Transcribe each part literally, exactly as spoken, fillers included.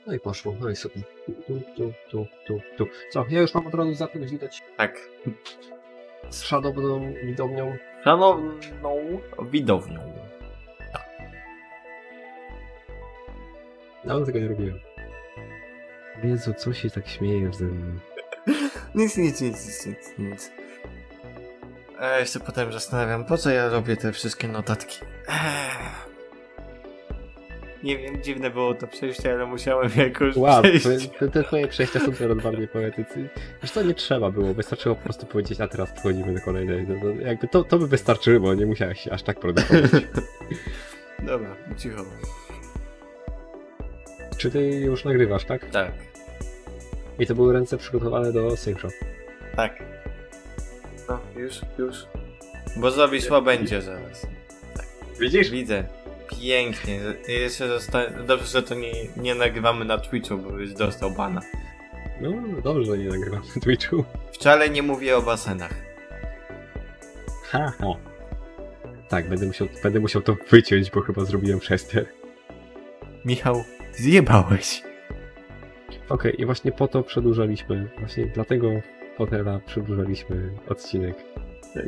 No i poszło, no i super. Tu, tu, tu, tu, tu. Co, ja już mam od razu zacząć widać Tak. z szanowną widownią. Szanowną widownią. No, tego nie robiłem. Jezu, co się tak śmiejesz ze mną? Nic, nic, nic, nic, nic, nic. A ja się potem zastanawiam, po co ja robię te wszystkie notatki. Ech. Nie wiem, dziwne było to przejście, ale musiałem jakoś Wow, przejść. te, te twoje przejścia są coraz bardziej poetycy. Wiesz co, nie trzeba było, wystarczyło po prostu powiedzieć, a teraz przechodzimy do kolejnej. No, no, jakby to, to by wystarczyło, nie musiałeś się aż tak produkować. Dobra, cicho. Czy ty już nagrywasz, tak? Tak, I to były ręce przygotowane do synchro. tak. No, już, już. Bo Zawisła będzie zaraz. Widzisz? Widzę. Pięknie. Jeszcze zosta- Dobrze, że to nie, nie nagrywamy na Twitchu, bo już dostał bana. No, dobrze, że nie nagrywam na Twitchu. Wcale nie mówię o basenach. Ha, ha. Tak, będę musiał, będę musiał to wyciąć, bo chyba zrobiłem przester. Michał, zjebałeś. Okej, i właśnie po to przedłużaliśmy, właśnie dlatego Hotela przedłużaliśmy odcinek. Tak.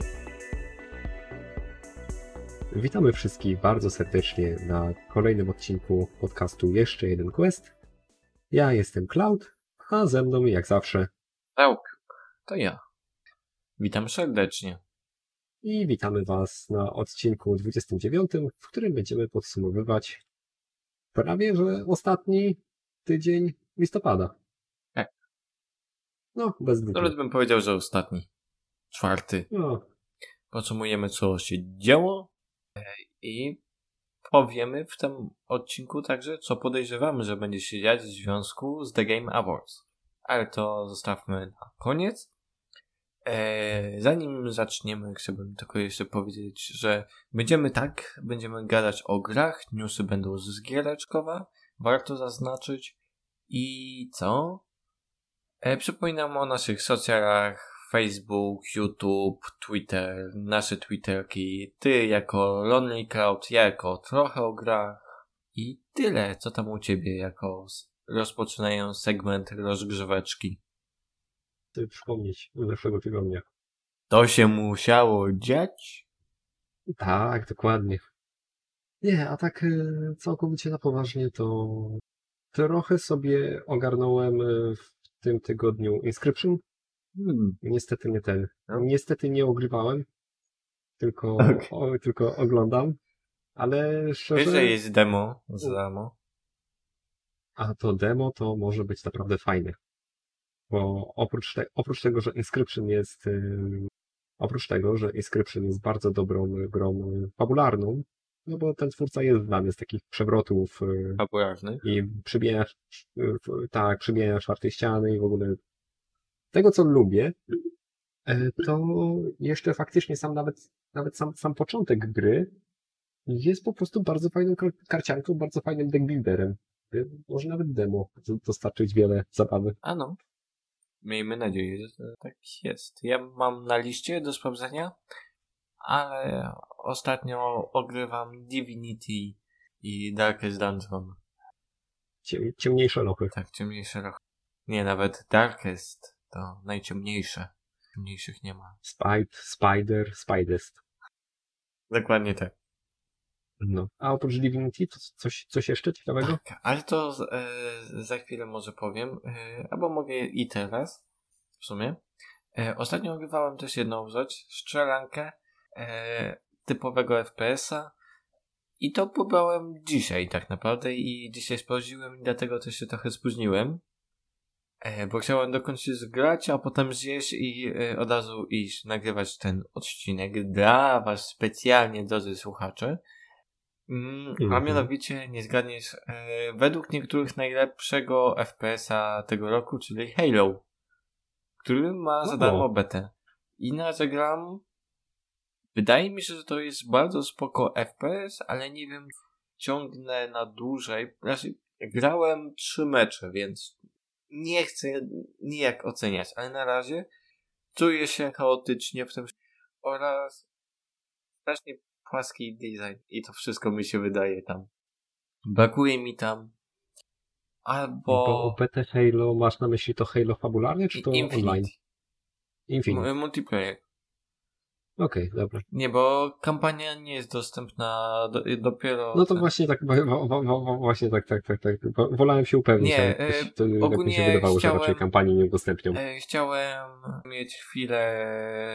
Witamy wszystkich bardzo serdecznie na kolejnym odcinku podcastu Jeszcze jeden Quest. Ja jestem Cloud, a ze mną jak zawsze Ełk, to ja. Witam serdecznie. i witamy Was na odcinku dwudziestym dziewiątym, w którym będziemy podsumowywać prawie że ostatni tydzień listopada. Tak. No, bez dwóch. Nawet bym powiedział, że ostatni. Czwarty. No, Podsumujemy, co się działo i powiemy w tym odcinku także, co podejrzewamy, że będzie się dziać w związku z The Game Awards. Ale to zostawmy na koniec. Eee, zanim zaczniemy, chciałbym tylko jeszcze powiedzieć, że będziemy tak, będziemy gadać o grach, newsy będą z giereczkowa, warto zaznaczyć. I co? Eee, przypominam o naszych socjalach, Facebook, YouTube, Twitter, nasze Twitterki, ty jako Lonely Cloud, ja jako trochę o grach i tyle, co tam u ciebie jako rozpoczynają segment rozgrzeweczki. chcę przypomnieć z zeszłego tygodnia. To się musiało dziać? Tak, dokładnie. Nie, a tak e, całkowicie na poważnie to trochę sobie ogarnąłem e, w tym tygodniu Inscription. Hmm. Niestety nie ten. No. Niestety nie ogrywałem, tylko, Okay. o, tylko oglądam, ale Wiesz, szczerze... że jest demo za darmo? A to demo to może być naprawdę fajne. Bo oprócz, te, oprócz tego, że Inscription jest yy, oprócz tego, że Inscription jest bardzo dobrą grą fabularną, no bo ten twórca jest znany z takich przewrotów yy, Fabularny. i przybijania, yy, tak, przybijania czwartej ściany i w ogóle tego, co lubię, yy, to jeszcze faktycznie sam nawet, nawet sam, sam początek gry jest po prostu bardzo fajną kar- karcianką, bardzo fajnym deckbuilderem. Może nawet demo dostarczyć wiele zabawy. A no. Miejmy nadzieję, że tak jest. Ja mam na liście do sprawdzenia, ale ostatnio ogrywam Divinity i Darkest Dungeon. Ciem, ciemniejsze lochy. Tak, ciemniejsze lochy. Nie, nawet Darkest to najciemniejsze. Ciemniejszych nie ma. Spide, Spider, Spidest. Dokładnie tak. No. A oprócz Divinity to coś, coś jeszcze ciekawego? Tak, ale to e, za chwilę może powiem, e, albo mogę i teraz, w sumie. E, ostatnio ogrywałem też jedną rzecz, strzelankę e, typowego F P S-a i to pobrałem dzisiaj tak naprawdę i dzisiaj sprawdziłem i dlatego też się trochę spóźniłem, e, bo chciałem dokończyć zgrać, a potem zjeść i e, od razu iść nagrywać ten odcinek dla was specjalnie, drodzy słuchacze. Mm, a mianowicie, nie zgadniesz, e, według niektórych najlepszego F P S-a tego roku, czyli Halo, który ma za darmo betę. I na razie gram, wydaje mi się, że to jest bardzo spoko F P S, ale nie wiem, ciągnę na dłużej. Znaczy, grałem trzy mecze, więc nie chcę nijak oceniać, ale na razie czuję się chaotycznie w tym oraz strasznie płaski design i to wszystko mi się wydaje tam. Brakuje mi tam albo... Bo betę Halo masz na myśli to Halo fabularne, czy to Infinite. online? Infinite. M- multiplayer. Okej, okay, dobra. Nie, bo kampania nie jest dostępna do, dopiero... No to właśnie tak, wo, wo, wo, właśnie tak, tak, tak, tak. Wolałem się upewnić, nie, ale jakoś, to, ogólnie jak mi się wydawało, chciałem, że raczej kampanii nie udostępnią. E, chciałem mieć chwilę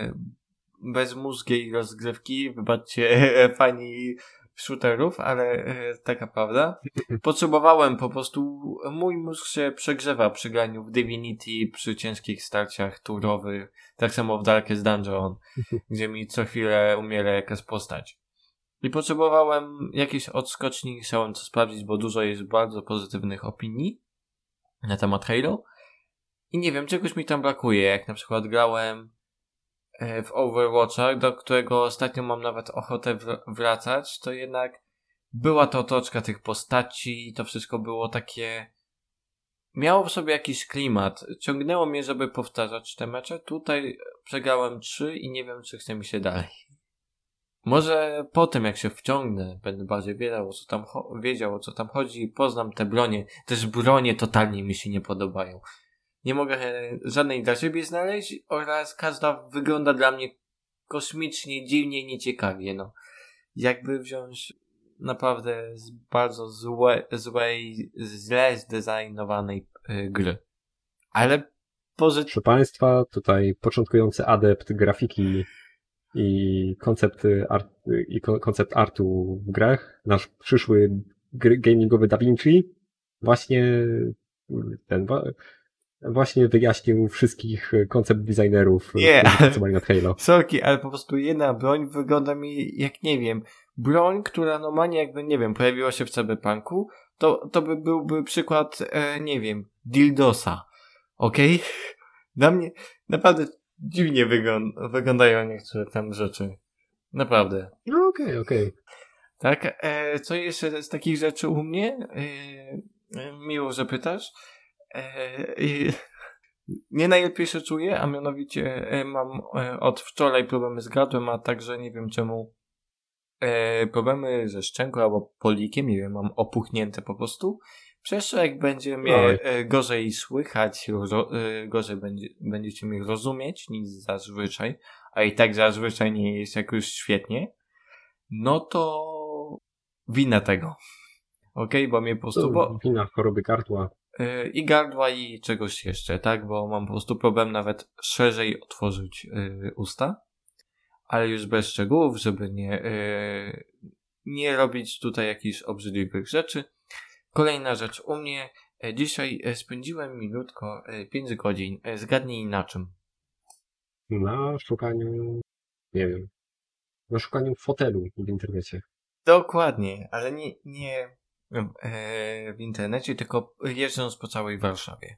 bezmózgiej rozgrywki, wybaczcie fani shooterów, ale e, taka prawda. Potrzebowałem po prostu, mój mózg się przegrzewa przy graniu w Divinity, przy ciężkich starciach turowych, tak samo w Darkest Dungeon, gdzie mi co chwilę umiera jakaś postać. I potrzebowałem jakiejś odskoczni, chciałem to sprawdzić, bo dużo jest bardzo pozytywnych opinii na temat Halo. I nie wiem, czegoś mi tam brakuje, jak na przykład grałem w Overwatcha, do którego ostatnio mam nawet ochotę wr- wracać, to jednak była to otoczka tych postaci i to wszystko było takie... Miało w sobie jakiś klimat. Ciągnęło mnie, żeby powtarzać te mecze. Tutaj przegrałem trzy i nie wiem, czy chce mi się dalej. Może potem, jak się wciągnę, będę bardziej wiedział, o co tam, cho- wiedział, o co tam chodzi i poznam te bronie. Też bronie totalnie mi się nie podobają. Nie mogę żadnej dla siebie znaleźć oraz każda wygląda dla mnie kosmicznie, dziwnie, nieciekawie. No. Jakby wziąć naprawdę z bardzo złe, złej, źle zdesignowanej y, gry. Ale pozy... Proszę Państwa, tutaj początkujący adept grafiki i koncept, art, i koncept artu w grach, nasz przyszły gry, gamingowy Da Vinci, właśnie ten właśnie wyjaśnił wszystkich koncept designerów, Nie, którzy pracowali nad Halo. Sorki, ale po prostu jedna broń wygląda mi jak, nie wiem, broń, która normalnie jakby, nie wiem, pojawiła się w Cyberpunku, to, to by byłby przykład, e, nie wiem, dildosa. Okej? Okay? Dla mnie naprawdę dziwnie wygląd- wyglądają niektóre tam rzeczy. Naprawdę. No okej, okay, okej. Okay. Tak, e, co jeszcze z takich rzeczy u mnie? E, e, miło, że pytasz. E, nie najlepiej się czuję, a mianowicie e, mam e, od wczoraj problemy z gardłem, a także nie wiem czemu e, problemy ze szczęką albo polikiem, nie wiem, mam opuchnięte po prostu. Przez to jak będzie mnie e, gorzej słychać, ro, e, gorzej będzie, będziecie mnie rozumieć niż zazwyczaj, a i tak zazwyczaj nie jest jakoś świetnie, no to wina tego. Okej, okay? Bo mnie po prostu... Bo... Wina choroby gardła. I gardła i czegoś jeszcze, tak? Bo mam po prostu problem nawet szerzej otworzyć yy, usta. Ale już bez szczegółów, żeby nie, yy, nie robić tutaj jakichś obrzydliwych rzeczy. Kolejna rzecz u mnie. Dzisiaj spędziłem minutko, pięć godzin. Zgadnij na czym? Na szukaniu, nie wiem, na szukaniu fotelu w internecie. Dokładnie, ale nie, nie w internecie, tylko jeżdżąc po całej Warszawie.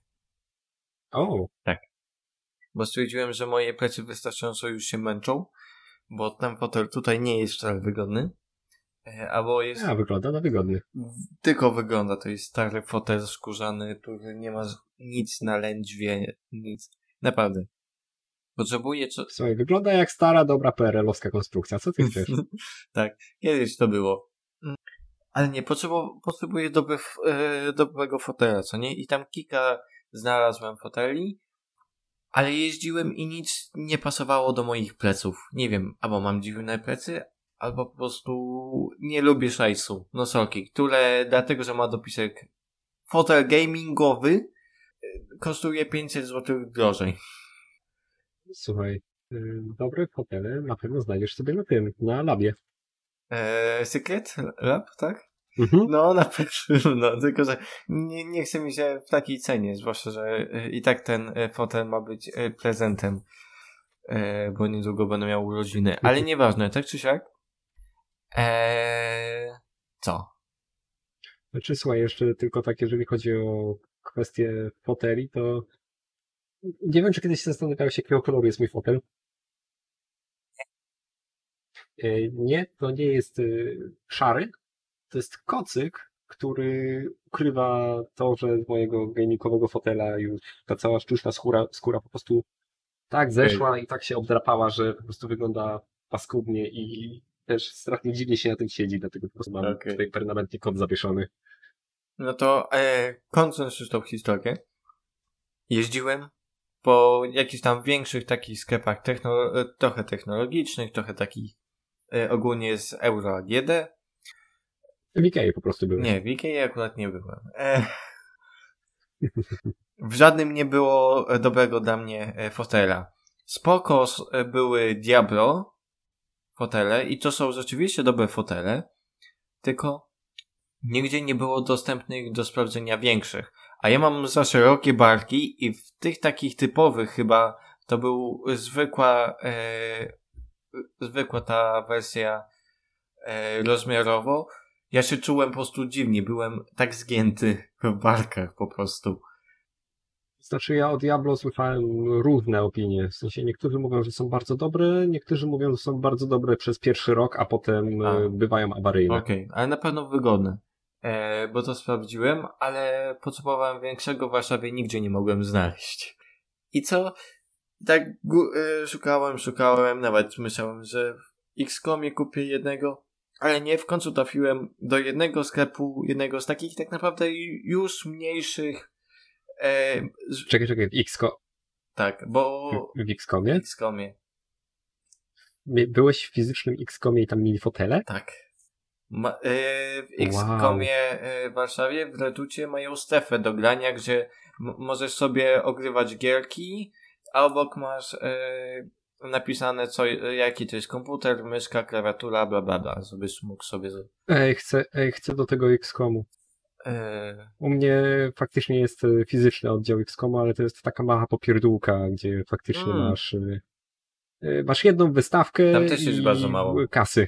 O! Tak. Bo stwierdziłem, że moje plecy wystarczająco już się męczą, bo ten fotel tutaj nie jest wcale wygodny. Albo jest... A, wygląda na wygodny. Tylko wygląda, to jest stary fotel skórzany, który nie ma nic na lędźwie, nic. Naprawdę. Potrzebuję... Co... Słuchaj, wygląda jak stara, dobra P R L-owska konstrukcja. Co ty chcesz? Tak, kiedyś to było. Ale nie, potrzebo, potrzebuję dobry, e, dobrego fotela, co nie? I tam kilka znalazłem foteli, ale jeździłem i nic nie pasowało do moich pleców. Nie wiem, albo mam dziwne plecy, albo po prostu nie lubię szajsu, nosolki, które dlatego, że ma dopisek fotel gamingowy, kosztuje pięćset złotych drożej. Słuchaj, yy, dobre fotele na pewno znajdziesz sobie na tym, na labie. Eee, Secret Lab, tak? Mhm. No, na pewno, tylko że nie, nie chce mi się w takiej cenie, zwłaszcza, że i tak ten fotel ma być prezentem, bo niedługo będę miał urodziny, ale nieważne, tak czy siak. Eee, co? Znaczy, słuchaj, jeszcze tylko tak, jeżeli chodzi o kwestię foteli, to nie wiem, czy kiedyś się zastanawiałeś, jakiego koloru jest mój fotel. Nie, to nie jest szary. To jest kocyk, który ukrywa to, że z mojego gamingowego fotela już ta cała sztuczna skóra, skóra po prostu tak zeszła i tak się obdrapała, że po prostu wygląda paskudnie i też strasznie dziwnie się na tym siedzi, dlatego po prostu mam okay. tutaj permanentnie kod zawieszony. No to e, kończąc już tą historię, jeździłem po jakichś tam większych takich sklepach technolo- trochę technologicznych, trochę takich e, ogólnie z Euro A G D. W Ikei po prostu były. Nie, w Ikei akurat nie byłem. E, w żadnym nie było dobrego dla mnie e, fotela. Spoko e, były Diablo fotele i to są rzeczywiście dobre fotele, tylko nigdzie nie było dostępnych do sprawdzenia większych. A ja mam za szerokie barki i w tych takich typowych chyba to był zwykła e, zwykła ta wersja e, rozmiarowo. Ja się czułem po prostu dziwnie. Byłem tak zgięty w barkach po prostu. Znaczy ja o Diablo słyszałem różne opinie. W sensie niektórzy mówią, że są bardzo dobre, niektórzy mówią, że są bardzo dobre przez pierwszy rok, a potem A. bywają awaryjne. Okej, okay, ale na pewno wygodne. E, bo to sprawdziłem, ale potrzebowałem większego w Warszawie, nigdzie nie mogłem znaleźć. I co? Tak gu- e, szukałem, szukałem, nawet myślałem, że w X komie kupię jednego, ale nie, w końcu trafiłem do jednego sklepu, jednego z takich tak naprawdę już mniejszych. E, z... Czekaj, czekaj, w X-ko... Tak, bo... W, w X-komie? W X-komie. Byłeś w fizycznym X-komie i tam mieli fotele? Tak. Ma, e, w X-komie wow. w Warszawie, w Reducie mają strefę do grania, gdzie m- możesz sobie ogrywać gierki, a obok masz e, napisane, co, jaki to jest komputer, myszka, klawiatura, bla bla bla, żebyś mógł sobie... Ej, chcę, ej, chcę do tego X-komu. E... U mnie faktycznie jest fizyczny oddział X-komu, ale to jest taka mała popierdółka, gdzie faktycznie mm. masz masz jedną wystawkę tam też jest i bardzo mało kasy.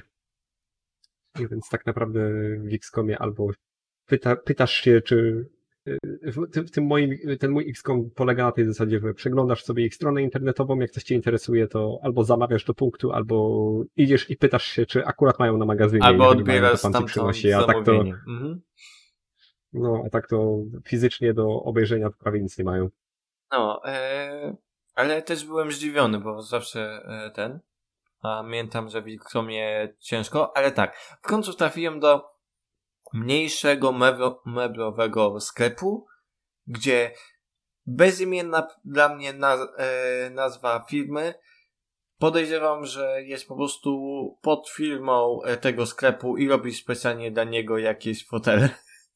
I więc tak naprawdę w X-komie albo pyta, pytasz się, czy w tym, w tym moim, ten mój X-kom polega na tej zasadzie, że przeglądasz sobie ich stronę internetową, jak coś cię interesuje, to albo zamawiasz do punktu, albo idziesz i pytasz się, czy akurat mają na magazynie. Albo odbierasz stamtąd zamówienie. A tak to, mhm. No, a tak to fizycznie do obejrzenia prawie nic nie mają. No, e, ale też byłem zdziwiony, bo zawsze e, ten, a pamiętam, że w X-komie ciężko, ale tak, w końcu trafiłem do mniejszego meblo, meblowego sklepu, gdzie bezimienna dla mnie naz, e, nazwa firmy, podejrzewam, że jest po prostu pod firmą tego sklepu i robi specjalnie dla niego jakieś fotele.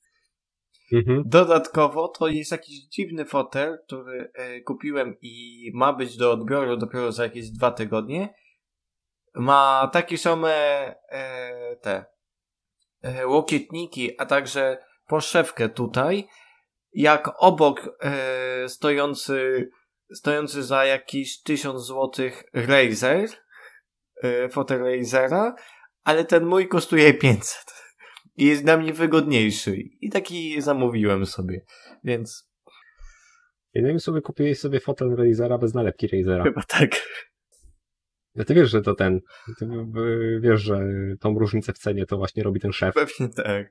Mhm. Dodatkowo to jest jakiś dziwny fotel, który e, kupiłem i ma być do odbioru dopiero za jakieś dwa tygodnie. Ma takie same e, te e, łokietniki, a także poszewkę tutaj, jak obok e, stojący stojący za jakieś tysiąc złotych Razer, e, fotel Razera, ale ten mój kosztuje pięćset. I jest dla mnie wygodniejszy. I taki zamówiłem sobie. Więc... Jednym sobie kupiłeś sobie fotel Razera bez nalepki Razera. Chyba tak. Ja ty wiesz, że to ten... Ty wiesz, że tą różnicę w cenie to właśnie robi ten szef. Pewnie tak.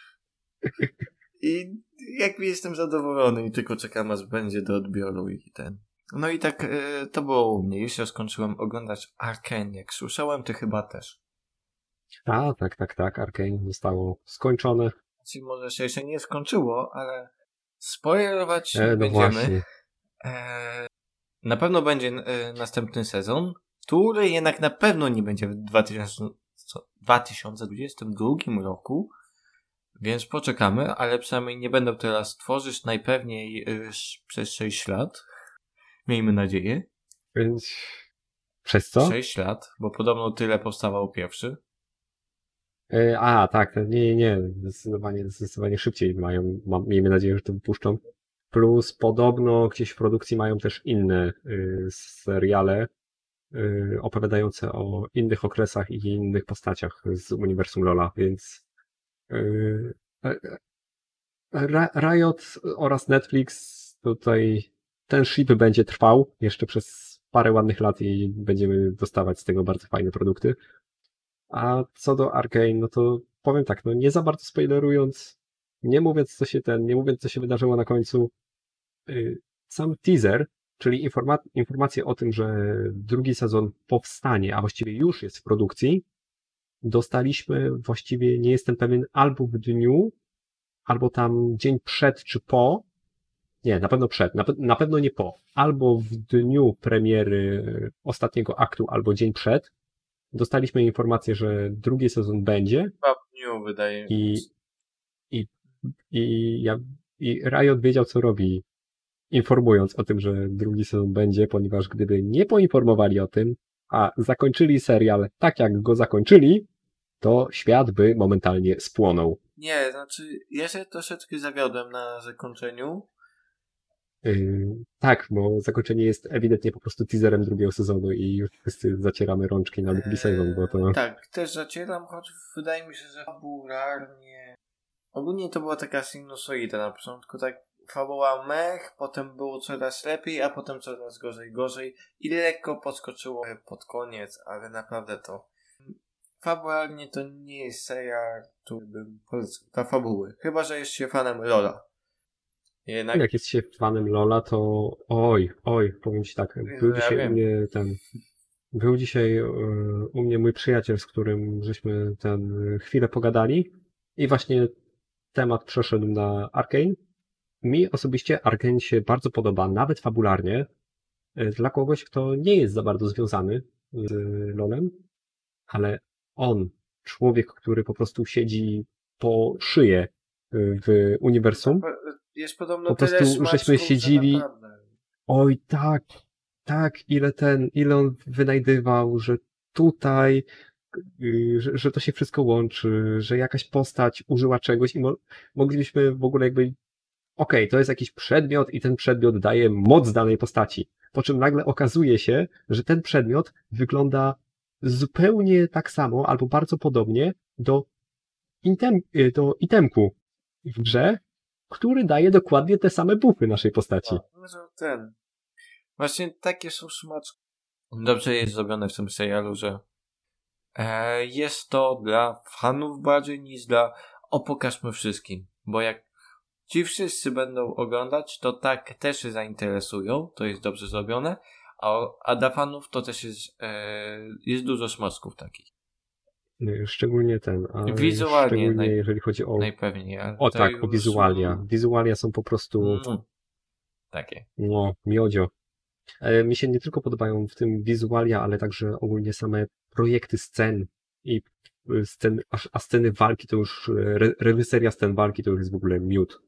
I jakby jestem zadowolony i tylko czekam, aż będzie do odbioru i ten. No i tak y, to było u mnie. Już ja skończyłem oglądać Arcane. Jak słyszałem, ty chyba też. A, tak, tak, tak. Arcane zostało skończone. Czyli może się jeszcze nie skończyło, ale spoilerować e, no będziemy. E, na pewno będzie e, następny sezon, który jednak na pewno nie będzie w dwa tysiące dwudziestym drugim roku, więc poczekamy, ale przynajmniej nie będą teraz tworzyć najpewniej e, przez sześć lat. Miejmy nadzieję. Więc przez co? sześć lat, bo podobno tyle powstawał pierwszy. A, tak, nie, nie, nie, zdecydowanie, zdecydowanie szybciej mają, mam, miejmy nadzieję, że to wypuszczą. Plus podobno gdzieś w produkcji mają też inne y, seriale y, opowiadające o innych okresach i innych postaciach z uniwersum LoL'a, więc y, Riot oraz Netflix tutaj ten ship będzie trwał jeszcze przez parę ładnych lat i będziemy dostawać z tego bardzo fajne produkty. A co do Arcane, no to powiem tak, no nie za bardzo spoilerując, nie mówiąc co się ten, nie mówiąc co się wydarzyło na końcu, yy, sam teaser, czyli informa- informacje o tym, że drugi sezon powstanie, a właściwie już jest w produkcji, dostaliśmy właściwie, nie jestem pewien, albo w dniu, albo tam dzień przed czy po, nie, na pewno przed, na, pe- na pewno nie po, albo w dniu premiery ostatniego aktu, albo dzień przed, dostaliśmy informację, że drugi sezon będzie. Chyba w dniu, wydaje mi się. I, i, i, ja, i Riot wiedział, co robi, informując o tym, że drugi sezon będzie, ponieważ gdyby nie poinformowali o tym, a zakończyli serial tak, jak go zakończyli, to świat by momentalnie spłonął. Nie, znaczy ja się troszeczkę zawiodłem na zakończeniu. Yy, tak, bo zakończenie jest ewidentnie po prostu teaserem drugiego sezonu i już wszyscy zacieramy rączki na drugi sezon, bo to... Tak, też zacieram, choć wydaje mi się, że fabularnie... Ogólnie to była taka sinusoida na początku, tak fabuła mech, potem było coraz lepiej, a potem coraz gorzej, gorzej i lekko podskoczyło pod koniec, ale naprawdę to... Fabularnie to nie jest serial, który bym polecał dla fabuły, chyba że jest się fanem Lola. Jednak... Jak jest się fanem Lola, to oj, oj, powiem ci tak, był Ja dzisiaj wiem. u mnie ten... Był dzisiaj yy, u mnie mój przyjaciel, z którym żeśmy ten chwilę pogadali i właśnie temat przeszedł na Arcane. Mi osobiście Arcane się bardzo podoba, nawet fabularnie, yy, dla kogoś, kto nie jest za bardzo związany z LoLem, ale on, człowiek, który po prostu siedzi po szyję yy, w uniwersum, Jest podobno po tyle prostu żeśmy smaczków, siedzieli, że naprawdę... oj tak, tak, ile ten, ile on wynajdywał, że tutaj, yy, że, że to się wszystko łączy, że jakaś postać użyła czegoś i mo- moglibyśmy w ogóle jakby, okej, okay, to jest jakiś przedmiot i ten przedmiot daje moc danej postaci. Po czym nagle okazuje się, że ten przedmiot wygląda zupełnie tak samo albo bardzo podobnie do, item, yy, do itemku w grze, który daje dokładnie te same buffy naszej postaci. A, może ten. Właśnie takie są smaczki. Dobrze jest zrobione w tym serialu, że e, jest to dla fanów bardziej niż dla o pokażmy wszystkim. Bo jak ci wszyscy będą oglądać, to tak też się zainteresują, to jest dobrze zrobione, a, a dla fanów to też jest, e, jest dużo smaczków takich. Szczególnie ten, a Wizualnie szczególnie naj, jeżeli chodzi o... najpewniej. Ale O to tak, już... o wizualia. Wizualia są po prostu... Mm, takie. No, miodzio. E, mi się nie tylko podobają w tym wizualia, ale także ogólnie same projekty scen i scen, a, a sceny walki to już, re, reżyseria scen walki to już jest w ogóle miód.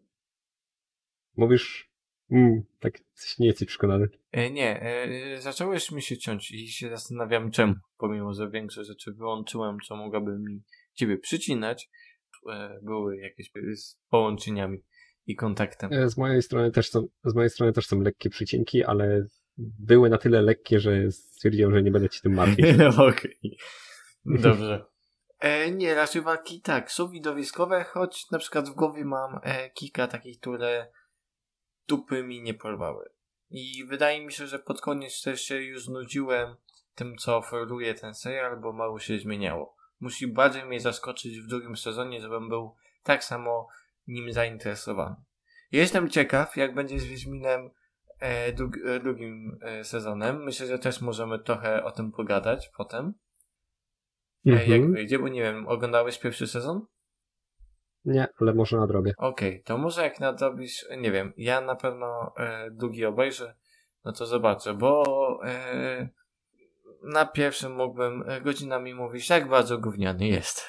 Mówisz, mm, tak nie jesteś przekonany. E, nie, e, zacząłeś mi się ciąć i się zastanawiam czemu, pomimo że większe rzeczy wyłączyłem, co mogłaby mi ciebie przycinać, e, były jakieś z połączeniami i kontaktem. E, z mojej strony też są, z mojej strony też są lekkie przycinki, ale były na tyle lekkie, że stwierdziłem, że nie będę ci tym martwić. No okej. Okay. Dobrze. E, nie, raczej walki tak, są widowiskowe, choć na przykład w głowie mam e, kilka takich, które dupy mi nie porwały. I wydaje mi się, że pod koniec też się już znudziłem tym, co oferuje ten serial, bo mało się zmieniało. Musi bardziej mnie zaskoczyć w drugim sezonie, żebym był tak samo nim zainteresowany. Jestem ciekaw, jak będzie z Wiedźminem e, dług, e, drugim e, sezonem. Myślę, że też możemy trochę o tym pogadać potem. E, Mhm. Jak wyjdzie, bo nie wiem, oglądałeś pierwszy sezon? Nie, ale może nadrobię. Okej, okay, to może jak nadrobisz, nie wiem, ja na pewno e, drugi obejrzę, no to zobaczę, bo e, na pierwszym mógłbym godzinami mówić, jak bardzo gówniany jest.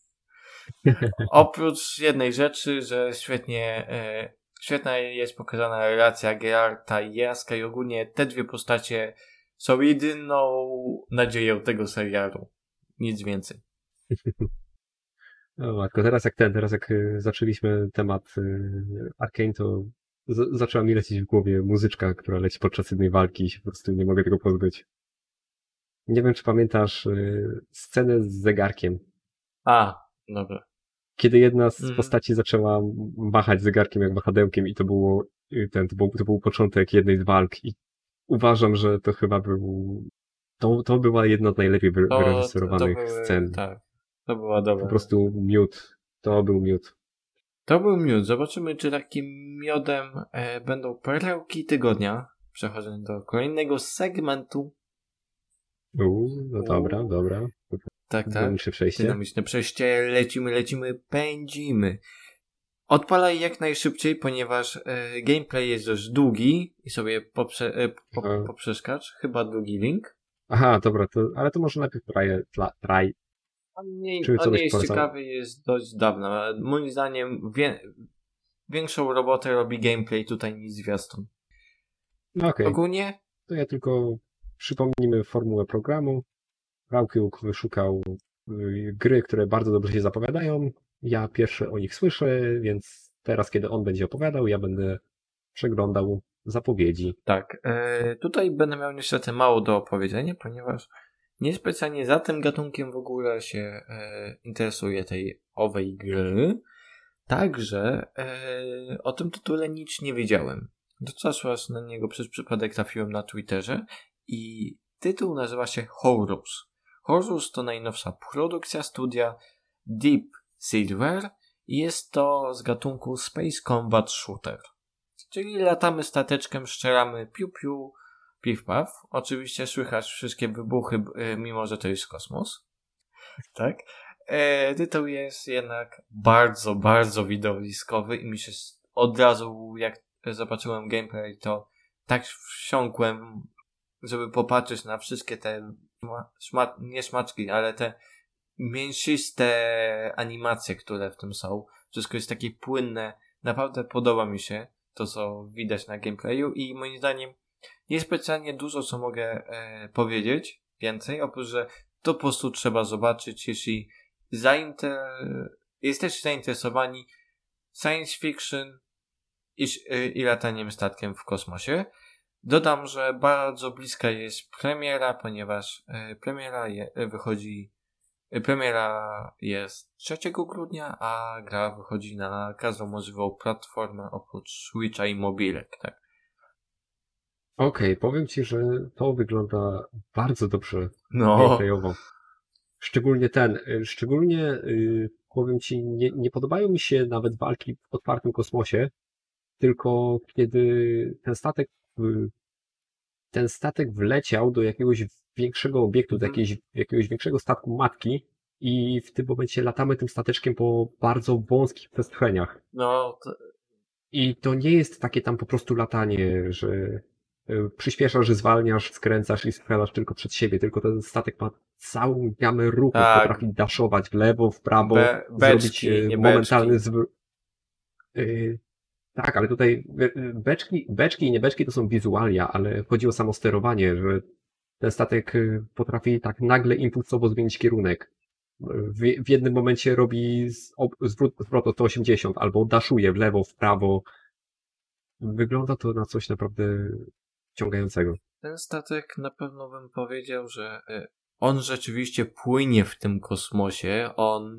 Oprócz jednej rzeczy, że świetnie, e, świetna jest pokazana relacja Geralta i Jaska i ogólnie te dwie postacie są jedyną nadzieją tego serialu. Nic więcej. O matko, teraz jak ten, teraz jak y, zaczęliśmy temat y, Arcane, to z- zaczęła mi lecieć w głowie muzyczka, która leci podczas jednej walki i się po prostu nie mogę tego pozbyć. Nie wiem, czy pamiętasz y, scenę z zegarkiem. A, dobra. Kiedy jedna z Mhm. postaci zaczęła machać zegarkiem jak wahadełkiem i to było y, ten, to był, to był początek jednej z walk i uważam, że to chyba był, to, to była jedna z najlepiej wy- To, wyreżyserowanych to były, scen. Tak, to była dobra. Po prostu miód. To był miód. To był miód. Zobaczymy, czy takim miodem e, będą perełki tygodnia. Przechodzę do kolejnego segmentu. Uuu, no dobra, Uuu. dobra. Tak, tak. Dynamiczne przejście. Dynamiczne przejście. Lecimy, lecimy, pędzimy. Odpalaj jak najszybciej, ponieważ y, gameplay jest dość długi i sobie poprze, y, po, poprzeskacz. Chyba długi link. Aha, dobra, to, ale to może najpierw try, try. On nie, Czy co on byś nie jest polecał? ciekawy, jest dość dawno. Moim zdaniem wie, większą robotę robi gameplay tutaj niż zwiastun. No okej, okay. Ogólnie? To ja tylko przypomnijmy formułę programu. Raukiuk wyszukał y, gry, które bardzo dobrze się zapowiadają. Ja pierwszy o nich słyszę, więc teraz, kiedy on będzie opowiadał, ja będę przeglądał zapowiedzi. Tak, e, tutaj będę miał niestety mało do opowiedzenia, ponieważ niespecjalnie za tym gatunkiem w ogóle się e, interesuje tej owej gry. Także e, o tym tytule nic nie wiedziałem. Do czasu aż na niego przez przypadek trafiłem na Twitterze i tytuł nazywa się Horus. Horus to najnowsza produkcja studia Deep Silver i jest to z gatunku Space Combat Shooter. Czyli latamy stateczkiem, strzelamy piu piu, piw paw. Oczywiście słychać wszystkie wybuchy, mimo że to jest kosmos. Tak. E, tytuł jest jednak bardzo, bardzo widowiskowy i mi się od razu, jak zobaczyłem gameplay, to tak wsiąkłem, żeby popatrzeć na wszystkie te szma- nie szmaczki, ale te mięsiste animacje, które w tym są. Wszystko jest takie płynne. Naprawdę podoba mi się to, co widać na gameplayu i moim zdaniem niespecjalnie dużo, co mogę e, powiedzieć więcej, oprócz, że to po prostu trzeba zobaczyć, jeśli zainter- jesteście zainteresowani science fiction i, i lataniem statkiem w kosmosie. Dodam, że bardzo bliska jest premiera, ponieważ y, premiera je, wychodzi y, premiera jest trzeciego grudnia, a gra wychodzi na każdą możliwą platformę oprócz Switcha i mobilek, tak. Okej, okay, powiem Ci, że to wygląda bardzo dobrze no. gameplayowo. Szczególnie ten, szczególnie yy, powiem Ci, nie, nie podobają mi się nawet walki w otwartym kosmosie, tylko kiedy ten statek yy, ten statek wleciał do jakiegoś większego obiektu, do jakiegoś, jakiegoś większego statku matki i w tym momencie latamy tym stateczkiem po bardzo wąskich przestrzeniach. No. To... I to nie jest takie tam po prostu latanie, że przyspieszasz, że zwalniasz, skręcasz i strzelasz tylko przed siebie, tylko ten statek ma całą gamę ruchów, tak. Potrafi daszować w lewo, w prawo, Be- beczki, zrobić momentalny zwrot. Yy, tak, ale tutaj beczki, beczki i nie beczki to są wizualia, ale chodzi o samo sterowanie, że ten statek potrafi tak nagle impulsowo zmienić kierunek. W, w jednym momencie robi zwrot, zwrot o sto osiemdziesiąt albo daszuje w lewo, w prawo. Wygląda to na coś naprawdę wciągającego. Ten statek na pewno bym powiedział, że on rzeczywiście płynie w tym kosmosie. On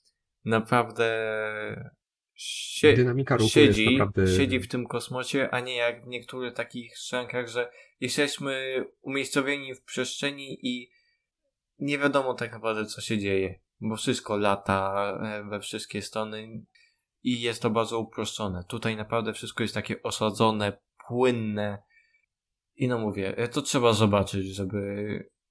naprawdę sie- Dynamika ruchu siedzi, jest naprawdę... siedzi w tym kosmosie, a nie jak w niektórych takich strzelankach, że jesteśmy umiejscowieni w przestrzeni i nie wiadomo tak naprawdę, co się dzieje, bo wszystko lata we wszystkie strony i jest to bardzo uproszczone. Tutaj naprawdę wszystko jest takie osadzone, płynne i no mówię, to trzeba zobaczyć, żeby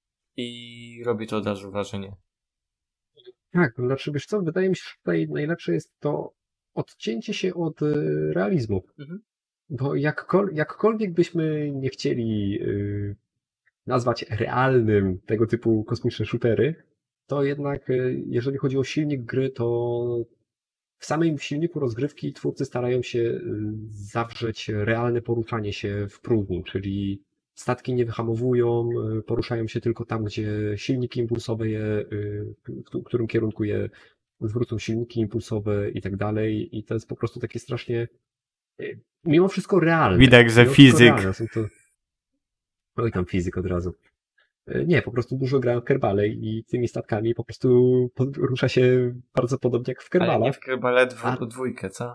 i robi to od razu wrażenie. Tak, znaczy wiesz co, wydaje mi się, że tutaj najlepsze jest to odcięcie się od realizmu. Mhm. Bo jakkol- jakkolwiek byśmy nie chcieli yy, nazwać realnym tego typu kosmiczne shootery, to jednak yy, jeżeli chodzi o silnik gry, to w samym silniku rozgrywki twórcy starają się yy, zawrzeć realne poruszanie się w próżni, czyli statki nie wyhamowują, yy, poruszają się tylko tam, gdzie silniki impulsowe je, yy, w którym kierunku je zwrócą silniki impulsowe i tak dalej. I to jest po prostu takie strasznie mimo wszystko realne. Widać, że fizyk. Są to... Oj, tam fizyk od razu. Nie, po prostu dużo grałem w Kerbale i tymi statkami po prostu rusza się bardzo podobnie jak w Kerbale. Ale nie w Kerbale dwu, A... dwójkę, co?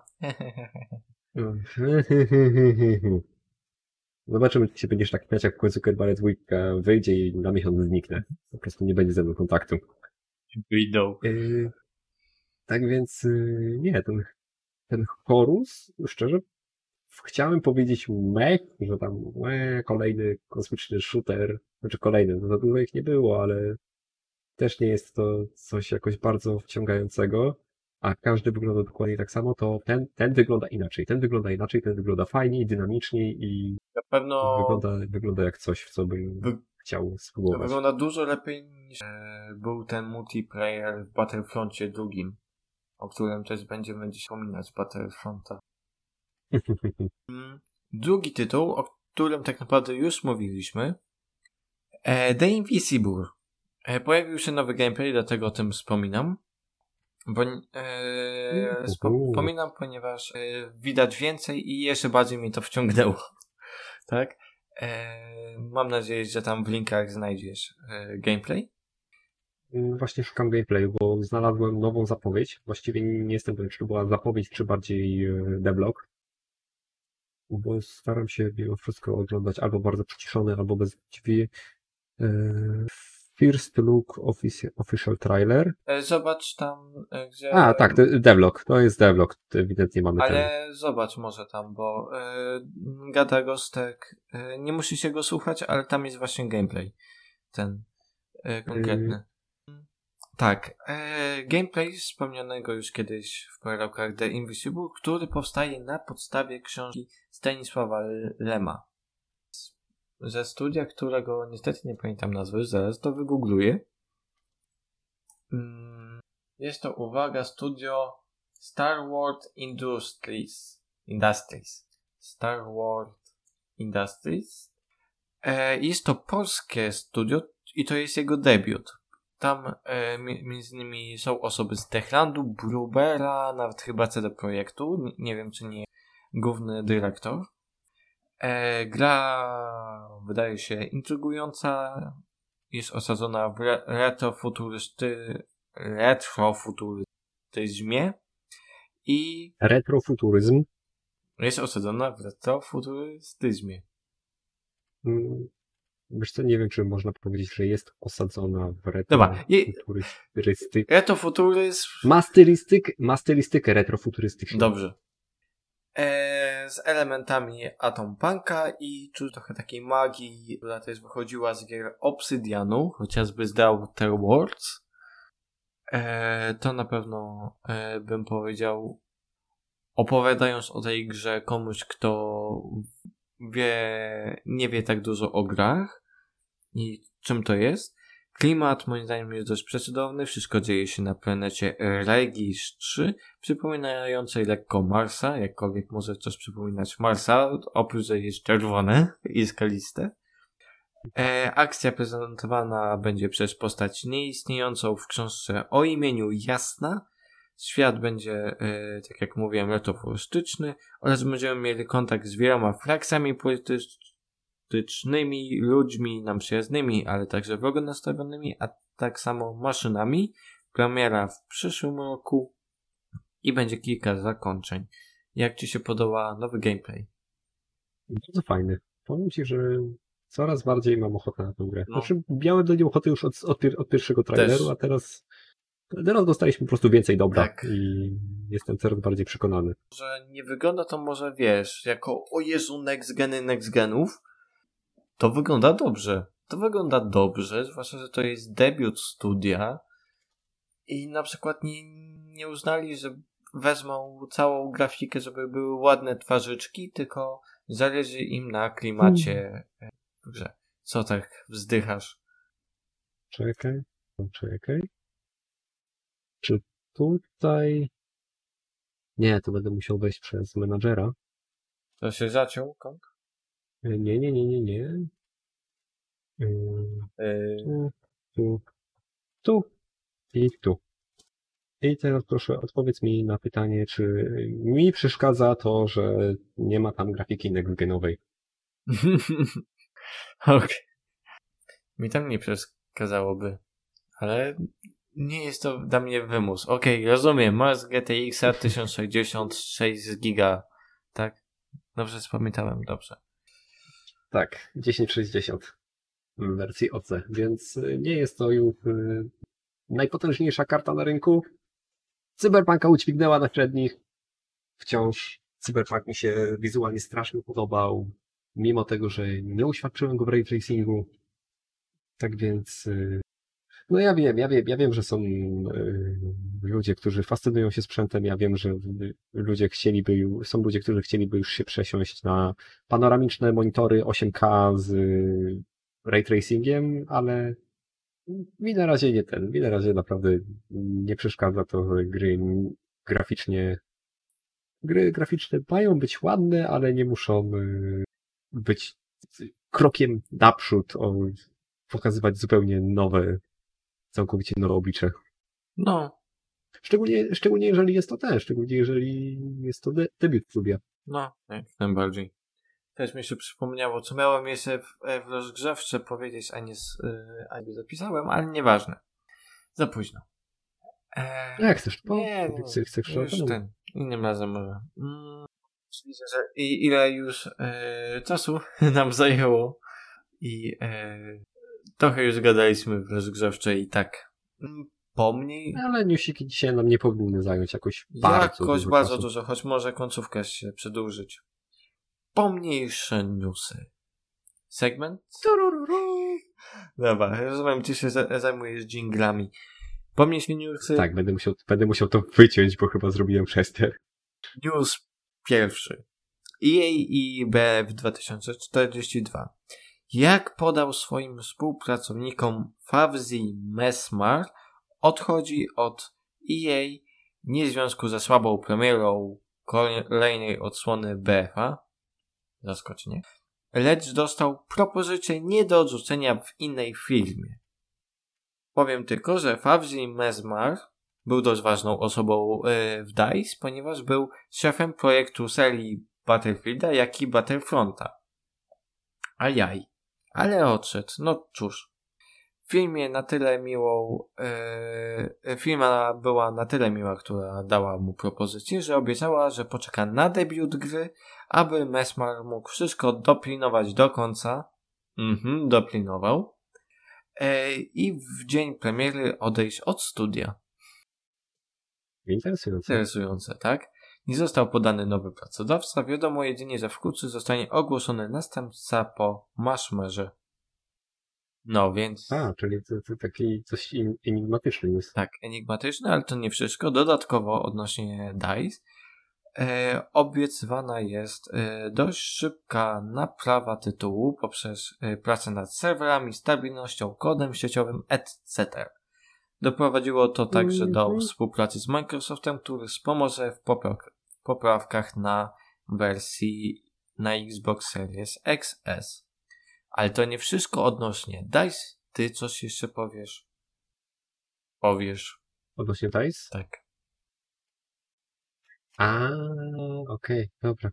Zobaczymy, czy się będziesz tak śmiać, jak w końcu Kerbale dwójka wyjdzie i na miesiąc zniknę. Po prostu nie będzie ze mną kontaktu. Wyjdą. Yy, tak więc yy, nie, ten, ten Horus, szczerze, chciałem powiedzieć mech, że tam me, kolejny kosmiczny shooter, znaczy kolejny, no za dużo ich nie było, ale też nie jest to coś jakoś bardzo wciągającego, a każdy wygląda dokładnie tak samo, to ten, ten wygląda inaczej, ten wygląda inaczej, ten wygląda fajniej, dynamiczniej i Na pewno wygląda, wygląda jak coś, w co bym wy... chciał spróbować. wygląda dużo lepiej niż e, był ten multiplayer w Battlefroncie drugim, o którym też będziemy dziś wspominać, Battlefronta. Drugi tytuł, o którym tak naprawdę już mówiliśmy, e, The Invisible. E, pojawił się nowy gameplay, dlatego o tym wspominam. Bo, e, wspominam, ponieważ e, widać więcej i jeszcze bardziej mi to wciągnęło. Tak? E, mam nadzieję, że tam w linkach znajdziesz e, gameplay. Właśnie szukam gameplayu, bo znalazłem nową zapowiedź. Właściwie nie jestem pewien, czy to była zapowiedź, czy bardziej devlog. Bo staram się mimo wszystko oglądać albo bardzo przyciszony, albo bez drzwi. First Look office, Official Trailer. E, zobacz tam, e, gdzie... A, tak, to devlog. To jest devlog. To ewidentnie mamy Ale ten. zobacz może tam, bo e, gada Gostek, e, nie musicie go słuchać, ale tam jest właśnie gameplay. Ten e, konkretny. Hmm. Tak, e, gameplay wspomnianego już kiedyś w perełkach The Invisible, który powstaje na podstawie książki Stanisława Lema. Ze studia, którego niestety nie pamiętam nazwy, zaraz to wygoogluję. Jest to, uwaga, studio Star Wars Industries. Industries. Star Wars Industries. E, jest to polskie studio i to jest jego debiut. Tam e, między innymi są osoby z Techlandu, Brubera, nawet chyba C D Projektu. Nie, nie wiem, czy nie główny dyrektor. E, gra wydaje się intrygująca. Jest osadzona w re- retrofuturysty, retrofuturyzmie i Retrofuturyzm. jest osadzona w retrofuturystyzmie. Hmm. Wiesz co, nie wiem, czy można powiedzieć, że jest osadzona w retrofuturystyce. Retrofuturyzm. Masterystyk, masterystykę retrofuturystyczną. Dobrze. E, z elementami Atom Punka i czuć trochę takiej magii, która też wychodziła z gier Obsydianu, chociażby z The Outer Worlds. E, to na pewno e, bym powiedział, opowiadając o tej grze komuś, kto wie, nie wie tak dużo o grach i czym to jest. Klimat moim zdaniem jest dość przecudowny. Wszystko dzieje się na planecie Regis trzy, przypominającej lekko Marsa, jakkolwiek może coś przypominać Marsa, oprócz że jest czerwone i skaliste. E, akcja prezentowana będzie przez postać nieistniejącą w książce o imieniu Jasna. Świat będzie, e, tak jak mówiłem, retrofuturystyczny oraz będziemy mieli kontakt z wieloma frakcjami politycznymi, ludźmi nam przyjaznymi, ale także wrogo nastawionymi, a tak samo maszynami. Premiera w przyszłym roku i będzie kilka zakończeń. Jak Ci się podoba nowy gameplay? Bardzo fajny. Powiem Ci, że coraz bardziej mam ochotę na tę grę. No. Znaczy, miałem do niej ochotę już od, od, od pierwszego traileru, Też. a teraz teraz dostaliśmy po prostu więcej dobra Tak. i jestem coraz bardziej przekonany. Że nie wygląda to może, wiesz, jako o Jezu, next geny, next genów. To wygląda dobrze. To wygląda dobrze, zwłaszcza, że to jest debiut studia i na przykład nie, nie uznali, że wezmą całą grafikę, żeby były ładne twarzyczki, tylko zależy im na klimacie w grze. Co tak wzdychasz? Czekaj, czekaj. Czy tutaj... Nie, to będę musiał wejść przez menadżera. To się zaciął kąt? Nie, nie, nie, nie, nie. Yy... Tu, tu, tu i tu. I teraz proszę odpowiedz mi na pytanie, czy mi przeszkadza to, że nie ma tam grafiki next-genowej. Okej. Okay. Mi tam nie przeszkadzałoby, ale nie jest to dla mnie wymus. Okej, okay, rozumiem. Masz G T X tysiąc sześćdziesiąt sześć giga, tak? Dobrze zapamiętałem, dobrze. Tak, tysiąc sześćdziesiąt w wersji O C, więc nie jest to już yy, najpotężniejsza karta na rynku. Cyberpunka udźwignęła na średnich. Wciąż Cyberpunk mi się wizualnie strasznie podobał, mimo tego, że nie uświadczyłem go w ray tracingu. Tak więc yy, No ja wiem, ja wiem, ja wiem, że są y, ludzie, którzy fascynują się sprzętem. Ja wiem, że y, ludzie chcieliby, ju- są ludzie, którzy chcieliby już się przesiąść na panoramiczne monitory osiem K z y, ray tracingiem, ale mi na razie nie ten, mi na razie naprawdę nie przeszkadza to, że gry graficznie, gry graficzne mają być ładne, ale nie muszą y, być krokiem naprzód, o, pokazywać zupełnie nowe, całkowicie nowe oblicze. No, Szczególnie, szczególnie jeżeli jest to też, szczególnie jeżeli jest to de- debiut studia. no, jak najbardziej. Też mi się przypomniało, co miałem jeszcze w, w rozgrzewce powiedzieć, a nie, s- y, a nie zapisałem, ale nieważne. Za późno. Eee, Jak chcesz, po, nie, chcesz, chcesz już chcesz ten, innym razem może. Mm, widzę, że i, ile już e, czasu nam zajęło i e, trochę już gadaliśmy w rozgrzewce i tak mm, pomniej. Ale newsiki dzisiaj nam nie powinny zająć jakoś bardzo Jakoś dużo bardzo czasu. dużo, choć może końcówkę się przedłużyć. Pomniejsze newsy. Segment? Dobra, rozumiem, ty się za- zajmujesz dżinglami. Pomniejsze newsy. Tak, będę musiał, będę musiał to wyciąć, bo chyba zrobiłem przester. News pierwszy. E A i B F dwa tysiące czterdzieści dwa. Jak podał swoim współpracownikom Favzi Mesmar, odchodzi od E A nie w związku ze słabą premierą kolejnej odsłony B F a, zaskoczenie, lecz dostał propozycję nie do odrzucenia w innej firmie. Powiem tylko, że Favzi Mesmar był dość ważną osobą yy, w DICE, ponieważ był szefem projektu serii Battlefielda, jak i Battlefronta. Ajaj. Ale odszedł. No cóż. W filmie na tyle miłą, yy, firma była na tyle miła, która dała mu propozycję, że obiecała, że poczeka na debiut gry, aby Mesmar mógł wszystko dopilnować do końca. Mhm, dopilnował. Yy, I w dzień premiery odejść od studia. Interesujące. Interesujące, tak? Nie został podany nowy pracodawca. Wiadomo jedynie, że wkrótce zostanie ogłoszony następca po Mashmerze. No więc... A, czyli to, to taki coś in- enigmatyczny jest. Tak, enigmatyczne, ale to nie wszystko. Dodatkowo odnośnie DICE e, obiecywana jest e, dość szybka naprawa tytułu poprzez e, pracę nad serwerami, stabilnością, kodem sieciowym, et cetera. Doprowadziło to także do Mhm. współpracy z Microsoftem, który wspomoże w popra- poprawkach na wersji na Xbox Series X S. Ale to nie wszystko odnośnie DICE. Ty coś jeszcze powiesz? Powiesz. Odnośnie DICE? Tak. A, okej, dobra.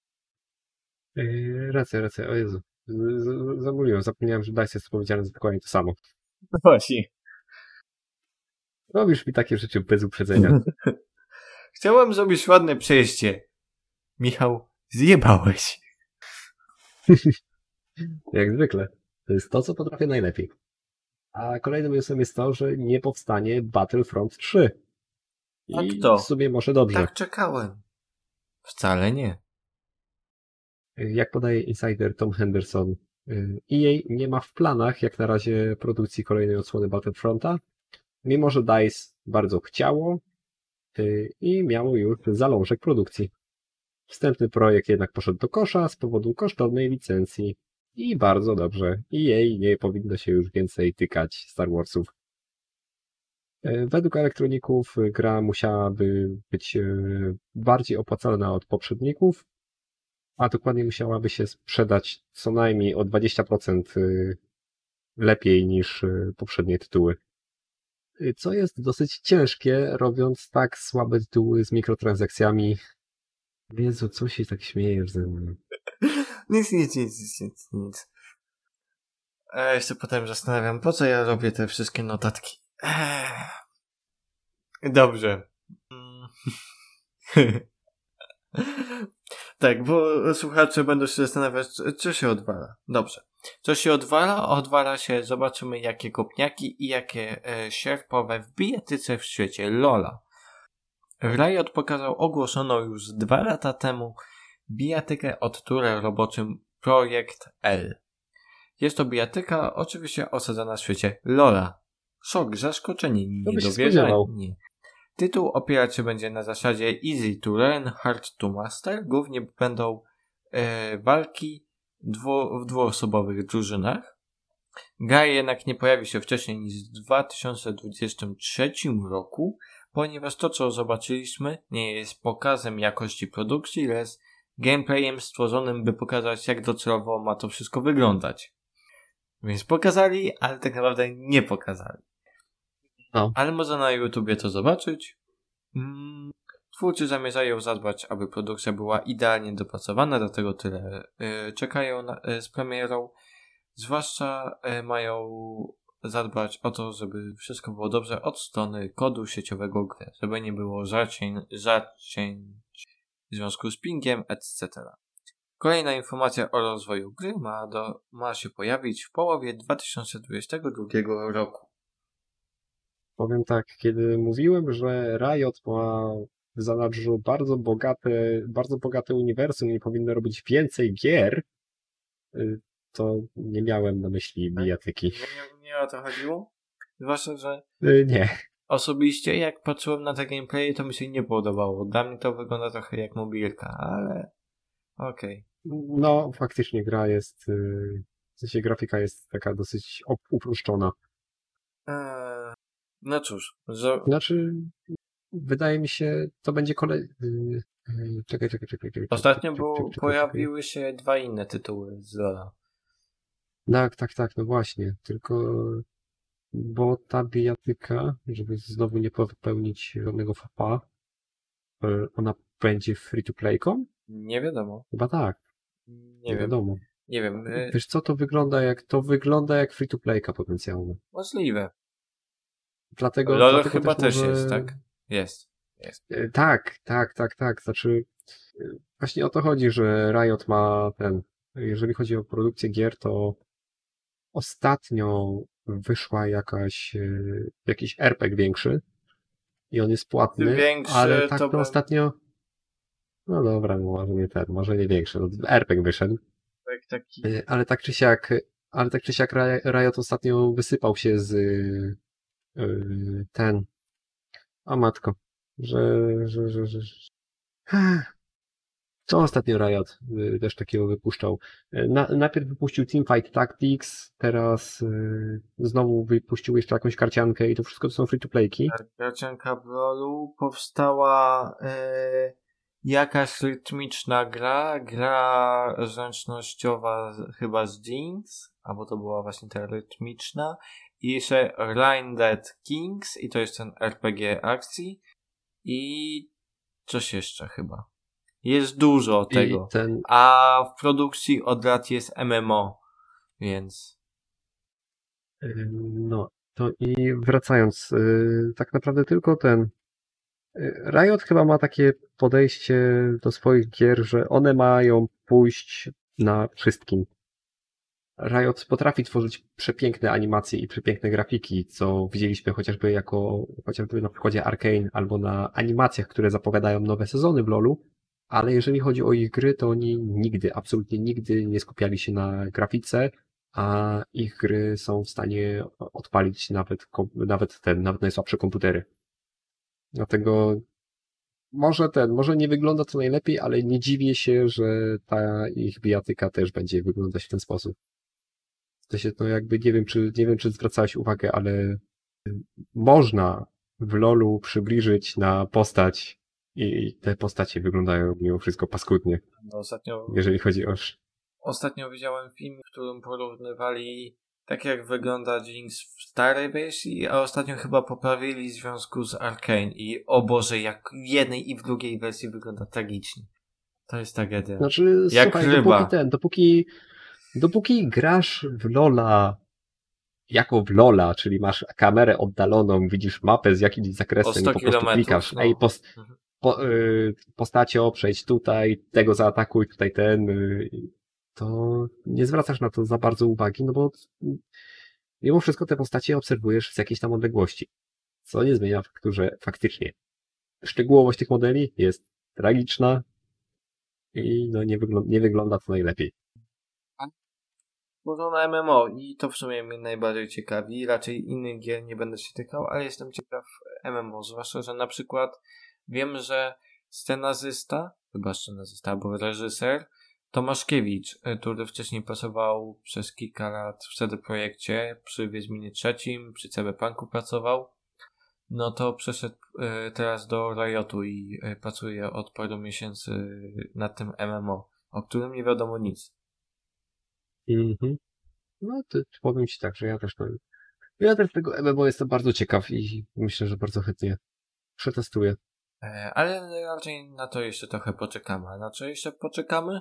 Yy, racja, racja, o Jezu. Z- z- Zamówiłem, zapomniałem, że DICE jest odpowiedzialny za dokładnie to samo. No właśnie. Robisz mi takie rzeczy bez uprzedzenia. Chciałem zrobić ładne przejście. Michał, zjebałeś. Jak zwykle. To jest to, co potrafię najlepiej. A kolejnym newsem jest to, że nie powstanie Battlefront trzy. I Jak to? w sumie może dobrze. Tak czekałem. Wcale nie. Jak podaje insider Tom Henderson, E A nie ma w planach jak na razie produkcji kolejnej odsłony Battlefronta, mimo że DICE bardzo chciało y, i miało już zalążek produkcji. Wstępny projekt jednak poszedł do kosza z powodu kosztownej licencji i bardzo dobrze. E A nie powinno się już więcej tykać Star Warsów. Y, Według elektroników y, gra musiałaby być y, bardziej opłacalna od poprzedników, a dokładnie musiałaby się sprzedać co najmniej o dwadzieścia procent y, lepiej niż y, poprzednie tytuły. Y, Co jest dosyć ciężkie, robiąc tak słabe tytuły z mikrotransakcjami. Jezu, co się tak śmiejesz ze mną? Nic, nic, nic, nic, nic, nic. A ja się potem zastanawiam, po co ja robię te wszystkie notatki. Ech. Dobrze. Mm. Tak, bo słuchacze będą się zastanawiać, co- co się odwala. Dobrze. Co się odwala? Odwala się, zobaczymy jakie kopniaki i jakie e, sierpowe w bijatyce w świecie Lola. Riot pokazał ogłoszoną już dwa lata temu bijatykę od turem roboczym Projekt L. Jest to bijatyka oczywiście osadzona w świecie Lola. Szok, zaskoczenie, To by się niedowierzanie. spodziewał. Nie. Tytuł opierać się będzie na zasadzie easy to learn, hard to master. Głównie będą e, walki dwu, w dwuosobowych drużynach. Gra jednak nie pojawi się wcześniej niż w dwa tysiące dwudziestym trzecim roku, ponieważ to, co zobaczyliśmy, nie jest pokazem jakości produkcji, lecz gameplayem stworzonym, by pokazać, jak docelowo ma to wszystko wyglądać. Więc pokazali, ale tak naprawdę nie pokazali. No. Ale można na YouTubie to zobaczyć. Mm, twórcy zamierzają zadbać, aby produkcja była idealnie dopracowana, dlatego tyle y, czekają na, y, z premierą. Zwłaszcza y, mają zadbać o to, żeby wszystko było dobrze od strony kodu sieciowego gry, żeby nie było zacięć, zacięć w związku z pingiem, et cetera. Kolejna informacja o rozwoju gry ma, do, ma się pojawić w połowie dwa tysiące dwudziestego drugiego roku. Powiem tak, kiedy mówiłem, że Riot ma w zanadrzu bardzo bogate, bardzo bogate uniwersum i powinno robić więcej gier, y, to nie miałem na myśli bijatyki. Nie, nie o to chodziło? Zwłaszcza, że Y, Nie. osobiście jak patrzyłem na te gameplaye, to mi się nie podobało. Dla mnie to wygląda trochę jak mobilka, ale okej. No, faktycznie gra jest, y, w sensie grafika jest taka dosyć op- uproszczona. Eee, no cóż, że... Znaczy, wydaje mi się, to będzie kolej... y, y, Czekaj, czekaj, czekaj. czekaj ostatnio czekaj, było, czekaj, czekaj, pojawiły się dwa inne tytuły z Lola. Tak, tak, tak, no właśnie. Tylko, bo ta bijatyka, żeby znowu nie popełnić żadnego fapa, y, ona będzie free-to-playką? Nie wiadomo. Chyba tak, Nie, nie wiem. wiadomo. Nie wiem. Y, Wiesz co, to wygląda jak, to wygląda jak free-to-playka potencjalna. możliwe. Dlatego, Lolo dlatego chyba też, może... jest, tak? Jest. jest. E, Tak, tak, tak, tak. Znaczy, e, właśnie o to chodzi, że Riot ma ten, jeżeli chodzi o produkcję gier, to ostatnio wyszła jakaś, e, jakiś er pe gie większy i on jest płatny, Większy ale tak to to bym- ostatnio, no dobra, no może nie ten, może nie większy, no er pe gie wyszedł, Jak taki... E, ale tak czy siak, ale tak czy siak Ri- Riot ostatnio wysypał się z e, ten, a matko, że, że, że, że, że... Co ostatnio Riot y, też takiego wypuszczał? Y, Na, najpierw wypuścił Teamfight Tactics, teraz y, znowu wypuścił jeszcze jakąś karciankę i to wszystko to są free-to-playki. Karcianka w LoLu powstała e, jakaś rytmiczna gra, gra zręcznościowa z, chyba z Jinx, albo to była właśnie ta rytmiczna, i jeszcze Blinded Kings, i to jest ten er pe gie akcji, i coś jeszcze chyba. Jest dużo I tego. ten, A w produkcji od lat jest em em o, więc... y, no, to i wracając, y, tak naprawdę tylko ten, y, Riot chyba ma takie podejście do swoich gier, że one mają pójść na wszystkim. Riot potrafi tworzyć przepiękne animacje i przepiękne grafiki, co widzieliśmy chociażby jako, chociażby na przykładzie Arcane, albo na animacjach, które zapowiadają nowe sezony w LoLu, ale jeżeli chodzi o ich gry, to oni nigdy, absolutnie nigdy nie skupiali się na grafice, a ich gry są w stanie odpalić nawet, kom- nawet ten, nawet najsłabsze komputery. Dlatego może ten, może nie wygląda to najlepiej, ale nie dziwię się, że ta ich bijatyka też będzie wyglądać w ten sposób. To się, no jakby nie wiem, czy, nie wiem, czy zwracałeś uwagę, ale można w LoLu przybliżyć na postać i te postacie wyglądają mimo wszystko paskudnie, No, ostatnio, jeżeli chodzi o... sz- ostatnio widziałem film, w którym porównywali tak jak wygląda Jinx w starej wersji, a ostatnio chyba poprawili w związku z Arcane i o Boże, jak w jednej i w drugiej wersji wygląda tragicznie. To jest tragedia. Znaczy, Jak słuchaj, ryba. dopóki ten, dopóki, dopóki grasz w LoLa jako w LoLa, czyli masz kamerę oddaloną, widzisz mapę z jakimś O zakresem i sto po prostu kilometrów, klikasz, no. ej, post, Mhm. po, y, postacio, przejdź tutaj, tego zaatakuj, tutaj ten, y, to nie zwracasz na to za bardzo uwagi, no bo y, mimo wszystko te postacie obserwujesz z jakiejś tam odległości, co nie zmienia faktu, że faktycznie szczegółowość tych modeli jest tragiczna i no nie, wyglą- nie wygląda to najlepiej. stworzono M M O i to w sumie mnie najbardziej ciekawi. Raczej innych gier nie będę się tykał, ale jestem ciekaw M M O, zwłaszcza, że na przykład wiem, że scenarzysta, chyba scenarzysta, albo reżyser Tomaszkiewicz, który wcześniej pracował przez kilka lat w C D Projekcie, przy Wiedźminie trzecim, przy Cyberpunku pracował, no to przeszedł teraz do Riotu i pracuje od paru miesięcy nad tym M M O, o którym nie wiadomo nic. Mhm. No to powiem ci tak, że ja też powiem. Ja też tego M M O jestem bardzo ciekaw i myślę, że bardzo chętnie przetestuję. Ale raczej na to jeszcze trochę poczekamy. A na co jeszcze poczekamy?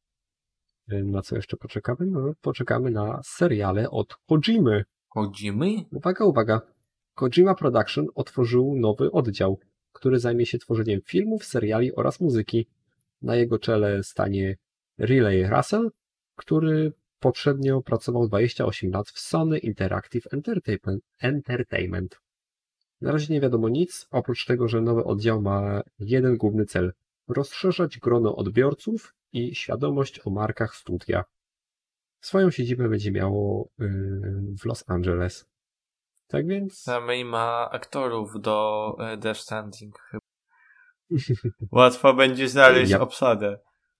Na co jeszcze poczekamy? No, poczekamy na seriale od Kojimy. Kojimy? Uwaga, uwaga. Kojima Production otworzył nowy oddział, który zajmie się tworzeniem filmów, seriali oraz muzyki. Na jego czele stanie Riley Russell, który poprzednio pracował dwadzieścia osiem lat w Sony Interactive Entertainment. Na razie nie wiadomo nic, oprócz tego, że nowy oddział ma jeden główny cel – rozszerzać grono odbiorców i świadomość o markach studia. Swoją siedzibę będzie miało w Los Angeles. Tak więc... Samej ma aktorów do Death Stranding. Łatwo będzie znaleźć ja... obsadę.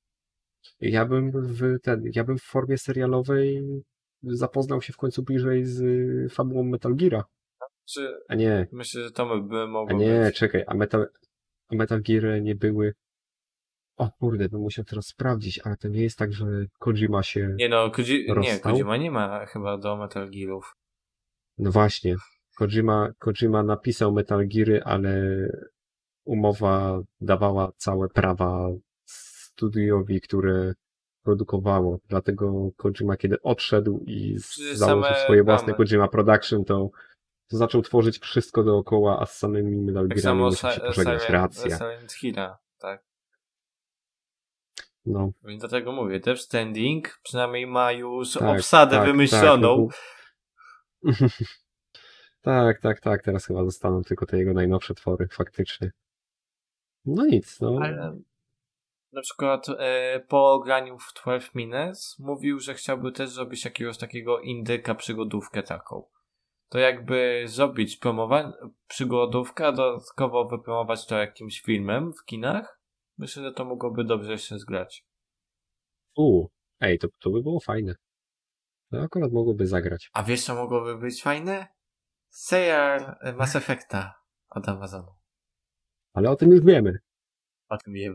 Ja bym w ten, ja bym w formie serialowej zapoznał się w końcu bliżej z fabułą Metal Geara. Czy... A nie. Myślę, że to by mogło A nie, być. czekaj, a Metal, a Metal Gear nie były... O kurde, bym musiał teraz sprawdzić, ale to nie jest tak, że Kojima się Nie no, Koji... rozstał? nie, Kojima nie ma chyba do Metal Gearów. No właśnie. Kojima, Kojima napisał Metal Geary, ale umowa dawała całe prawa studiowi, które produkowało. Dlatego Kojima, kiedy odszedł i założył swoje własne Kojima Production, to, to zaczął tworzyć wszystko dookoła, a z samymi Metal Gearami musiał się pożegnać. Racja. Silent Hilla, tak. No. Więc do tego mówię, Death Stranding przynajmniej ma już tak, obsadę tak, wymyśloną. Tak, no, tak, tak, tak. Teraz chyba zostaną tylko te jego najnowsze twory, faktycznie. No nic, no. Ale na przykład e, po graniu w twelve Minutes mówił, że chciałby też zrobić jakiegoś takiego indyka przygodówkę taką. To jakby zrobić promowa- przygodówkę, a dodatkowo wypromować to jakimś filmem w kinach. Myślę, że to mogłoby dobrze się zgrać. U, ej, to, to by było fajne. To akurat mogłoby zagrać. A wiesz, co mogłoby być fajne? Serial Mass Effecta od Amazonu. Ale o tym już wiemy. O tym wiemy.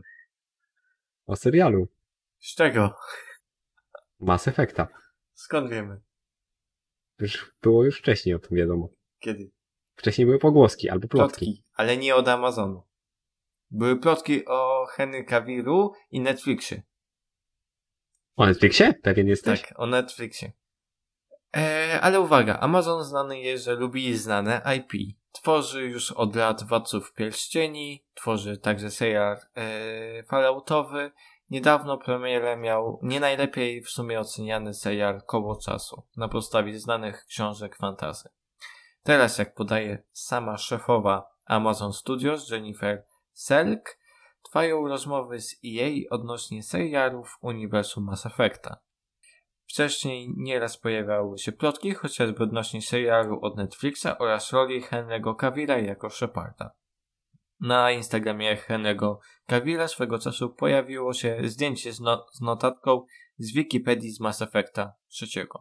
O serialu. Z czego? Mass Effecta. Skąd wiemy? Już było już wcześniej o tym wiadomo. Kiedy? Wcześniej były pogłoski albo plotki. Plotki, ale nie od Amazonu. Były plotki o Henry Cavillu i Netflixie. O Netflixie? Pewien jesteś? Tak, o Netflixie. Eee, ale uwaga, Amazon znany jest, że lubi znane I P. Tworzy już od lat Władców Pierścieni, tworzy także serial e, Falloutowy. Niedawno premierę miał nie najlepiej w sumie oceniany serial Koło Czasu na podstawie znanych książek fantasy. Teraz, jak podaje sama szefowa Amazon Studios, Jennifer Selk, trwają rozmowy z E A odnośnie serialów uniwersum Mass Effecta. Wcześniej nieraz pojawiały się plotki, chociażby odnośnie serialu od Netflixa oraz roli Henry'ego Cavilla jako Sheparda. Na Instagramie Henry'ego Cavilla swego czasu pojawiło się zdjęcie z, no- z notatką z Wikipedii z Mass Effecta trzeciego.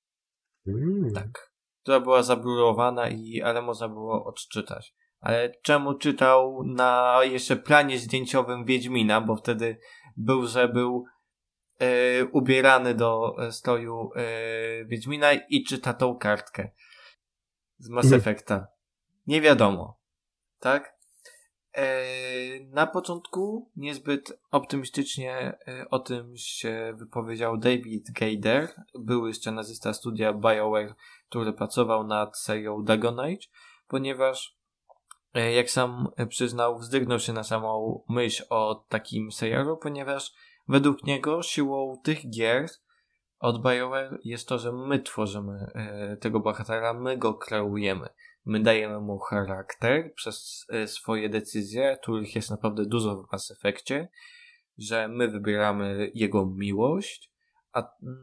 Mm. Tak. Która była zablurowana i ale można było odczytać. Ale czemu czytał na jeszcze planie zdjęciowym Wiedźmina, bo wtedy był, że był e, ubierany do stroju e, Wiedźmina i czyta tą kartkę z Mass Effecta. Nie wiadomo. Tak? E, na początku niezbyt optymistycznie e, o tym się wypowiedział David Gaider, były scenarzysta studia BioWare, który pracował nad serią Dragon Age, ponieważ jak sam przyznał, wzdrygnął się na samą myśl o takim serialu, ponieważ według niego siłą tych gier od BioWare jest to, że my tworzymy e, tego bohatera, my go kreujemy. My dajemy mu charakter przez e, swoje decyzje, których jest naprawdę dużo w Mass Effectie, że my wybieramy jego miłość, a mm,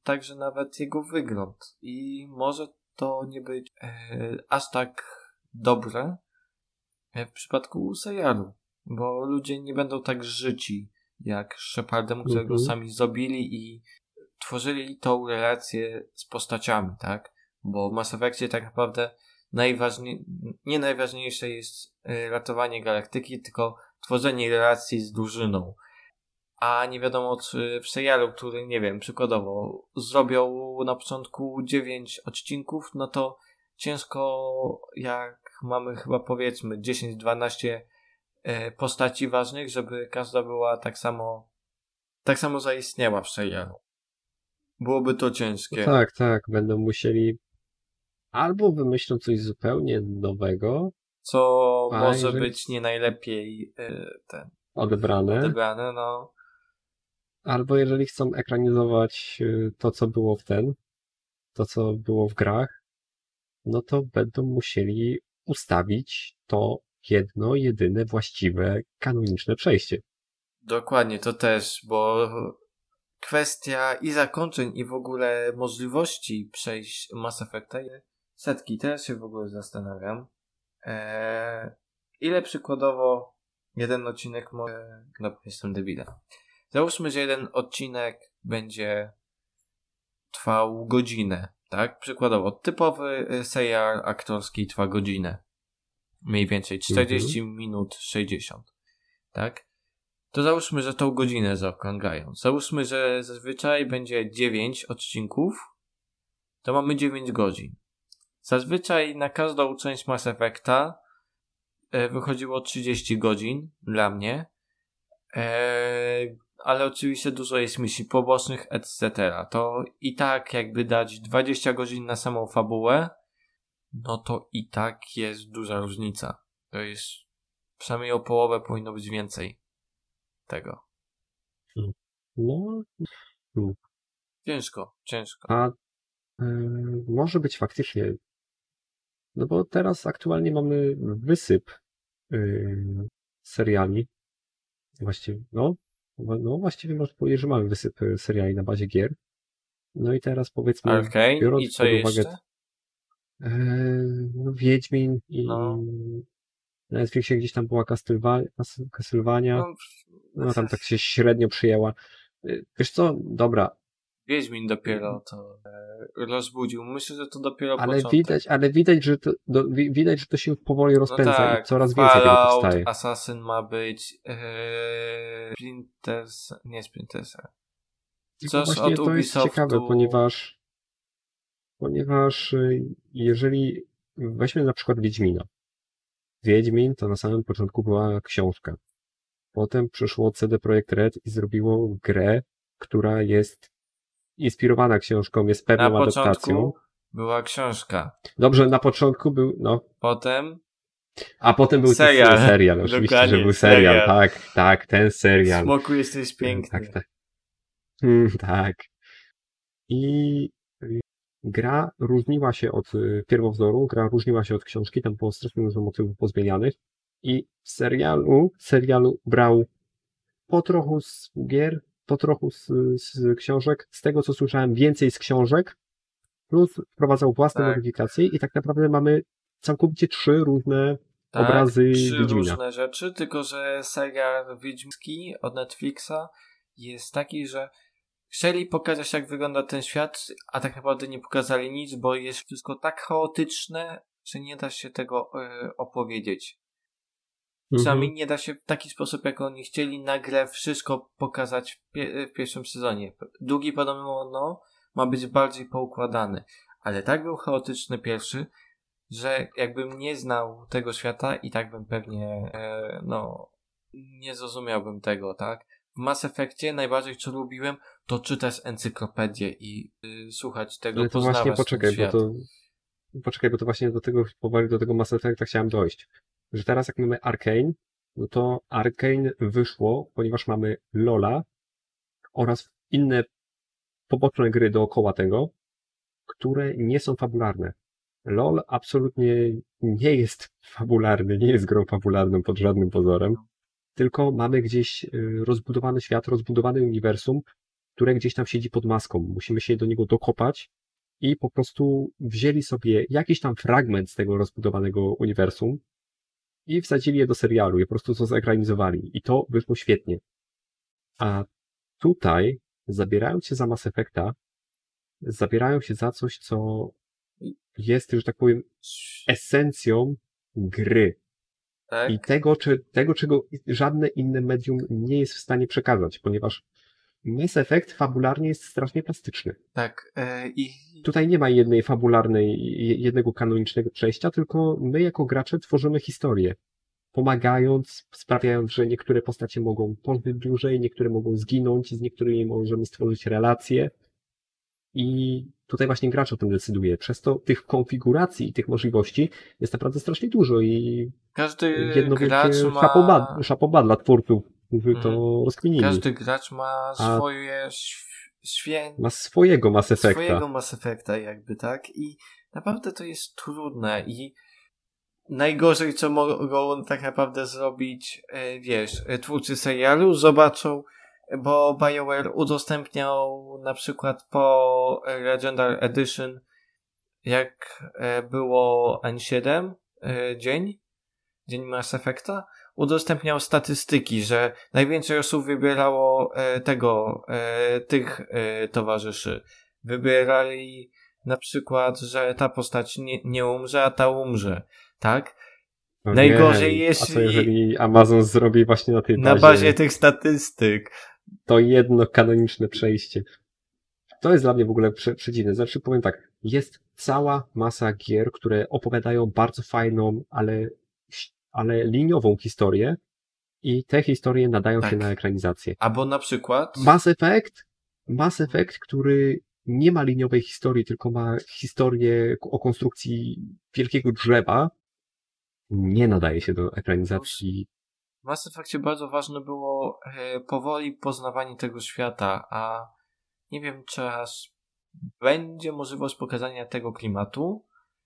także nawet jego wygląd. I może to nie być e, aż tak dobre w przypadku serialu, bo ludzie nie będą tak życi jak z Shepardem, którego Mhm. sami zrobili i tworzyli tą relację z postaciami, tak? Bo w Mass Effectie tak naprawdę najważniej, nie najważniejsze jest y, ratowanie galaktyki, tylko tworzenie relacji z drużyną. A nie wiadomo, czy w serialu, który, nie wiem, przykładowo zrobią na początku dziewięć odcinków, no to ciężko, jak mamy chyba powiedzmy dziesięć dwanaście y, postaci ważnych, żeby każda była tak samo tak samo zaistniała w serialu. Byłoby to ciężkie. No tak, tak, będą musieli albo wymyślą coś zupełnie nowego, Co a może jeżeli być nie najlepiej y, ten, odebrane, odebrane, no. albo jeżeli chcą ekranizować y, to, co było w ten, to, co było w grach, no to będą musieli ustawić to jedno, jedyne, właściwe, kanoniczne przejście. Dokładnie, to też, bo kwestia i zakończeń, i w ogóle możliwości przejść Mass Effecta setki. Teraz się w ogóle zastanawiam. Eee, ile przykładowo jeden odcinek może... No, jestem debilem. Załóżmy, że jeden odcinek będzie trwał godzinę, tak? Przykładowo, typowy serial aktorski trwa godzinę. Mniej więcej czterdzieści mhm. minut, sześćdziesiąt. Tak? To załóżmy, że tą godzinę zaokrągają. Załóżmy, że zazwyczaj będzie dziewięć odcinków, to mamy dziewięć godzin. Zazwyczaj na każdą część Mass Effecta e, wychodziło trzydzieści godzin dla mnie, e, ale oczywiście dużo jest misji pobocznych, et cetera. To i tak jakby dać dwadzieścia godzin na samą fabułę, no to i tak jest duża różnica. To jest przynajmniej o połowę powinno być więcej tego. No, no. Ciężko, ciężko. A y, może być faktycznie, no bo teraz aktualnie mamy wysyp y, seriali. Właściwie, no, no właściwie można powiedzieć, że mamy wysyp seriali na bazie gier. No i teraz powiedzmy, Arcane biorąc i co pod uwagę jeszcze? E, no, Wiedźmin i No. na Netflixie gdzieś tam była Castlevania, Castlevania. No, No tam tak się średnio przyjęła. Wiesz co, dobra. Wiedźmin dopiero to e, rozbudził. Myślę, że to dopiero ale początek. widać, ale widać, że to, do, widać, że to się powoli rozpędza no tak, i coraz więcej tego powstaje. Assassin ma być e, Sprinters, nie Sprintersa. Coś właśnie od to Ubisoftu... jest ciekawe, ponieważ ponieważ jeżeli weźmy na przykład Wiedźmina. Wiedźmin to na samym początku była książka. Potem przyszło C D Projekt Red i zrobiło grę, która jest inspirowana książką, jest pewną na adaptacją. początku była książka. Dobrze, na początku był, no. Potem A potem był serial. ten serial, oczywiście, Dokładnie, że był serial. serial. Tak, tak, ten serial. Smoku, jesteś piękny. Tak, tak. Hmm, tak. I gra różniła się od pierwowzoru, gra różniła się od książki, tam było strasznie dużo motywów pozmienianych i w serialu, serialu brał po trochu z gier, po trochu z, z książek, z tego co słyszałem więcej z książek, plus wprowadzał własne tak. modyfikacje i tak naprawdę mamy całkowicie trzy różne tak, obrazy trzy Wiedźmina. różne rzeczy, tylko że serial wiedźmiński od Netflixa jest taki, że chcieli pokazać, jak wygląda ten świat, a tak naprawdę nie pokazali nic, bo jest wszystko tak chaotyczne, że nie da się tego y, opowiedzieć. Mhm. Przynajmniej nie da się w taki sposób, jak oni chcieli nagle wszystko pokazać w, pie- w pierwszym sezonie. Drugi podobno ma być bardziej poukładany, ale tak był chaotyczny pierwszy, że jakbym nie znał tego świata i tak bym pewnie e, no nie zrozumiałbym tego, tak? W Mass Effectie najbardziej co lubiłem, to czytać encyklopedię i y, słuchać tego, ale to właśnie poczekaj, bo to poczekaj, bo to właśnie do tego powoli do tego Mass Effecta chciałem dojść. Że teraz jak mamy Arcane, no to Arcane wyszło, ponieważ mamy LoL'a oraz inne poboczne gry dookoła tego, które nie są fabularne. LoL absolutnie nie jest fabularny, nie jest grą fabularną pod żadnym pozorem, tylko mamy gdzieś rozbudowany świat, rozbudowany uniwersum, które gdzieś tam siedzi pod maską. Musimy się do niego dokopać i po prostu wzięli sobie jakiś tam fragment z tego rozbudowanego uniwersum i wsadzili je do serialu i po prostu to zekranizowali. I to wyszło świetnie. A tutaj, zabierając się za Mass Effecta, zabierają się za coś, co jest, że tak powiem, esencją gry. Tak? I tego, czy, tego, czego żadne inne medium nie jest w stanie przekazać, ponieważ Mass Effect fabularnie jest strasznie plastyczny. Tak. E, i... Tutaj nie ma jednej fabularnej, jednego kanonicznego przejścia, tylko my jako gracze tworzymy historię. Pomagając, sprawiając, że niektóre postacie mogą pożyć dłużej, niektóre mogą zginąć, z niektórymi możemy stworzyć relacje. I tutaj właśnie gracz o tym decyduje. Przez to tych konfiguracji i tych możliwości jest naprawdę strasznie dużo i Każdy jedno gracz wielkie ma... szapobad, szapobad dla twórców, którzy to Mhm. rozkminili. Każdy gracz ma A- swoje św- świę... Ma swojego Mass Effecta. swojego Mass Effecta jakby, tak? I naprawdę to jest trudne i najgorzej, co mogą tak naprawdę zrobić, e, wiesz, e, twórcy serialu, zobaczą, bo BioWare udostępniał na przykład po Legendary Edition, jak e, było N siedem e, dzień, dzień Mass Effecta, udostępniał statystyki, że najwięcej osób wybierało e, tego, e, tych e, towarzyszy. Wybierali na przykład, że ta postać nie, nie umrze, a ta umrze, tak? No Najgorzej nie. jest A co jeżeli Amazon zrobi właśnie na tej bazie, na bazie tych statystyk. to jedno kanoniczne przejście? To jest dla mnie w ogóle prze, przedziwne. Znaczy powiem tak, jest cała masa gier, które opowiadają bardzo fajną, ale, ale liniową historię i te historie nadają Tak. się na ekranizację. Albo na przykład... Mass Effect, Mass Effect, który nie ma liniowej historii, tylko ma historię o konstrukcji wielkiego drzewa, nie nadaje się do ekranizacji. W Mass Effectie bardzo ważne było e, powoli poznawanie tego świata, a nie wiem, czy aż będzie możliwość pokazania tego klimatu.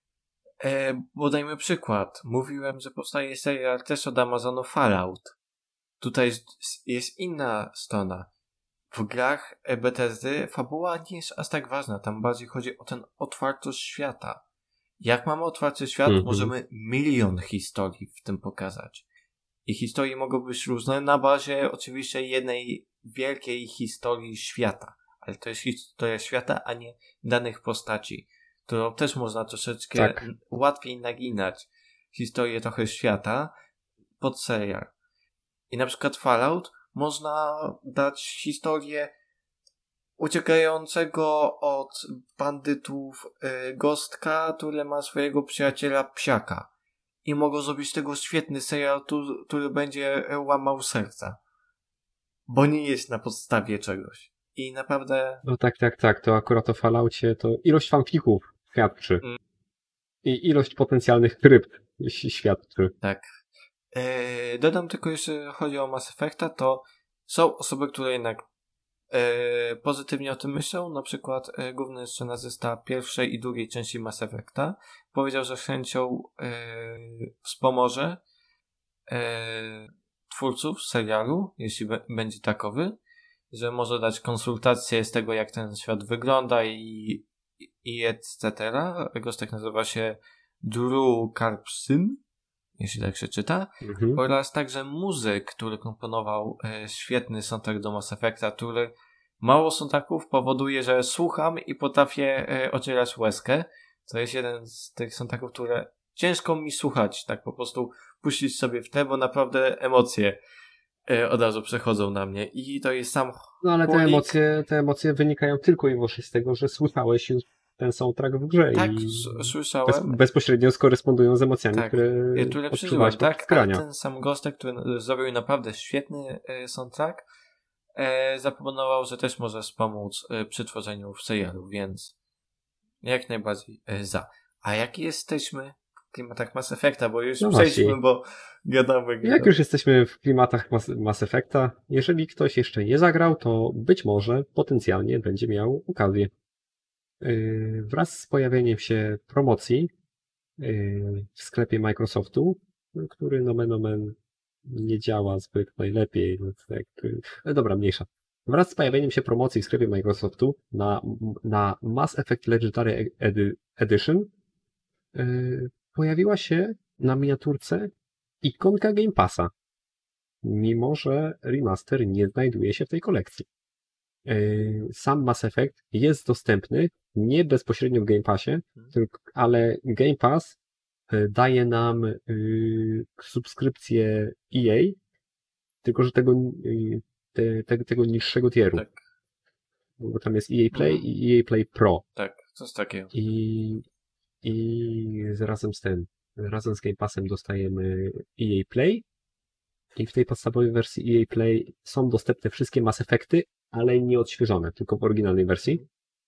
E, bo dajmy przykład. Mówiłem, że powstaje serial też od Amazonu Fallout. Tutaj jest, jest inna strona. W grach Bethesdy fabuła nie jest aż tak ważna. Tam bardziej chodzi o tę otwartość świata. Jak mamy otwarty świat, Mhm. możemy milion historii w tym pokazać. I historie mogą być różne na bazie oczywiście jednej wielkiej historii świata. Ale to jest historia świata, a nie danych postaci, którą też można troszeczkę Tak. łatwiej naginać historię trochę świata pod serial. I na przykład Fallout można dać historię uciekającego od bandytów y, Gostka, który ma swojego przyjaciela Psiaka. I mogą zrobić z tego świetny serial, tu, który będzie łamał serca. Bo nie jest na podstawie czegoś. I naprawdę... No tak, tak, tak. To akurat o Falloutie to ilość fanfików świadczy. Mm. I ilość potencjalnych krypt świadczy. Tak. Yy, dodam tylko jeszcze, jeżeli chodzi o Mass Effecta, to są osoby, które jednak yy, pozytywnie o tym myślą. Na przykład yy, główny scenarzysta pierwszej i drugiej części Mass Effecta powiedział, że z chęcią yy, wspomoże yy, twórców serialu, jeśli b- będzie takowy, że może dać konsultacje z tego, jak ten świat wygląda i, i et cetera. Gość tak nazywa się Drew Karpsyn, jeśli tak się czyta, Mhm. oraz także muzyk, który komponował e, świetny soundtrack do Mass Effecta, który mało soundtracków powoduje, że słucham i potrafię e, ocierać łezkę. To jest jeden z tych soundtracków, które ciężko mi słuchać, tak po prostu puścić sobie w tle, bo naprawdę emocje e, od razu przechodzą na mnie i to jest sam No ale te chłonik. emocje, te emocje wynikają tylko i wyłącznie z tego, że słyszałeś już ten soundtrack w grze Tak, i s- bez, słyszałem. bezpośrednio skorespondują z emocjami, Tak, które, Ja które przeżyłem, odczuwałeś tak? podczas Ale grania. ten sam Gostek, który zrobił naprawdę świetny e, soundtrack, e, zaproponował, że też może wspomóc e, przy tworzeniu w serialu, więc jak najbardziej e, za. A jak jesteśmy w klimatach Mass Effecta, bo już No przejdźmy, właśnie. bo gadamy, gadamy. Jak już jesteśmy w klimatach Mass, Mass Effecta, jeżeli ktoś jeszcze nie zagrał, to być może potencjalnie będzie miał okazję. Yy, wraz z pojawieniem się promocji yy, w sklepie Microsoftu, który nomen omen nie działa zbyt najlepiej, no tak, yy, ale dobra, mniejsza. Wraz z pojawieniem się promocji w sklepie Microsoftu na, na Mass Effect Legendary Edi- Edition yy, pojawiła się na miniaturce ikonka Game Passa, mimo że remaster nie znajduje się w tej kolekcji. Yy, sam Mass Effect jest dostępny nie bezpośrednio w Game Passie, tylko, ale Game Pass yy, daje nam yy, subskrypcję E A, tylko że tego, yy, te, te, tego niższego tieru. Tak. Bo tam jest E A Play Mhm. i E A Play Pro. Tak, coś takiego. I, i z- razem z tym, razem z Game Passem dostajemy E A Play i w tej podstawowej wersji E A Play są dostępne wszystkie Mass Effecty, ale nie odświeżone, tylko w oryginalnej wersji.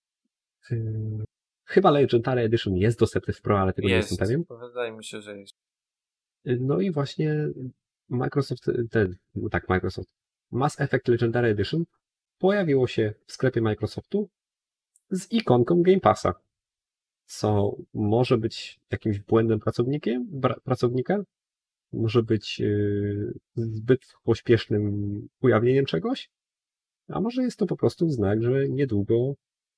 Yy, Chyba Legendary Edition jest dostępny w Pro, ale tego nie Jest. jestem pewien. Wydaje mi się, że jest. Yy, No i właśnie Microsoft, ten, tak, Microsoft, Mass Effect Legendary Edition pojawiło się w sklepie Microsoftu z ikonką Game Passa, co może być jakimś błędem pracownikiem, bra, pracownika, może być yy, zbyt pośpiesznym ujawnieniem czegoś, a może jest to po prostu znak, że niedługo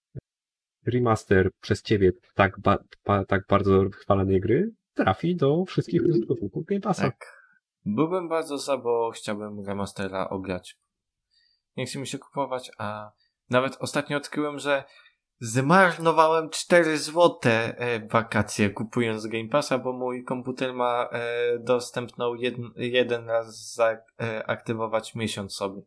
remaster przez ciebie tak, ba, ba, tak bardzo chwalonej gry trafi do wszystkich użytkowników Game Passa. Tak. Byłbym bardzo za, bo chciałbym remastera ograć. Nie chce mi się kupować, a nawet ostatnio odkryłem, że zmarnowałem cztery złote e, wakacje kupując Game Passa, bo mój komputer ma e, dostępną jed, jeden raz zaaktywować e, miesiąc sobie.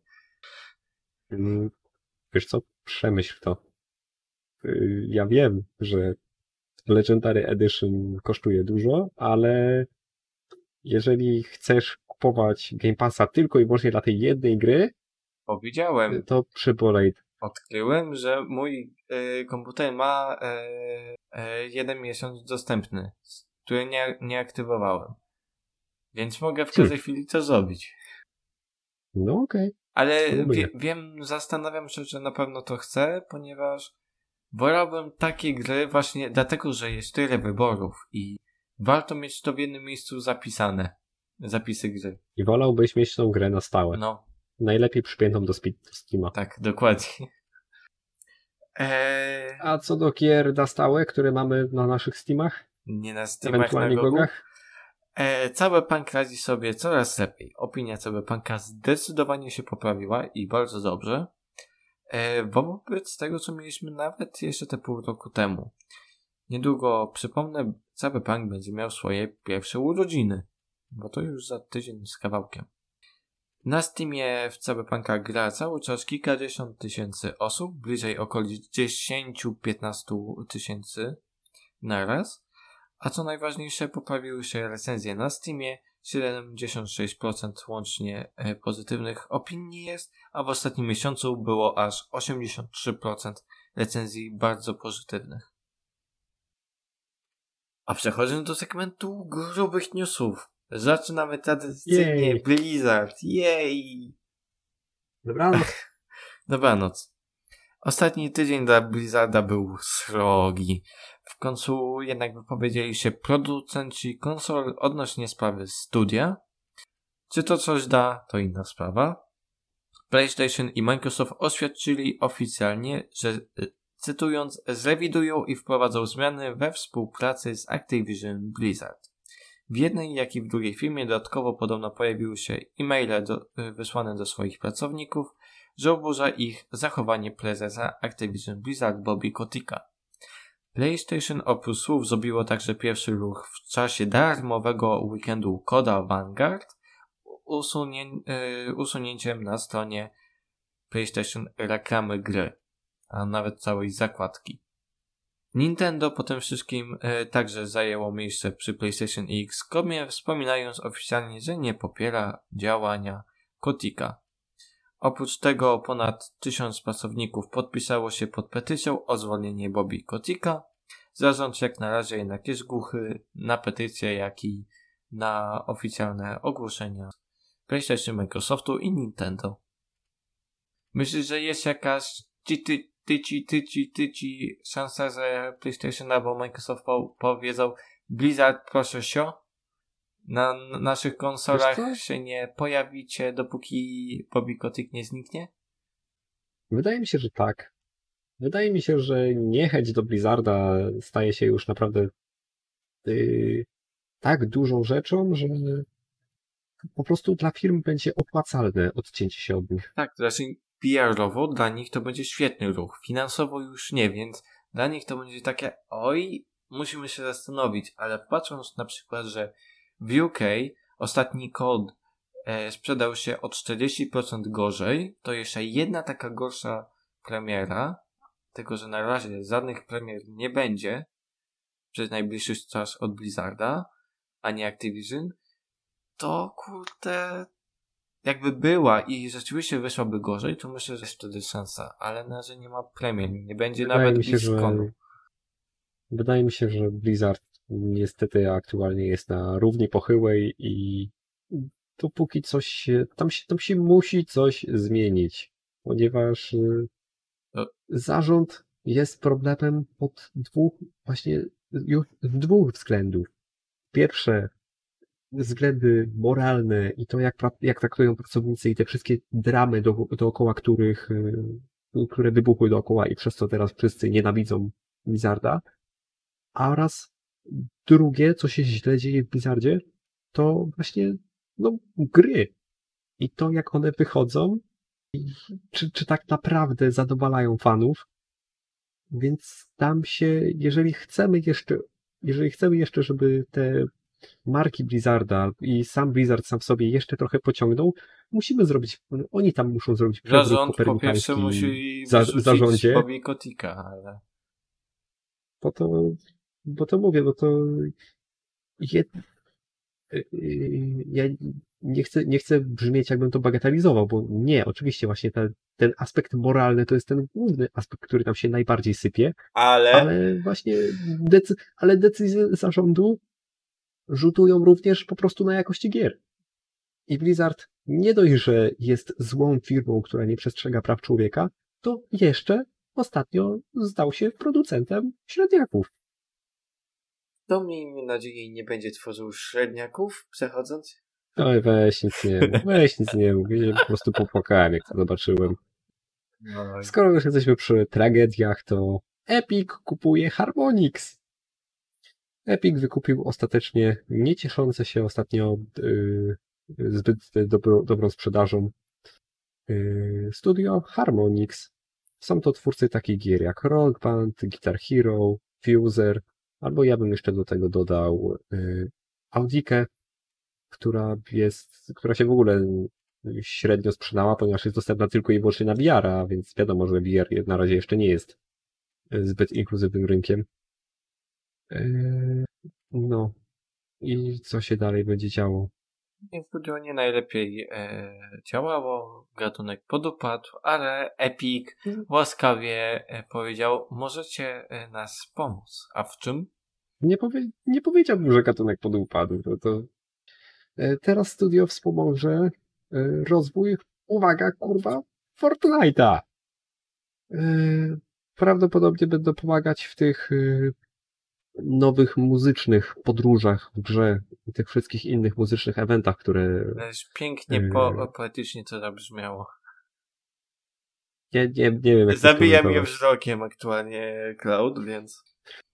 Mm, Wiesz co? Przemyśl to. Yy, Ja wiem, że Legendary Edition kosztuje dużo, ale jeżeli chcesz kupować Game Passa tylko i wyłącznie dla tej jednej gry, Powiedziałem, to przybolej. odkryłem, że mój e, komputer ma e, e, jeden miesiąc dostępny, który nie, nie aktywowałem. Więc mogę w każdej Hmm. chwili to zrobić. No okej. Okay. Ale Spróbuję. wie, wiem, zastanawiam się, że na pewno to chcę, ponieważ wolałbym takie gry właśnie dlatego, że jest tyle wyborów i warto mieć to w jednym miejscu zapisane. Zapisy gry. I wolałbyś mieć tą grę na stałe. No, Najlepiej przypiętą do, spi- do Steama. tak, dokładnie. Eee, A co do gier na stałe, które mamy na naszych Steamach? nie na Steamach, Ewentualnie na Gogu. Gogach? Eee, Cyberpunk radzi sobie coraz lepiej. Opinia Cyberpunka zdecydowanie się poprawiła i bardzo dobrze. Eee, wobec tego, co mieliśmy nawet jeszcze te pół roku temu. Niedługo, przypomnę, Cyberpunk będzie miał swoje pierwsze urodziny. Bo to już za tydzień z kawałkiem. Na Steamie w Cyberpunka gra cały czas kilkadziesiąt tysięcy osób, bliżej okolic dziesięć do piętnastu tysięcy naraz. A co najważniejsze, poprawiły się recenzje na Steamie, siedemdziesiąt sześć procent łącznie pozytywnych opinii jest, a w ostatnim miesiącu było aż osiemdziesiąt trzy procent recenzji bardzo pozytywnych. A przechodząc do segmentu grubych newsów. Zaczynamy tradycyjnie Jej. Blizzard. Jej! Dobranoc. Dobranoc. Ostatni tydzień dla Blizzarda był srogi. W końcu jednak wypowiedzieli się producenci konsol odnośnie sprawy studia. Czy to coś da, to inna sprawa. PlayStation i Microsoft oświadczyli oficjalnie, że cytując, zrewidują i wprowadzą zmiany we współpracy z Activision Blizzard. W jednej, jak i w drugiej firmie dodatkowo podobno pojawiły się e-maile do, wysłane do swoich pracowników, że oburza ich zachowanie prezesa Activision Blizzard Bobby Koticka. PlayStation oprócz słów zrobiło także pierwszy ruch w czasie darmowego weekendu koda Vanguard usunie, yy, usunięciem na stronie PlayStation reklamy gry, a nawet całej zakładki. Nintendo po tym wszystkim e, także zajęło miejsce przy PlayStation i X-Comie, wspominając oficjalnie, że nie popiera działania Koticka. Oprócz tego ponad tysiąc pracowników podpisało się pod petycją o zwolnienie Bobby Koticka. Zarząd jak na razie jednak jest głuchy na petycję, jak i na oficjalne ogłoszenia PlayStation, Microsoftu i Nintendo. Myślisz, że jest jakaś tyci, tyci, tyci, tyci szansa, że PlayStation albo Microsoft po, powiedzą Blizzard, proszę sio, na, na naszych Wiesz konsolach co? się nie pojawicie, dopóki Bobby Kotick nie zniknie? Wydaje mi się, że tak. Wydaje mi się, że niechęć do Blizzarda staje się już naprawdę yy, tak dużą rzeczą, że po prostu dla firm będzie opłacalne odcięcie się od nich. Tak, to znaczy P R-owo dla nich to będzie świetny ruch. Finansowo już nie, więc dla nich to będzie takie, oj, musimy się zastanowić, ale patrząc na przykład, że w U K ostatni kod e, sprzedał się o czterdzieści procent gorzej, to jeszcze jedna taka gorsza premiera, tylko że na razie żadnych premier nie będzie przez najbliższy czas od Blizzarda, ani Activision, to kurde, jakby była i rzeczywiście wyszłaby gorzej, to myślę, że jest wtedy szansa, ale na razie nie ma premier, nie będzie Wydaje nawet mi się, że BlizzConu. Wydaje mi się, że Blizzard niestety aktualnie jest na równi pochyłej i dopóki coś się, tam się, tam się musi coś zmienić, ponieważ No. zarząd jest problemem od dwóch, właśnie już z dwóch względów. Pierwsze, względy moralne i to, jak, jak traktują pracownicy i te wszystkie dramy do, dookoła, których, które wybuchły dookoła i przez co teraz wszyscy nienawidzą Blizzarda. Oraz drugie, co się źle dzieje w Blizzardzie, to właśnie no, gry. I to, jak one wychodzą, i czy, czy tak naprawdę zadowalają fanów. Więc tam się, jeżeli chcemy jeszcze, jeżeli chcemy jeszcze, żeby te marki Blizzarda i sam Blizzard sam w sobie jeszcze trochę pociągnął, musimy zrobić, oni tam muszą zrobić przewrót Zarząd po pierwsze kopernikański musi za, wyrzucić zarządzie. Bobby Kotika, ale... Bo to, bo to mówię, bo to jed... ja nie chcę, nie chcę brzmieć, jakbym to bagatelizował, bo nie, oczywiście właśnie ten, ten aspekt moralny to jest ten główny aspekt, który tam się najbardziej sypie, ale, ale właśnie decy... ale decyzje zarządu rzutują również po prostu na jakości gier. I Blizzard nie dość, że jest złą firmą, która nie przestrzega praw człowieka, to jeszcze ostatnio stał się producentem średniaków. To miejmy nadzieję nie będzie tworzył średniaków przechodząc. Oj, weź nic nie mów, weź nic nie mów. Ja się po prostu popłakałem, jak to zobaczyłem. No. Skoro już jesteśmy przy tragediach, to Epic kupuje Harmonix. Epic wykupił ostatecznie nie cieszące się ostatnio yy, zbyt dobro, dobrą sprzedażą yy, studio Harmonix. Są to twórcy takich gier jak Rock Band, Guitar Hero, Fuser, albo ja bym jeszcze do tego dodał yy, Audikę, która jest, która się w ogóle średnio sprzedała, ponieważ jest dostępna tylko i wyłącznie na V R, a więc wiadomo, że V R na razie jeszcze nie jest zbyt inkluzywnym rynkiem. No i co się dalej będzie działo? Studio nie najlepiej e, działało, gatunek podupadł, ale Epic łaskawie e, powiedział, możecie e, nas pomóc. A w czym? Nie, powie, nie powiedziałbym, że gatunek podupadł. To, to... Teraz studio wspomoże rozwój, uwaga, kurwa, Fortnite'a. Prawdopodobnie będą pomagać w tych nowych muzycznych podróżach w grze, tych wszystkich innych muzycznych eventach, które... Pięknie po, poetycznie to zabrzmiało. Nie, nie, nie wiem, jak Zabija mnie wzrokiem aktualnie Cloud, więc...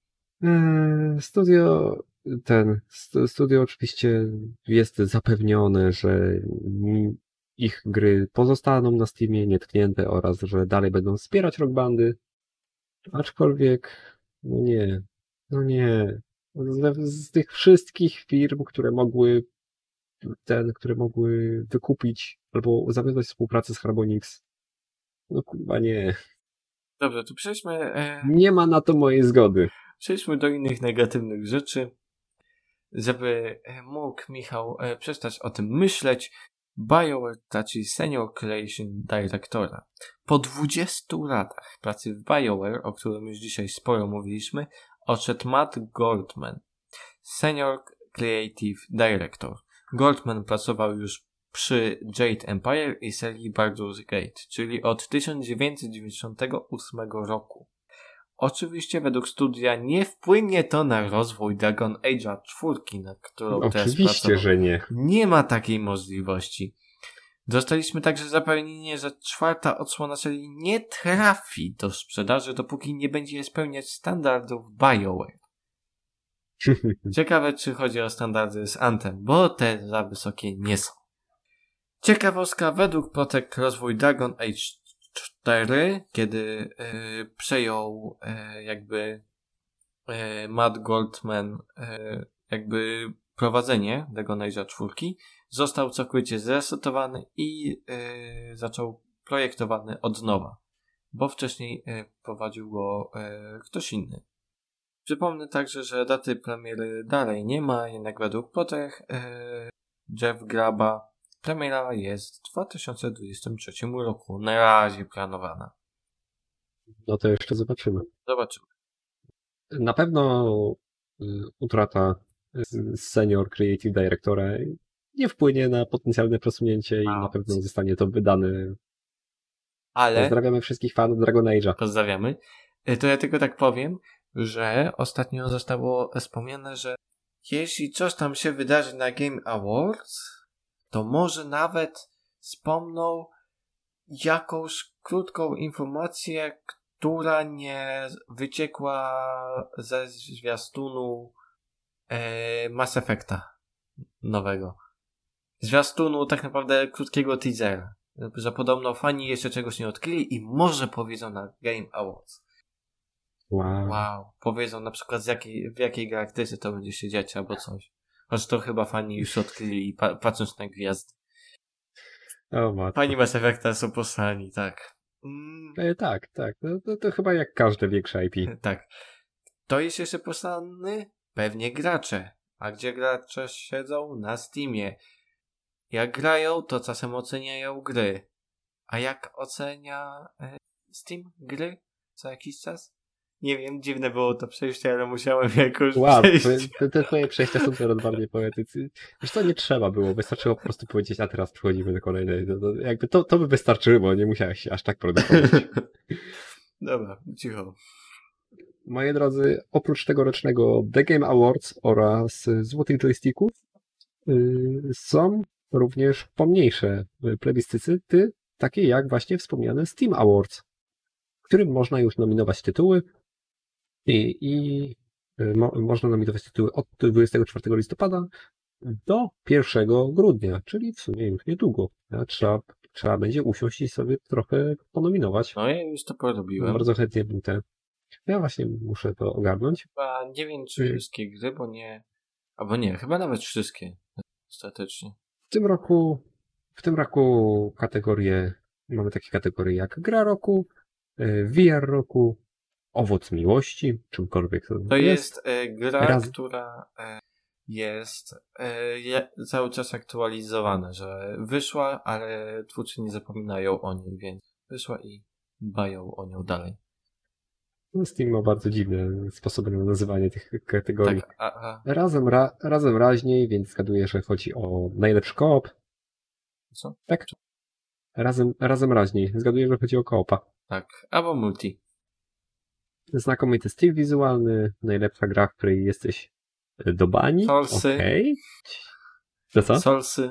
Studio ten, studio oczywiście jest zapewnione, że ich gry pozostaną na Steamie nietknięte oraz, że dalej będą wspierać Rock Bandy, aczkolwiek no nie, no nie, z, z tych wszystkich firm, które mogły ten, które mogły wykupić albo zawiązać współpracę z Harmonix, no kurwa nie. Dobrze, to przejdźmy... E... Nie ma na to mojej zgody. Przejdźmy do innych negatywnych rzeczy. Żeby mógł Michał e, przestać o tym myśleć, BioWare traci Senior Creation Directora. Po dwudziestu latach pracy w BioWare, o którym już dzisiaj sporo mówiliśmy, odszedł Matt Goldman, Senior Creative Director. Goldman pracował już przy Jade Empire i serii Baldur's Gate, czyli od tysiąc dziewięćset dziewięćdziesiątego ósmego roku. Oczywiście według studia nie wpłynie to na rozwój Dragon Age'a czwórki, na którą teraz Oczywiście, że nie. Nie ma takiej możliwości. Dostaliśmy także zapewnienie, że czwarta odsłona serii nie trafi do sprzedaży, dopóki nie będzie spełniać standardów BioWare. Ciekawe, czy chodzi o standardy z Anthem, bo te za wysokie nie są. Ciekawostka, według plotek rozwój Dragon Age cztery, kiedy yy, przejął yy, jakby yy, Matt Goldman yy, jakby prowadzenie Dragon Age'a cztery, został całkowicie zresetowany i yy, zaczął projektowany od nowa, bo wcześniej yy, prowadził go yy, ktoś inny. Przypomnę także, że daty premiery dalej nie ma, jednak według plotek yy, Jeff Graba premiera jest w dwa tysiące dwudziestym trzecim roku. Na razie planowana. No to jeszcze zobaczymy. Zobaczymy. Na pewno y, utrata senior creative directora nie wpłynie na potencjalne przesunięcie i A, na pewno zostanie to wydane. Ale Pozdrawiamy wszystkich fanów Dragon Age'a. pozdrawiamy. To ja tylko tak powiem, że ostatnio zostało wspomniane, że jeśli coś tam się wydarzy na Game Awards, to może nawet wspomną jakąś krótką informację, która nie wyciekła ze zwiastunu e, Mass Effecta nowego. Zwiastunu tak naprawdę krótkiego teasera. Że podobno fani jeszcze czegoś nie odkryli i może powiedzą na Game Awards. Wow. Wow. Powiedzą na przykład z jakiej, w jakiej galaktyce to będzie się dziać albo coś. Choć to chyba fani już odkryli pa- patrząc na gwiazdy. O matko. Fani Mass Effecta są posłani, tak. Mm, E, tak, tak. No, to, to chyba jak każde większe I P. tak. To jest jeszcze posłany? Pewnie gracze. A gdzie gracze siedzą? Na Steamie. Jak grają, to czasem oceniają gry. A jak ocenia e, Steam gry? Co jakiś czas? Nie wiem, dziwne było to przejście, ale musiałem jakoś Wow, przejść. te, te twoje przejścia są teraz bardziej poetycy. Wiesz co, nie trzeba było, wystarczyło po prostu powiedzieć, a teraz przechodzimy do kolejnej. To, to, jakby to, to by wystarczyło, nie musiałeś się aż tak produkować. Dobra, cicho. Moi drodzy, oprócz tegorocznego The Game Awards oraz Złotych Joysticków yy, są również pomniejsze plebiscyty, takie jak właśnie wspomniane Steam Awards, w którym można już nominować tytuły i, i mo, można nominować tytuły od dwudziestego czwartego listopada do pierwszego grudnia, czyli w sumie już niedługo. Ja, trzeba, trzeba będzie usiąść i sobie trochę ponominować. No ja już to porobiłem. Bardzo chętnie bym te... Ja właśnie muszę to ogarnąć. Chyba nie wiem, czy wszystkie gry, bo nie... Albo nie, chyba nawet wszystkie. Ostatecznie. W tym roku w tym roku kategorie, mamy takie kategorie jak gra roku, V R roku, owoc miłości, czymkolwiek to, To jest. jest e, gra, Raz... która e, jest e, je, cały czas aktualizowana, że wyszła, ale twórcy nie zapominają o niej, więc wyszła i dbają o nią dalej. Steam ma bardzo dziwne sposoby na nazywanie tych kategorii. Tak, a, a... Razem, ra, razem raźniej, więc zgaduję, że chodzi o najlepszy koop. Co? Tak? Razem, razem raźniej. Zgaduję, że chodzi o koopa. Tak, albo multi. Znakomity styl wizualny, najlepsza gra, w której jesteś do bani. Solsy. Okej. To co? Solsy.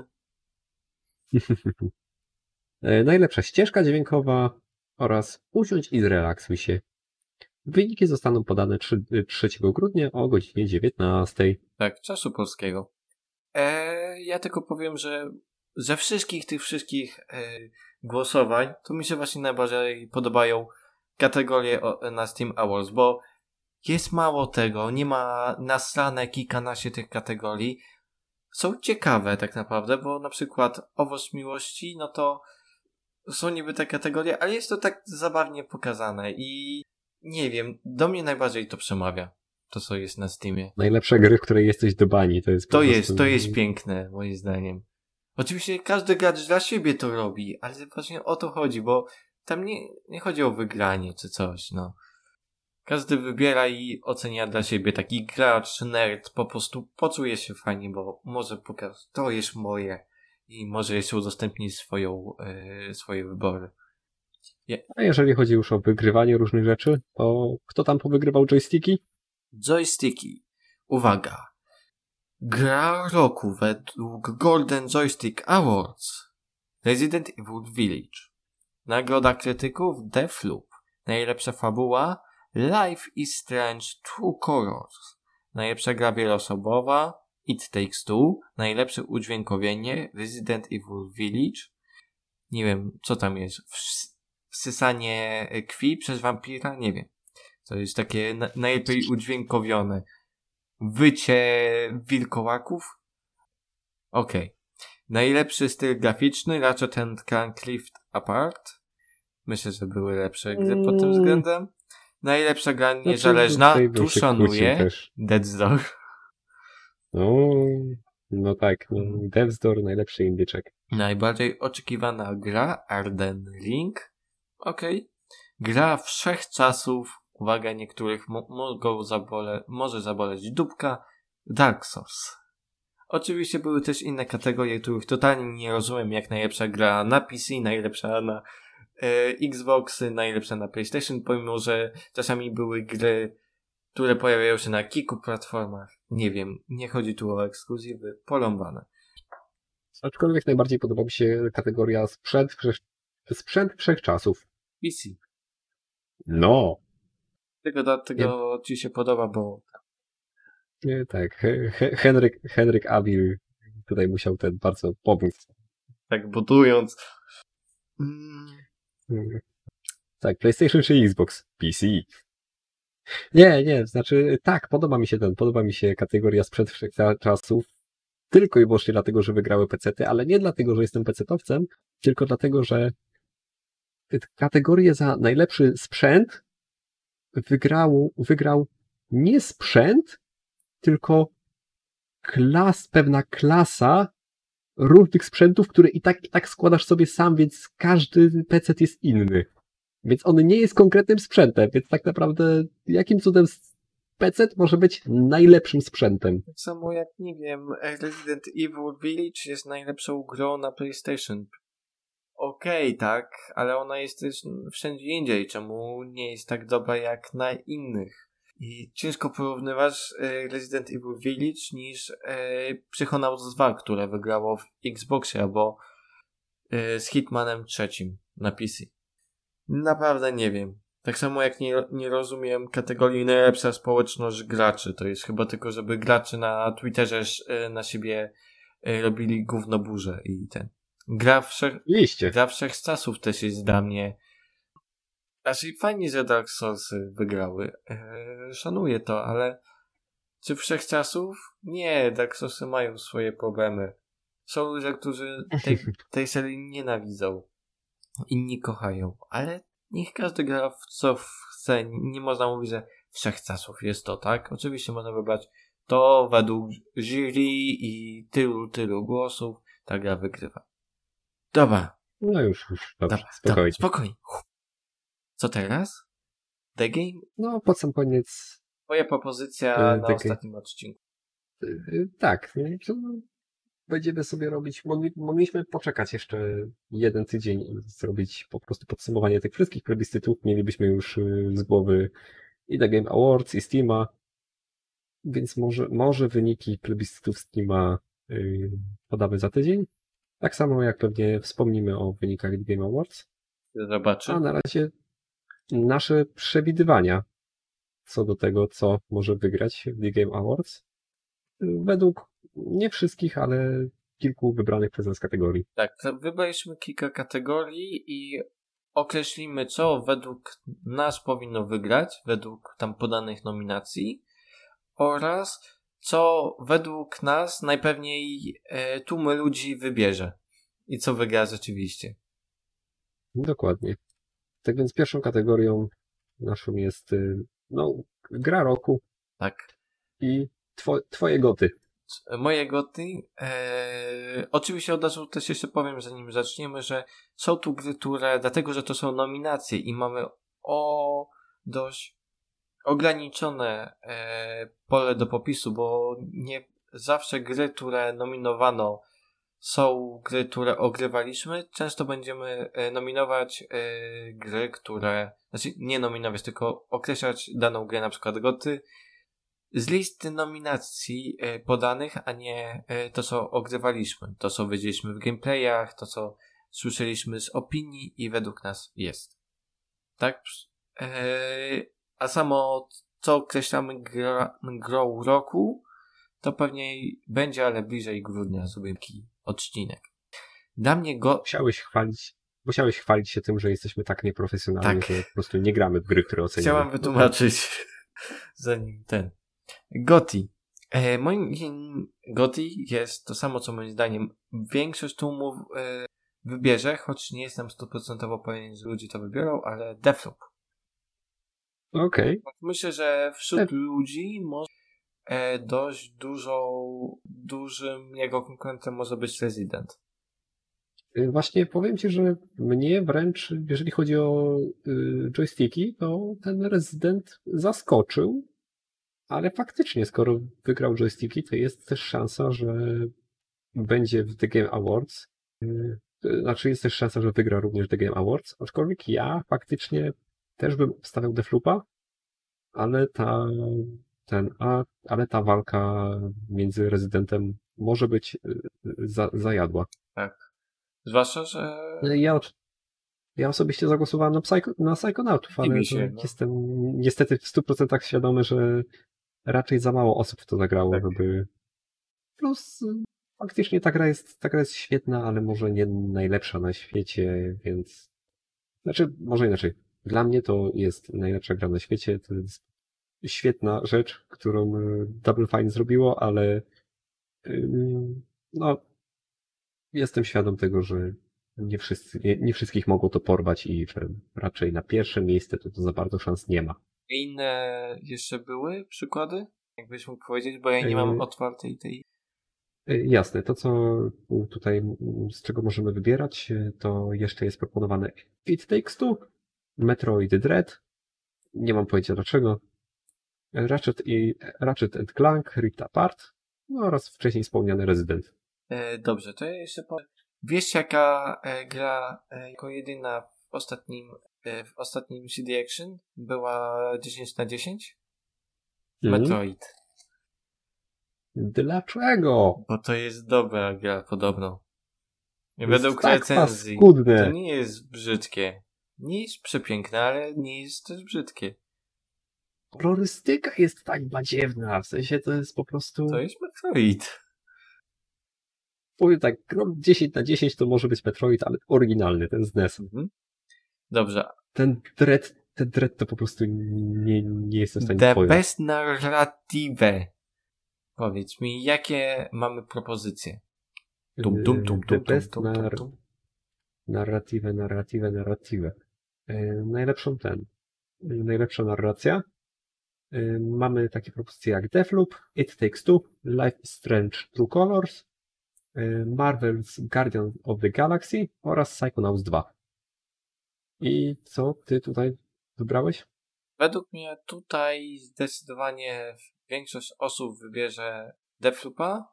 Najlepsza ścieżka dźwiękowa oraz usiądź i zrelaksuj się. Wyniki zostaną podane trzeciego grudnia o godzinie dziewiętnastej. Tak, czasu polskiego. E, ja tylko powiem, że ze wszystkich tych wszystkich e, głosowań, to mi się właśnie najbardziej podobają kategorie o, na Steam Awards, bo jest mało tego, nie ma nasrane kilkanaście tych kategorii. Są ciekawe tak naprawdę, bo na przykład owoc miłości, no to są niby te kategorie, ale jest to tak zabawnie pokazane i nie wiem, do mnie najbardziej to przemawia. To, co jest na Steamie. Najlepsze gry, w której jesteś do bani. To jest To prostu... jest, to jest piękne, moim zdaniem. Oczywiście każdy gracz dla siebie to robi, ale właśnie o to chodzi, bo tam nie, nie chodzi o wygranie czy coś, no. Każdy wybiera i ocenia dla siebie. Taki gracz, nerd po prostu poczuje się fajnie, bo może pokazać, to jest moje i może jeszcze udostępnić swoją, yy, swoje wybory. Je- A jeżeli chodzi już o wygrywanie różnych rzeczy, to kto tam powygrywał joysticki? Joysticki. Uwaga. Gra roku według Golden Joystick Awards Resident Evil Village. Nagroda krytyków Deathloop. Najlepsza fabuła Life is Strange True Colors. Najlepsza gra wieloosobowa It Takes Two. Najlepsze udźwiękowienie Resident Evil Village. Nie wiem, co tam jest. Ws- wsysanie krwi przez wampira? Nie wiem. To jest takie na- najlepiej udźwiękowione. Wycie wilkołaków? Okej. Okay. Najlepszy styl graficzny Ratchet and Clank Rift Apart. Myślę, że były lepsze gry pod tym względem. Najlepsza gra niezależna, znaczy, tu szanuję, Death's Door. No, no tak, no, Death's Door, najlepszy indyczek. Najbardziej oczekiwana gra Elden Ring. Okej. Okay. Gra wszechczasów. Uwaga, niektórych mo- mogą zabole- może zaboleć dupka. Dark Souls. Oczywiście były też inne kategorie, których totalnie nie rozumiem, jak najlepsza gra na P C, najlepsza na e, Xboxy, najlepsza na PlayStation, pomimo że czasami były gry, które pojawiają się na kilku platformach. Nie wiem, nie chodzi tu o ekskluzywy, porąbane. Aczkolwiek najbardziej podoba mi się kategoria sprzęt, wszech... sprzęt wszechczasów. P C. No. Tylko dlatego ci się podoba, bo... Nie, tak, He- Henryk, Henryk Avil tutaj musiał ten bardzo pomóc. Tak budując. Mm. Tak, PlayStation czy Xbox? P C. Nie, nie, znaczy tak, podoba mi się ten, podoba mi się kategoria sprzęt wszechczasów, tylko i wyłącznie dlatego, że wygrały pecety, ale nie dlatego, że jestem pecetowcem, tylko dlatego, że kategorię za najlepszy sprzęt wygrał, wygrał nie sprzęt, tylko klas, pewna klasa różnych sprzętów, które i tak, i tak składasz sobie sam, więc każdy pecet jest inny. Więc on nie jest konkretnym sprzętem, więc tak naprawdę jakim cudem pecet może być najlepszym sprzętem? Tak samo jak, nie wiem, Resident Evil Village jest najlepszą grą na PlayStation. Okej, okay, tak, ale ona jest też wszędzie indziej. Czemu nie jest tak dobra jak na innych? I ciężko porównywać Resident Evil Village niż e, Psychonauts dwa, które wygrało w Xboxie, albo e, z Hitmanem trzecim na P C. Naprawdę nie wiem. Tak samo jak nie, nie rozumiem kategorii najlepsza społeczność graczy. To jest chyba tylko, żeby gracze na Twitterze e, na siebie e, robili gównoburze i ten. Gra, wszech, gra wszechczasów też jest dla mnie. Znaczy fajnie, że Dark Soulsy wygrały. Eee, szanuję to, ale czy wszechczasów? Nie, Dark Soulsy mają swoje problemy. Są ludzie, którzy tej, tej serii nienawidzą. Inni kochają, ale niech każdy gra w co chce. Nie można mówić, że wszechczasów jest to, tak? Oczywiście można wybrać to według jury i tylu, tylu głosów. Ta gra wygrywa. Dobra. No już, już, dobrze, Dobra, spokojnie. Dobra, spokojnie. Co teraz? The Game? No, pod sam koniec... Twoja propozycja The na game. ostatnim odcinku. Tak. Będziemy sobie robić... Mogli, mogliśmy poczekać jeszcze jeden tydzień i zrobić po prostu podsumowanie tych wszystkich plebiscytów. Mielibyśmy już z głowy i The Game Awards, i Steama. Więc może, może wyniki plebiscytów Steama yy, podamy za tydzień. Tak samo jak pewnie wspomnimy o wynikach The Game Awards. Zobaczy. A na razie nasze przewidywania co do tego, co może wygrać w The Game Awards. Według nie wszystkich, ale kilku wybranych przez nas kategorii. Tak, wybraliśmy kilka kategorii i określimy, co według nas powinno wygrać, według tam podanych nominacji, oraz co według nas najpewniej e, tłumy ludzi wybierze i co wygra rzeczywiście. Dokładnie. Tak więc pierwszą kategorią naszą jest no, gra roku. Tak. I two, twoje goty. Moje goty. E, oczywiście od razu też jeszcze powiem, zanim zaczniemy, że są tu gry, które, dlatego że to są nominacje i mamy o dość ograniczone e, pole do popisu, bo nie zawsze gry, które nominowano, są gry, które ogrywaliśmy. Często będziemy e, nominować e, gry, które, znaczy nie nominować, tylko określać daną grę, na przykład goty, z listy nominacji e, podanych, a nie e, to, co ogrywaliśmy. To, co widzieliśmy w gameplayach, to, co słyszeliśmy z opinii i według nas jest. Tak? Eee, a samo co określamy gra, grą roku, to pewnie będzie, ale bliżej grudnia zrobimy taki odcinek. Dla mnie go... Musiałeś chwalić, musiałeś chwalić się tym, że jesteśmy tak nieprofesjonalni, tak. że po prostu nie gramy w gry, które oceniamy. Chciałem wytłumaczyć zanim ten. Goti. E, moim zdaniem Goti jest to samo, co moim zdaniem większość tłumów e, wybierze, choć nie jestem stuprocentowo pewien, że ludzie to wybiorą, ale Deathloop. Okej. Okay. Myślę, że wśród ludzi może e, dość dużą, dużym jego konkurentem może być Resident. Właśnie powiem ci, że mnie wręcz, jeżeli chodzi o y, joysticki, to ten Resident zaskoczył, ale faktycznie, skoro wygrał joysticki, to jest też szansa, że będzie w The Game Awards. Y, znaczy jest też szansa, że wygra również The Game Awards, aczkolwiek ja faktycznie też bym obstawiał Deathloopa, ale ta, ten, a, ale ta walka między Residentem może być y, za, zajadła. Tak. Zwłaszcza, że... Ja, ja osobiście zagłosowałem na, psycho, na Psychonautów, ale się, no. jestem niestety w stu procentach świadomy, że raczej za mało osób w to zagrało, tak. żeby... Plus faktycznie ta gra, jest, ta gra jest świetna, ale może nie najlepsza na świecie, więc... Znaczy, może inaczej. Dla mnie to jest najlepsza gra na świecie, to jest świetna rzecz, którą Double Fine zrobiło, ale no jestem świadom tego, że nie, wszyscy, nie, nie wszystkich mogło to porwać i że raczej na pierwsze miejsce to, to za bardzo szans nie ma. Inne jeszcze były przykłady? Jakbyś mógł powiedzieć, bo ja nie mam otwartej tej... Jasne, to co tutaj, z czego możemy wybierać, to jeszcze jest proponowane It Takes Two, Metroid Dread, nie mam pojęcia dlaczego, Ratchet, i, Ratchet and Clank, Rift Apart, no oraz wcześniej wspomniany Resident. E, dobrze, to ja jeszcze powiem. Wiesz jaka e, gra e, jako jedyna w ostatnim, e, w ostatnim C D Action była dziesięć na dziesięć? Mm. Metroid. Dlaczego? Bo to jest dobra gra podobno. Jest według tak recenzji paskudne. To nie jest brzydkie. Nie jest przepiękne, ale nie jest też brzydkie. Kolorystyka jest tak badziewna, w sensie to jest po prostu... To jest Metroid. Powiem tak, dziesięć na dziesięć to może być Metroid, ale oryginalny, ten z N E S. Mhm. Dobrze. Ten Dread, ten Dread to po prostu nie, nie jestem w stanie The pojąć. best narrative. Powiedz mi, jakie mamy propozycje? Tum, tum, tum, tum, The best tum, tum, tum, nar- tum. narrative, narrative, narrative. E, najlepszą ten. E, najlepsza narracja. E, mamy takie propozycje jak Deathloop, It Takes Two, Life is Strange True Colors, e, Marvel's Guardian of the Galaxy oraz Psychonauts dwa. I co ty tutaj wybrałeś? Według mnie tutaj zdecydowanie większość osób wybierze Deathloopa.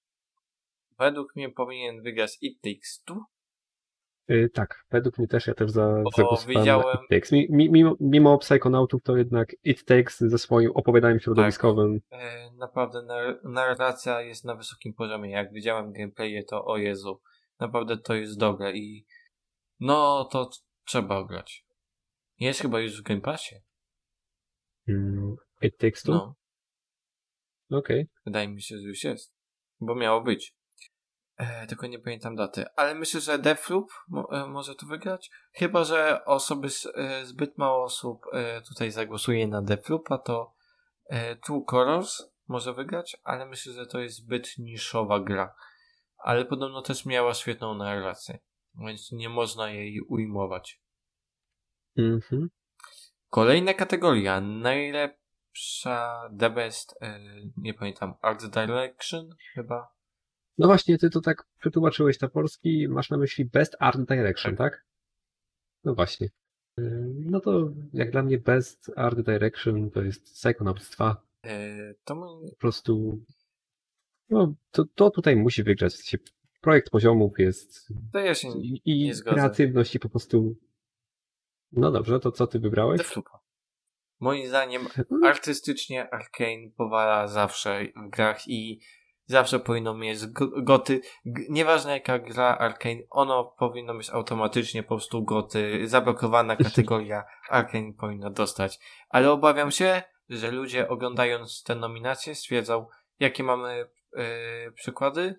Według mnie powinien wygrać It Takes Two. Yy, tak, według mnie też, ja też za, zagłosowałem widziałem... na It Takes. Mimo, mimo Psychonautów to jednak It Takes ze swoim opowiadaniem środowiskowym. Tak, yy, naprawdę nar- narracja jest na wysokim poziomie. Jak widziałem gameplaye, to o Jezu, naprawdę to jest dobre i no to t- trzeba grać. Jest chyba już w Game Passie. Mm, It Takes Two? No. Okej. Okay. Wydaje mi się, że już jest. Bo miało być. E, tylko nie pamiętam daty. Ale myślę, że Deathloop mo- e, może tu wygrać. Chyba że osoby, e, zbyt mało osób e, tutaj zagłosuje na Deathloopa, to e, True Colors może wygrać, ale myślę, że to jest zbyt niszowa gra. Ale podobno też miała świetną narrację. Więc nie można jej ujmować. Mhm. Kolejna kategoria. Najlepsza The Best, e, nie pamiętam, Art Direction chyba. No właśnie, ty to tak przetłumaczyłeś na polski, masz na myśli Best Art Direction, tak? tak? No właśnie. No to jak dla mnie Best Art Direction to jest Psychonauts dwa. E, to my... Po prostu no, to, to tutaj musi wygrać. Projekt poziomów jest to ja się i, i nie zgodzę. kreatywność i po prostu no dobrze, to co ty wybrałeś? Deathloopa. Moim zdaniem artystycznie Arkane powala zawsze w grach i zawsze powinno mieć g- goty, g- nieważne jaka gra Arcane, ono powinno mieć automatycznie po prostu goty, zablokowana kategoria Arcane powinna dostać. Ale obawiam się, że ludzie oglądając te nominacje stwierdzą, jakie mamy yy, przykłady.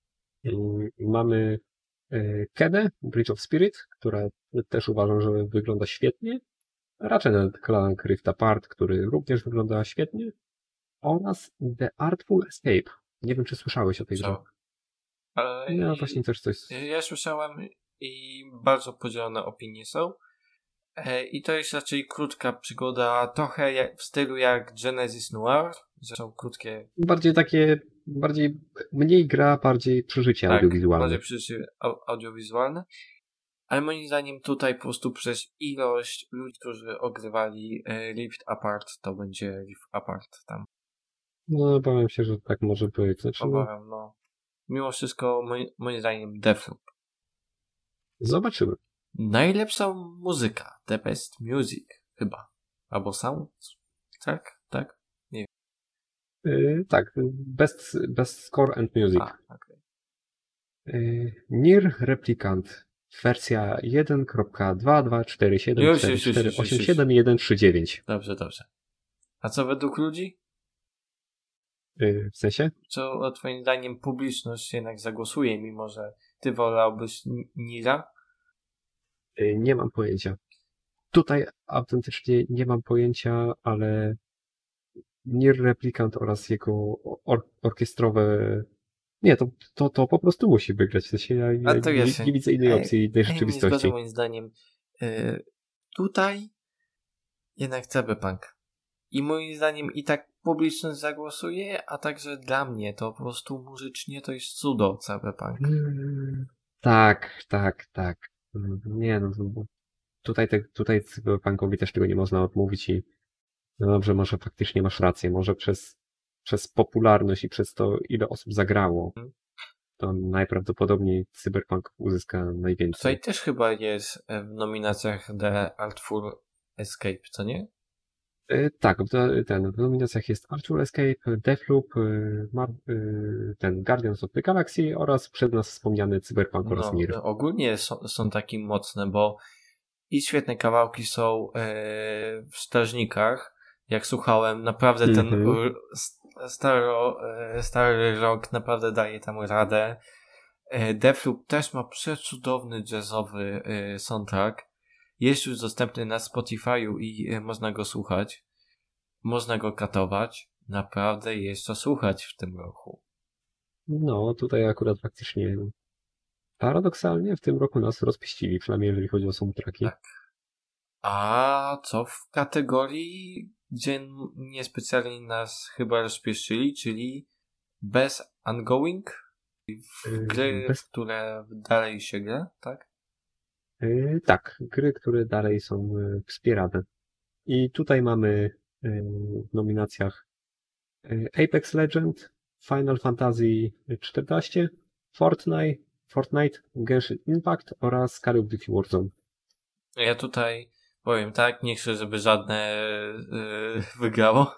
Mamy Kedę, Bridge of Spirit, która też uważam, że wygląda świetnie. Ratchet Clank Rift Apart, który również wygląda świetnie. Oraz The Artful Escape. Nie wiem, czy słyszałeś o tej grze. Ale no właśnie też coś... Ja słyszałem i bardzo podzielone opinie są. I to jest raczej krótka przygoda, trochę jak, w stylu jak Genesis Noir, że są krótkie... Bardziej takie, bardziej, mniej gra, bardziej przeżycie tak, audiowizualne. bardziej przeżycie audiowizualne. Ale moim zdaniem tutaj po prostu przez ilość ludzi, którzy ogrywali Rift Apart, to będzie Rift Apart tam. No, obawiam się, że tak może być. Znaczy, Obawiam, no. Mimo wszystko, moim, moim zdaniem, Deathloop. Zobaczymy. Najlepsza muzyka. The best music. Chyba. Albo sound? Tak? Tak? Nie wiem. Yy, tak. Best, best score and music. A, okay. yy, Nier Replicant. Wersja jeden kropka dwa dwa cztery siedem cztery cztery osiem siedem jeden trzy dziewięć. Dobrze, dobrze. A co według ludzi? Yy, w sensie? Co twoim zdaniem publiczność jednak zagłosuje, mimo że ty wolałbyś Nira? Yy, nie mam pojęcia. Tutaj autentycznie nie mam pojęcia, ale Nier Replicant oraz jego or- orkiestrowe... Nie, to, to, to po prostu musi wygrać. W sensie ja, ja to nie, jest... nie widzę innej opcji, innej rzeczywistości. Nie moim zdaniem. Yy, tutaj jednak Cyberpunk. I moim zdaniem i tak publiczność zagłosuje, a także dla mnie to po prostu muzycznie to jest cudo Cyberpunk. Hmm, tak, tak, tak. Nie no, tutaj, te, tutaj Cyberpunkowi też tego nie można odmówić i no dobrze, może faktycznie masz rację, może przez, przez popularność i przez to, ile osób zagrało, to najprawdopodobniej Cyberpunk uzyska najwięcej. Tutaj też chyba jest w nominacjach The Artful Escape, co nie? Yy, tak, w, ten, w nominacjach jest Artful Escape, Deathloop, yy, Mar, yy, ten Guardians of the Galaxy oraz przed nas wspomniany Cyberpunk no, oraz Nier. Ogólnie są, są takie mocne, bo i świetne kawałki są yy, w Strażnikach. Jak słuchałem, naprawdę ten mm-hmm. staro, yy, stary rock naprawdę daje tam radę. Yy, Deathloop też ma przecudowny jazzowy yy, soundtrack. Jest już dostępny na Spotify'u i yy, można go słuchać. Można go katować. Naprawdę jest to słuchać w tym roku. No, tutaj akurat faktycznie paradoksalnie w tym roku nas rozpieścili, przynajmniej jeżeli chodzi o soundtracki. Tak. A co w kategorii, gdzie niespecjalnie nas chyba rozpieszyli, czyli Best Ongoing? Gry, Bez... które dalej się gra, tak? Yy, tak, gry, które dalej są yy, wspierane. I tutaj mamy yy, w nominacjach yy, Apex Legends, Final Fantasy czternaście, Fortnite, Fortnite, Genshin Impact oraz Call of Duty Warzone. Ja tutaj powiem tak, nie chcę, żeby żadne yy, wygrało.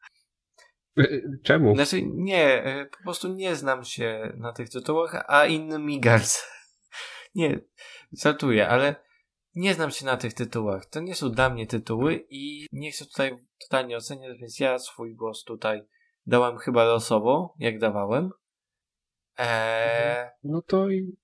Czemu? Znaczy nie, yy, po prostu nie znam się na tych tytułach, a innym migarce. Nie, żartuję, ale nie znam się na tych tytułach. To nie są dla mnie tytuły i nie chcę tutaj totalnie oceniać, więc ja swój głos tutaj dałem chyba losowo, jak dawałem. Eee, no to i...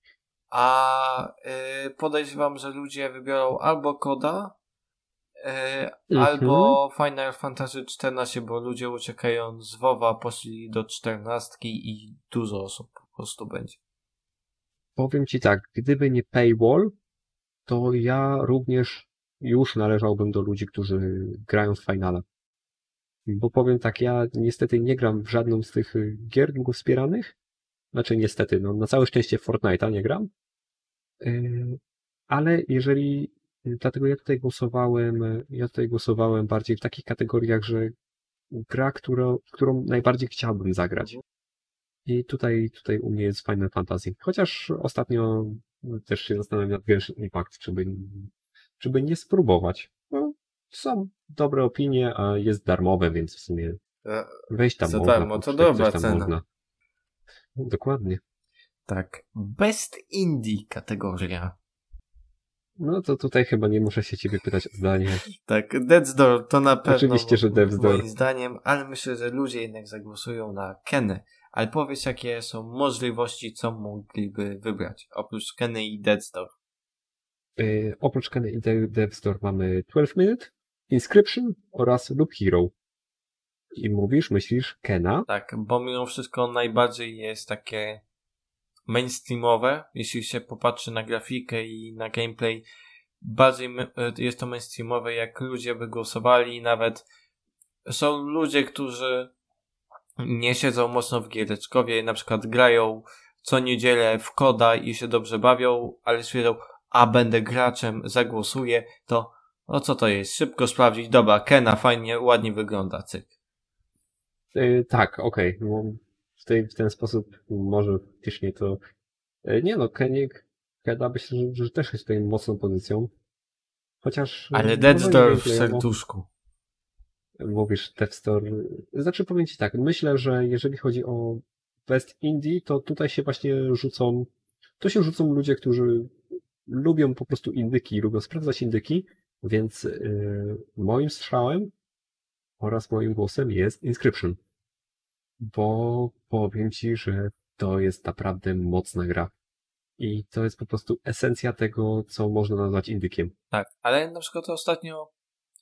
A yy, podejrzewam, że ludzie wybiorą albo Koda, yy, mm-hmm. albo Final Fantasy czternaście, bo ludzie uciekają z WoWa, poszli do czternastki i dużo osób po prostu będzie. Powiem ci tak, gdyby nie paywall, to ja również już należałbym do ludzi, którzy grają w Finala. Bo powiem tak, ja niestety nie gram w żadną z tych gier długo wspieranych. Znaczy niestety, no na całe szczęście w Fortnite'a nie gram. Yy, ale jeżeli, dlatego ja tutaj głosowałem, ja tutaj głosowałem bardziej w takich kategoriach, że gra, którą, którą najbardziej chciałbym zagrać. I tutaj, tutaj u mnie jest Final Fantasy. Chociaż ostatnio też się zastanawiam nad Genshin Impact, czy by, czy by nie spróbować. No, są dobre opinie, a jest darmowe, więc w sumie wejść tam za można. darmo, to dobra cena. Można. Dokładnie. Tak. Best Indie kategoria. No to tutaj chyba nie muszę się ciebie pytać o zdanie. Tak, Death's Door to na pewno Oczywiście, że Death's Door. moim zdaniem, ale myślę, że ludzie jednak zagłosują na Kenny. Ale powiedz, jakie są możliwości, co mogliby wybrać, oprócz Kenny i Death's Door. Yy, oprócz Kenny i Death's Door mamy twelve minute, Inscription oraz Loop Hero. I mówisz, myślisz, Kena? Tak, bo mimo wszystko najbardziej jest takie mainstreamowe, jeśli się popatrzy na grafikę i na gameplay, bardziej jest to mainstreamowe, jak ludzie by głosowali, nawet są ludzie, którzy nie siedzą mocno w giereczkowie, na przykład grają co niedzielę w koda i się dobrze bawią, ale stwierdzą, a będę graczem, zagłosuję, to no co to jest? Szybko sprawdzić, dobra, Kena fajnie, ładnie wygląda, cyk. Yy, tak, okej. Okay. No, w, tej, w ten sposób może faktycznie to... Yy, nie no, Kenik, Keda myślę, że, że też jest tutaj mocną pozycją. Chociaż... Ale Death's Door w serduszku. Mówisz, Death's Door... Znaczy powiem ci tak, myślę, że jeżeli chodzi o Best Indie, to tutaj się właśnie rzucą... To się rzucą ludzie, którzy lubią po prostu indyki, lubią sprawdzać indyki, więc yy, moim strzałem oraz moim głosem jest Inscription. Bo powiem ci, że to jest naprawdę mocna gra. I to jest po prostu esencja tego, co można nazwać indykiem. Tak, ale na przykład ostatnio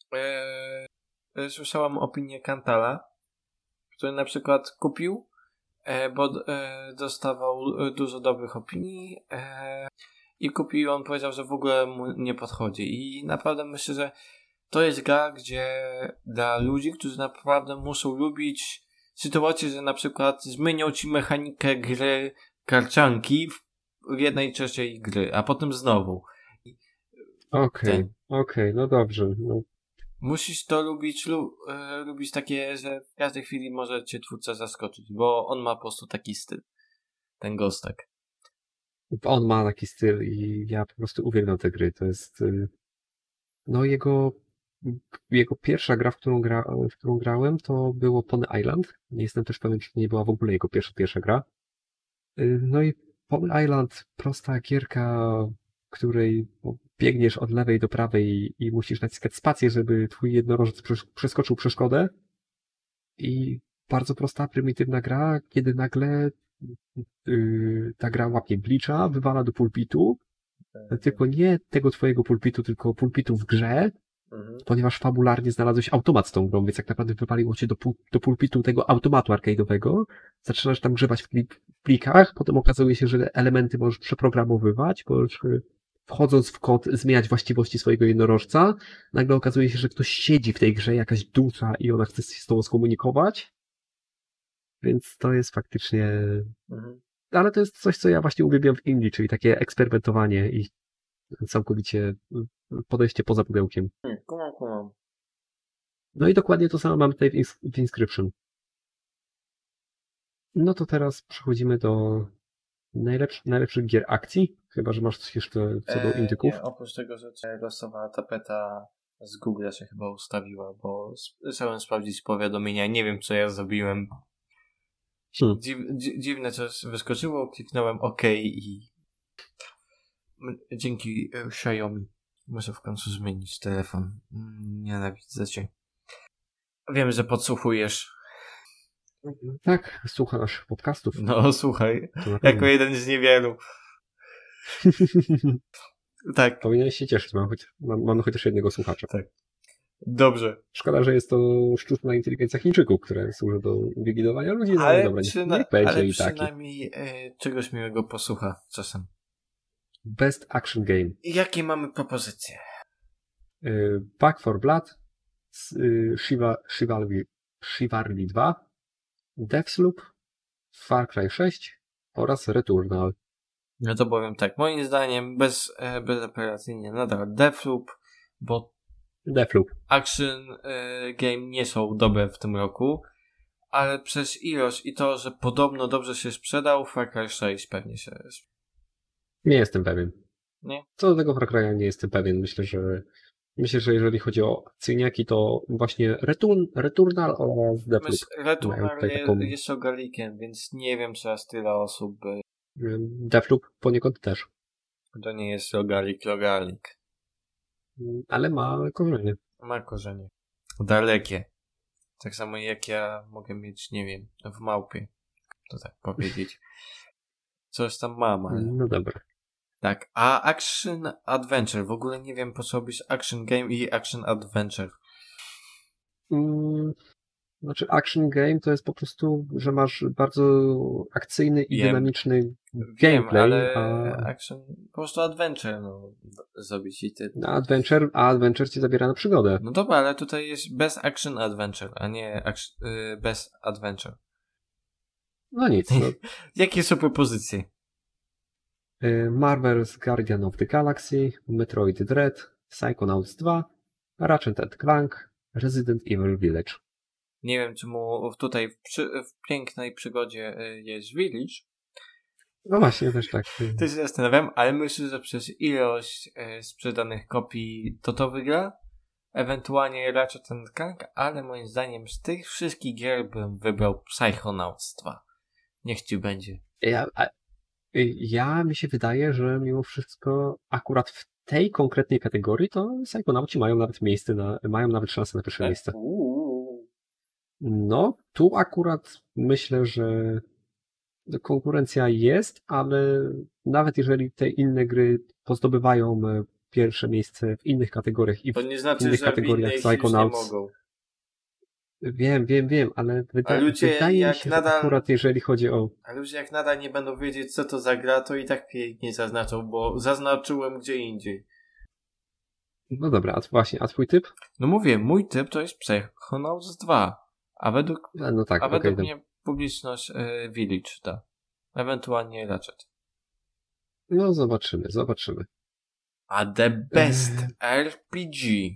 e, słyszałam opinię Kantala, który na przykład kupił, e, bo e, dostawał dużo dobrych opinii e, i kupił, on powiedział, że w ogóle mu nie podchodzi. I naprawdę myślę, że to jest gra, gdzie dla ludzi, którzy naprawdę muszą lubić sytuację, że na przykład zmienią ci mechanikę gry karcianki w, w jednej trzeciej gry, a potem znowu. Okej, okay, okej, okay, no dobrze. No. Musisz to lubić, lu, e, lubić takie, że w każdej chwili może cię twórca zaskoczyć, bo on ma po prostu taki styl. Ten Ghostek. On ma taki styl i ja po prostu uwielbiam te gry. To jest no jego jego pierwsza gra, w którą, gra, w którą grałem, to było Pony Island. Nie jestem też pewien, czy to nie była w ogóle jego pierwsza, pierwsza gra. No i Pony Island, prosta gierka, w której biegniesz od lewej do prawej i musisz naciskać spację, żeby twój jednorożec przeskoczył przeszkodę. I bardzo prosta, prymitywna gra, kiedy nagle yy, ta gra łapie glitcha, wywala do pulpitu, tylko nie tego twojego pulpitu, tylko pulpitu w grze, mhm. Ponieważ fabularnie znalazłeś automat z tą grą, więc jak naprawdę wywaliło cię do, do pulpitu tego automatu arcade'owego, zaczynasz tam grzebać w plikach, potem okazuje się, że elementy możesz przeprogramowywać, możesz wchodząc w kod zmieniać właściwości swojego jednorożca, nagle okazuje się, że ktoś siedzi w tej grze, jakaś dusza i ona chce się z tobą skomunikować, więc to jest faktycznie... Mhm. Ale to jest coś, co ja właśnie uwielbiam w indie, czyli takie eksperymentowanie i całkowicie podejście poza pudełkiem. Hmm, kumam, kumam. No i dokładnie to samo mamy tutaj w, ins- w Inscription. No to teraz przechodzimy do najlepszy, najlepszych gier akcji. Chyba, że masz coś jeszcze co do indyków. Nie, oprócz tego, że losowa tapeta z Google się chyba ustawiła, bo chciałem sprawdzić powiadomienia. Nie wiem, co ja zrobiłem. Hmm. Dziw, dziwne coś wyskoczyło, kliknąłem OK i dzięki Xiaomi muszę w końcu zmienić telefon. Nienawidzę cię. Wiem, że podsłuchujesz. Tak, słuchasz podcastów. No, słuchaj. Jako jeden z niewielu. Tak. Powinieneś się cieszyć, mam choć, mam, mamy chociaż jednego słuchacza. Tak. Dobrze. Szkoda, że jest to sztuczna inteligencja Chińczyków, która służy do inwigilowania ludzi. No ale dobra, przyna- niech będzie ale i taki. przynajmniej e, czegoś miłego posłucha czasem. Best Action Game. Jakie mamy propozycje? Y, Back four Blood, y, Shiva, Chivalry, Chivalry dwa, Deathloop, Far Cry sześć oraz Returnal. No to powiem tak, moim zdaniem bez, e, bezapelacyjnie nadal Deathloop, bo Deathloop. action e, game nie są dobre w tym roku, ale przez ilość i to, że podobno dobrze się sprzedał, Far Cry sześć pewnie się... Nie jestem pewien. Nie? Co do tego Far Cry'a nie jestem pewien. Myślę, że Myślę, że jeżeli chodzi o akcyjniaki, to właśnie Return, Returnal oraz Deathloop mają Returnal tutaj je, taką... jest rogalikiem, więc nie wiem, czy aż tyle osób by... Deathloop poniekąd też. To nie jest rogalik, rogalik. Ale ma korzenie. Ma korzenie. Dalekie. Tak samo jak ja mogę mieć, nie wiem, w małpie. To tak powiedzieć. Coś tam mam, ale... No dobra. Tak, a Action Adventure. W ogóle nie wiem, po co robisz Action Game i Action Adventure. Mm, znaczy Action Game to jest po prostu, że masz bardzo akcyjny i Wiem. dynamiczny Wiem, gameplay, ale a... Action... Po prostu Adventure, no. Zrobić i ty. a Adventure, a Adventure ci zabiera na przygodę. No dobra, ale tutaj jest bez Action Adventure, a nie action, yy, bez Adventure. No nic. No. Jakie są propozycje? Marvel's Guardian of the Galaxy, Metroid Dread, Psychonauts dwa, Ratchet and Clank, Resident Evil Village. Nie wiem, czemu tutaj w, przy, w pięknej przygodzie jest Village. No właśnie, też tak. To się zastanawiam, ale myślę, że przez ilość e, sprzedanych kopii to to wygra. Ewentualnie Ratchet and Clank, ale moim zdaniem z tych wszystkich gier bym wybrał Psychonauts dwa. Niech ci będzie. Ja, a, ja mi się wydaje, że mimo wszystko akurat w tej konkretnej kategorii to Psychonauci mają nawet miejsce na, mają nawet szansę na pierwsze miejsce. Uuu. No, tu akurat myślę, że konkurencja jest, ale nawet jeżeli te inne gry pozdobywają pierwsze miejsce w innych kategoriach i w to nie znaczy, innych że kategoriach w innych Psychonauts. już nie mogą. Wiem, wiem, wiem, ale, wyda- A ludzie wydaje mi jak się, nadal- że akurat jeżeli chodzi o... A ludzie jak nadal nie będą wiedzieć, co to za gra, to i tak nie zaznaczą, bo zaznaczyłem gdzie indziej. No dobra, a właśnie, a twój typ? No mówię, mój typ to jest Psychonauts dwa, a według, A, no tak, a okej. według Okay, mnie publiczność y, Village da. Ewentualnie Ratchet. no zobaczymy, zobaczymy. A the best R P G.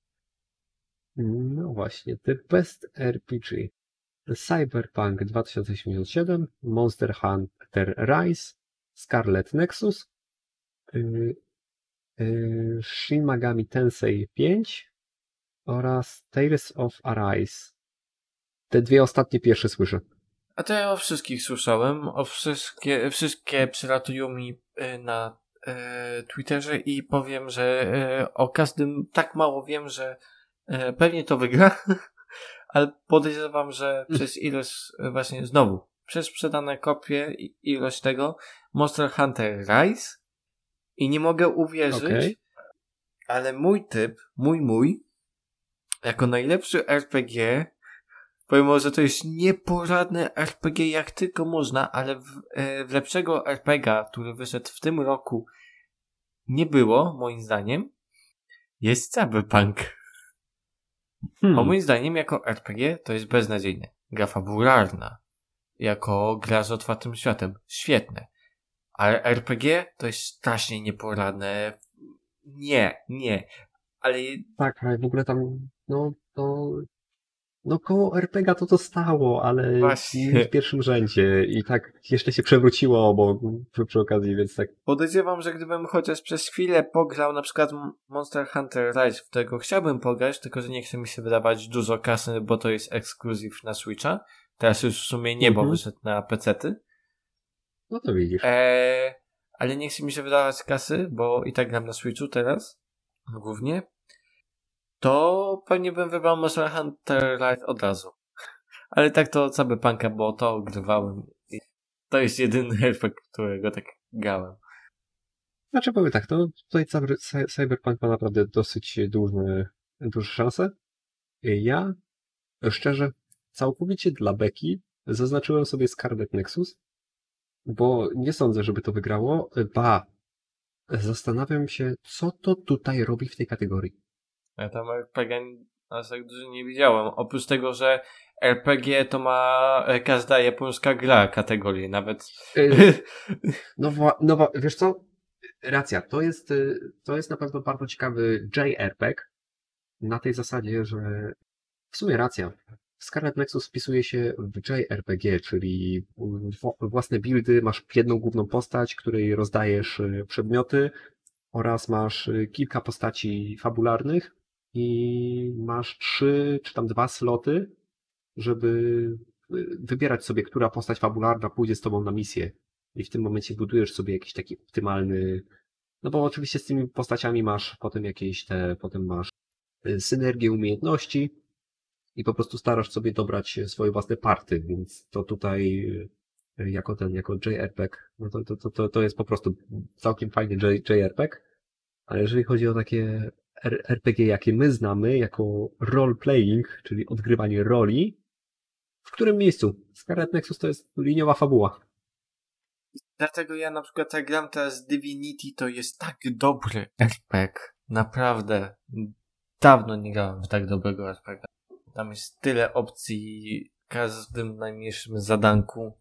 No właśnie, The Best R P G. Cyberpunk dwa tysiące siedemdziesiąt siedem, Monster Hunter Rise, Scarlet Nexus, yy, yy, Shin Megami Tensei pięć oraz Tales of Arise. Te dwie ostatnie pierwsze słyszę. A to ja o wszystkich słyszałem, o wszystkie, wszystkie przylatują mi y, na y, Twitterze i powiem, że y, o każdym tak mało wiem, że y, pewnie to wygra, ale podejrzewam, że przez ilość y, właśnie znowu, przez sprzedane kopie i ilość tego Monster Hunter Rise i nie mogę uwierzyć, Okay. ale mój typ, mój mój, jako najlepszy R P G, pomimo, że to jest nieporadne R P G jak tylko można, ale w, e, w lepszego R P G, który wyszedł w tym roku, nie było, moim zdaniem, jest Cyberpunk. Hmm. Bo moim zdaniem, jako R P G to jest beznadziejne. Gra fabularna. Jako gra z otwartym światem. Świetne. Ale R P G to jest strasznie nieporadne. Nie, nie. Ale... Tak, ale w ogóle tam, no, to... No koło R P G to to stało, ale Właśnie. nie w pierwszym rzędzie i tak jeszcze się przewróciło obok przy, przy okazji, więc tak. Podejrzewam, że gdybym chociaż przez chwilę pograł na przykład Monster Hunter Rise, w którego chciałbym pograć, tylko że nie chce mi się wydawać dużo kasy, bo to jest ekskluzyw na Switcha. Teraz już w sumie nie, bo Mhm. wyszedł na pecety. No to widzisz. Eee, ale nie chce mi się wydawać kasy, bo i tak gram na Switchu teraz, głównie. To pewnie bym wybrał Monster Hunter Rise od razu. Ale tak to Cyberpunka, bo to ogrywałem. I to jest jedyny R P G, którego tak grałem. Znaczy powiem tak, to tutaj cyber, cy- Cyberpunk ma naprawdę dosyć duże, duże szanse. Ja szczerze, całkowicie dla beki zaznaczyłem sobie Scarlet Nexus, bo nie sądzę, żeby to wygrało. Ba, zastanawiam się, co to tutaj robi w tej kategorii. Ja tam R P G aż tak dużo nie widziałem. Oprócz tego, że R P G to ma e, każda japońska gra kategorię, nawet. Y, No, wła- no wa- wiesz co? Racja, to jest, y, to jest na pewno bardzo ciekawy J R P G na tej zasadzie, że w sumie racja. Scarlet Nexus wpisuje się w J R P G, czyli w- własne buildy, masz jedną główną postać, której rozdajesz y, przedmioty oraz masz kilka postaci fabularnych i masz trzy czy tam dwa sloty, żeby wybierać sobie, która postać fabularna pójdzie z tobą na misję. I w tym momencie budujesz sobie jakiś taki optymalny... No bo oczywiście z tymi postaciami masz potem jakieś te... Potem masz synergię umiejętności i po prostu starasz sobie dobrać swoje własne party, więc to tutaj jako ten, jako J R P G, no to, to, to, to jest po prostu całkiem fajny J, JRPG, ale jeżeli chodzi o takie R P G, jakie my znamy, jako role-playing, czyli odgrywanie roli, w którym miejscu? Scarlet Nexus to jest liniowa fabuła. Dlatego ja na przykład jak gram teraz Divinity, to jest tak dobry R P G. Naprawdę. Dawno nie grałem w tak dobrego R P G. Tam jest tyle opcji w każdym najmniejszym zadanku.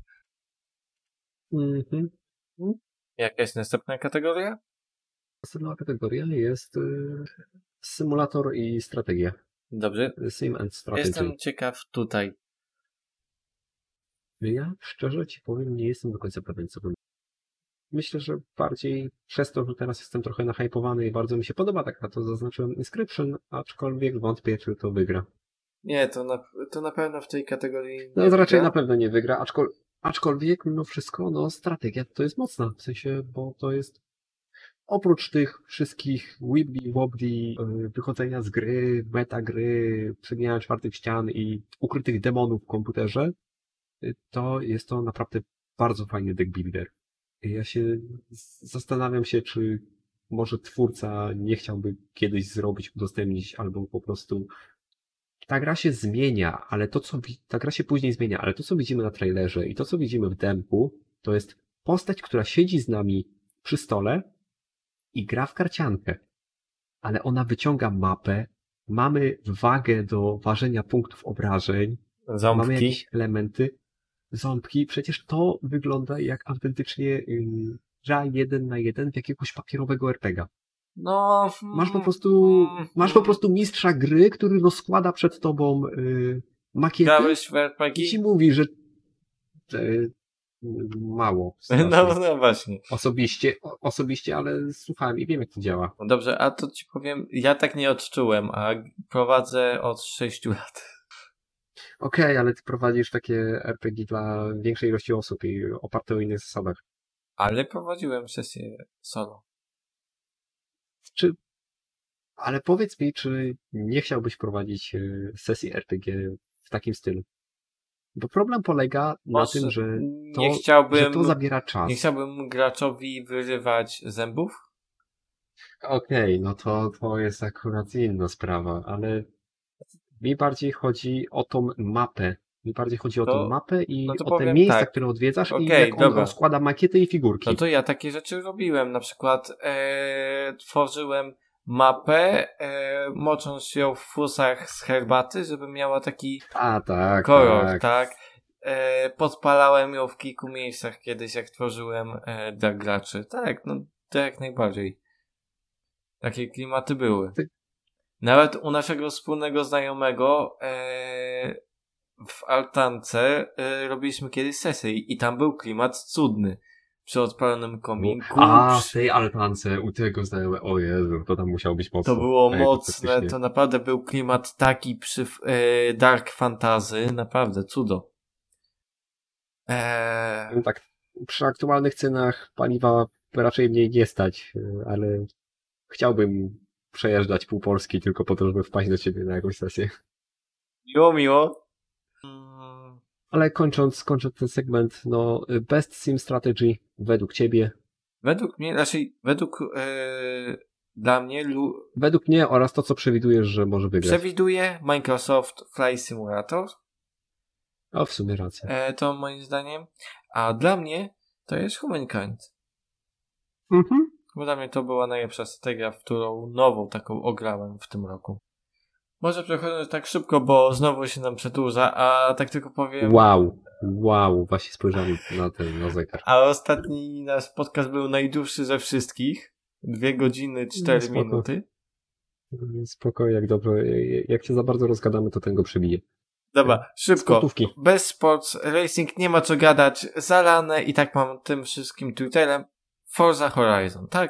Mhm. Jaka jest następna kategoria? Następna kategoria jest y, symulator i strategia. Dobrze. Sim and strategy. Jestem ciekaw tutaj. Ja szczerze ci powiem, nie jestem do końca pewien, co bym... Myślę, że bardziej przez to, że teraz jestem trochę nahypowany i bardzo mi się podoba, tak na to zaznaczyłem Inscription, aczkolwiek wątpię, czy to wygra. Nie, to na, to na pewno w tej kategorii nie No to raczej wygra. na pewno nie wygra, aczkol, aczkolwiek mimo wszystko, no strategia to jest mocna, w sensie, bo to jest oprócz tych wszystkich wibbly wobbly, wychodzenia z gry, meta gry, przebijania czwartych ścian i ukrytych demonów w komputerze, to jest to naprawdę bardzo fajny deck builder. Ja się zastanawiam się, czy może twórca nie chciałby kiedyś zrobić, udostępnić, albo po prostu ta gra się zmienia, ale to co ta gra się później zmienia, ale to co widzimy na trailerze i to co widzimy w demku, to jest postać, która siedzi z nami przy stole i gra w karciankę. Ale ona wyciąga mapę, mamy wagę do ważenia punktów obrażeń, Ząbki. mamy jakieś elementy, ząbki, przecież to wygląda jak autentycznie ym, gra jeden na jeden w jakiegoś papierowego er pe gie a. No. Masz po prostu, masz po prostu mistrza gry, który rozkłada przed tobą y, makietę Grałeś w er pe gie? i ci mówi, że y, mało. Strasznie. No, no właśnie. Osobiście, o, osobiście, ale słuchałem i wiem, jak to działa. No dobrze, a to ci powiem, ja tak nie odczułem, a prowadzę od sześciu lat. Okej, okay, ale ty prowadzisz takie er pe gie dla większej ilości osób i oparte o innych zasadach. Ale prowadziłem sesję solo. Czy, ale powiedz mi, czy nie chciałbyś prowadzić sesji er pe gie w takim stylu? Bo problem polega Może na tym, że to, nie chciałbym, że to zabiera czas. Nie chciałbym graczowi wyrywać zębów. Okej, okay, no to, to jest akurat inna sprawa, ale mi bardziej chodzi o tą mapę. Mi bardziej chodzi o to, tą mapę i no o te miejsca, tak. które odwiedzasz okay, i jak on dobra. rozkłada makiety i figurki. No to ja takie rzeczy robiłem. Na przykład e, tworzyłem mapę, e, mocząc ją w fusach z herbaty, żeby miała taki A, tak, kolor, tak. tak. E, podpalałem ją w kilku miejscach kiedyś, jak tworzyłem e, dla graczy. Tak, no to jak najbardziej. Takie klimaty były. Ty... Nawet u naszego wspólnego znajomego e, w altance e, robiliśmy kiedyś sesję i tam był klimat cudny. Przy odpalonym kominku. A, w tej altance u tego znajomego. O Jezu, to tam musiało być mocne. To było Ej, mocne, to, to naprawdę był klimat taki przy e, Dark Fantasy. Naprawdę, cudo. Eee... No tak, przy aktualnych cenach paliwa raczej mniej nie stać, ale chciałbym przejeżdżać pół Polski tylko po to, żeby wpaść do ciebie na jakąś sesję. Miło, miło. Ale kończąc, kończąc ten segment, no best sim strategy według ciebie? Według mnie, raczej według yy, dla mnie lu... według mnie oraz to, co przewidujesz, że może wygrać. Przewiduję Microsoft Flight Simulator. O, w sumie racja. E, to moim zdaniem. A dla mnie to jest Humankind. Mhm. Bo dla mnie to była najlepsza strategia, w którą nową taką ograłem w tym roku. Może przechodząc tak szybko, bo znowu się nam przedłuża, a tak tylko powiem... Wow, wow, właśnie spojrzałem na ten na zegar. A ostatni nasz podcast był najdłuższy ze wszystkich. Dwie godziny, cztery Spoko. minuty. Spoko, jak dobrze. Jak się za bardzo rozgadamy, to ten go przebije. Dobra, szybko. Sportówki. Bez Sports Racing nie ma co gadać. Zalane i tak mam tym wszystkim Twitterem. Forza Horizon, tak?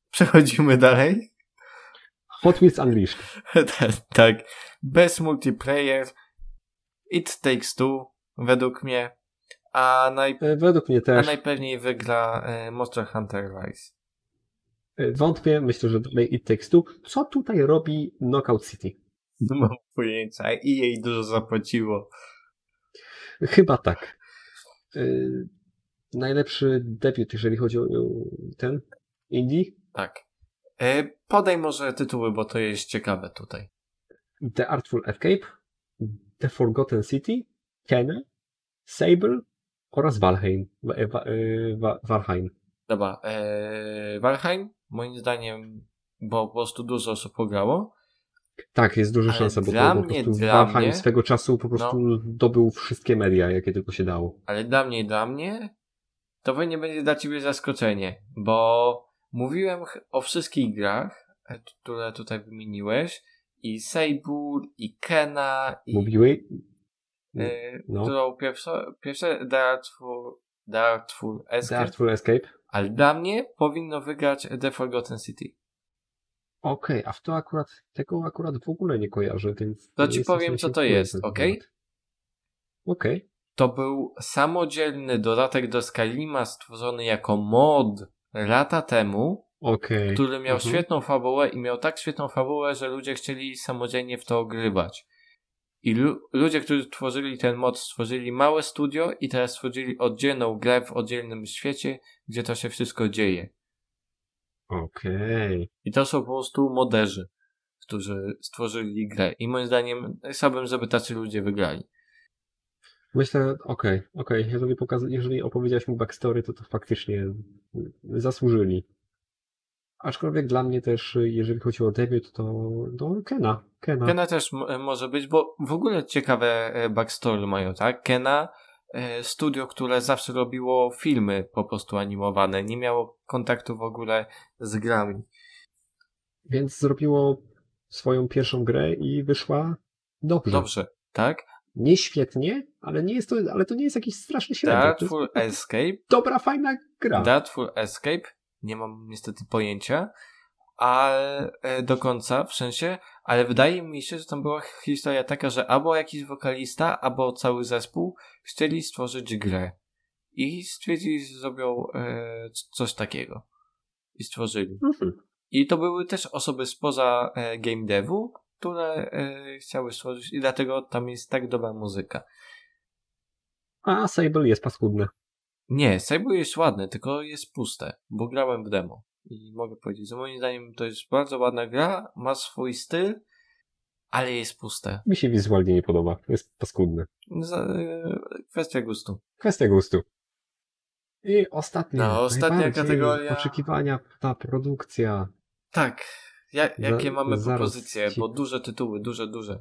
Przechodzimy dalej. Hot Wheels Unleashed. Tak. Best multiplayer. It Takes Two, według mnie. A, naj... E, według mnie a też. najpewniej wygra e, Monster Hunter Rise. E, Wątpię, myślę, że dalej It Takes Two. Co tutaj robi Knockout City? Nie mam pojęcia. I jej dużo zapłaciło. Chyba tak. E, najlepszy debiut, jeżeli chodzi o ten indie? Tak. E, podaj może tytuły, bo to jest ciekawe tutaj. The Artful Escape, The Forgotten City, Kena, Sable oraz Valheim. Wa- wa- e, wa- Valheim. Dobra. E, Valheim, moim zdaniem, bo po prostu dużo osób pograło. Tak, jest duża Ale szansa, bo dla to po mnie, prostu dla Valheim mnie- swego czasu po prostu No. dobył wszystkie media, jakie tylko się dało. Ale dla mnie i dla mnie to nie będzie dla ciebie zaskoczenie, bo mówiłem ch- o wszystkich grach, e, które tutaj wymieniłeś, i Sable, i Kena, i Mówiły? e, No. którą pierwsze, pierwsze The Artful, The Artful The Escape, Artful Escape? ale dla mnie powinno wygrać The Forgotten City. Okej, a w to akurat, tego akurat w ogóle nie kojarzę, więc... To nie ci jestem w powiem, stanie co to się jest, wypowiedzieć na okej? ten temat. Okej. To był samodzielny dodatek do Skyrima stworzony jako mod lata temu, Okej. który miał Mhm. świetną fabułę i miał tak świetną fabułę, że ludzie chcieli samodzielnie w to grywać. I lu- ludzie, którzy tworzyli ten mod, stworzyli małe studio i teraz stworzyli oddzielną grę w oddzielnym świecie, gdzie to się wszystko dzieje. Okej. I to są po prostu moderzy, którzy stworzyli grę. I moim zdaniem chciałbym, żeby tacy ludzie wygrali. Myślę, okej, okej, jeżeli, pokaza- jeżeli opowiedziałeś mu backstory, to to faktycznie zasłużyli. Aczkolwiek dla mnie też, jeżeli chodzi o debiut, to no, Kena. Kena. Kena też m- może być, bo w ogóle ciekawe e, backstory mają, tak? Kena, e, studio, które zawsze robiło filmy po prostu animowane, nie miało kontaktu w ogóle z grami. Więc zrobiło swoją pierwszą grę i wyszła dobrze. Dobrze, tak? Nie świetnie, ale nie jest to, ale to nie jest jakiś straszny The średnio. To Artful jest Escape, dobra, fajna gra. The Artful Escape, nie mam niestety pojęcia, ale e, do końca, w sensie, ale wydaje mi się, że tam była historia taka, że albo jakiś wokalista, albo cały zespół chcieli stworzyć grę i stwierdzili, że zrobią e, c- coś takiego i stworzyli. Mhm. I to były też osoby spoza e, game devu, które e, chciały stworzyć i dlatego tam jest tak dobra muzyka. A Sable jest paskudny. Nie, Sable jest ładne, tylko jest puste, bo grałem w demo. I mogę powiedzieć, że moim zdaniem to jest bardzo ładna gra, ma swój styl, ale jest puste. Mi się wizualnie nie podoba. Jest paskudny. Za, e, kwestia gustu. Kwestia gustu. I ostatnia, No, ostatnia najbardziej kategoria. oczekiwania ta produkcja. Tak, ja, jakie Za- mamy zaraz propozycje, ci- bo duże tytuły, duże, duże.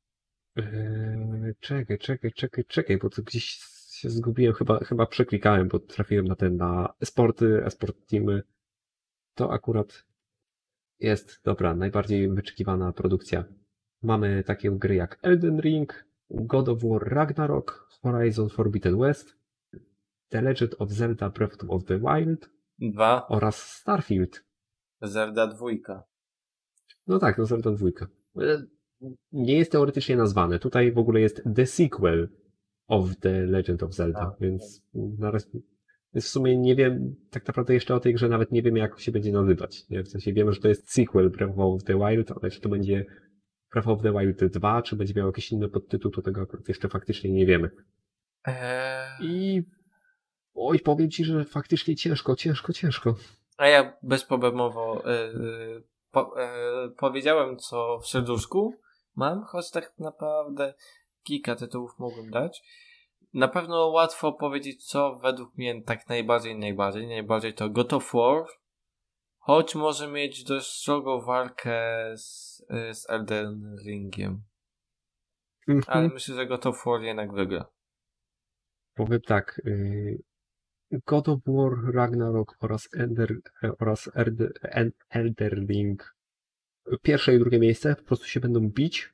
Eee, czekaj, czekaj, czekaj, czekaj, bo to gdzieś się zgubiłem, chyba, chyba przeklikałem, bo trafiłem na ten, na esporty, esport teamy. To akurat jest, dobra, najbardziej wyczekiwana produkcja. Mamy takie gry jak Elden Ring, God of War Ragnarok, Horizon Forbidden West, The Legend of Zelda Breath of the Wild Dwa, oraz Starfield. Zelda dwójka. No tak, no Zelda dwójka. E, Nie jest teoretycznie nazwane. Tutaj w ogóle jest The Sequel of The Legend of Zelda, A, więc na raz, więc w sumie nie wiem, tak naprawdę jeszcze o tej grze nawet nie wiemy, jak się będzie nazywać. Nie? W sensie wiemy, że to jest sequel Breath of the Wild, ale czy to będzie Breath of the Wild dwa, czy będzie miał jakiś inny podtytuł, to tego akurat jeszcze faktycznie nie wiemy. Eee, I oj, powiem ci, że faktycznie ciężko, ciężko, ciężko. a ja bezproblemowo e, e, po, e, powiedziałem, co w serduszku mam, choć tak naprawdę kilka tytułów mogłem dać. Na pewno łatwo powiedzieć, co według mnie tak najbardziej, najbardziej, najbardziej to God of War, choć może mieć dość strogą walkę z, e, z Elden Ringiem. Mhm. Ale myślę, że God of War jednak wygra. Powiem tak, y, God of War, Ragnarok oraz, Ender, oraz Erd, En- Elden Ring, pierwsze i drugie miejsce po prostu się będą bić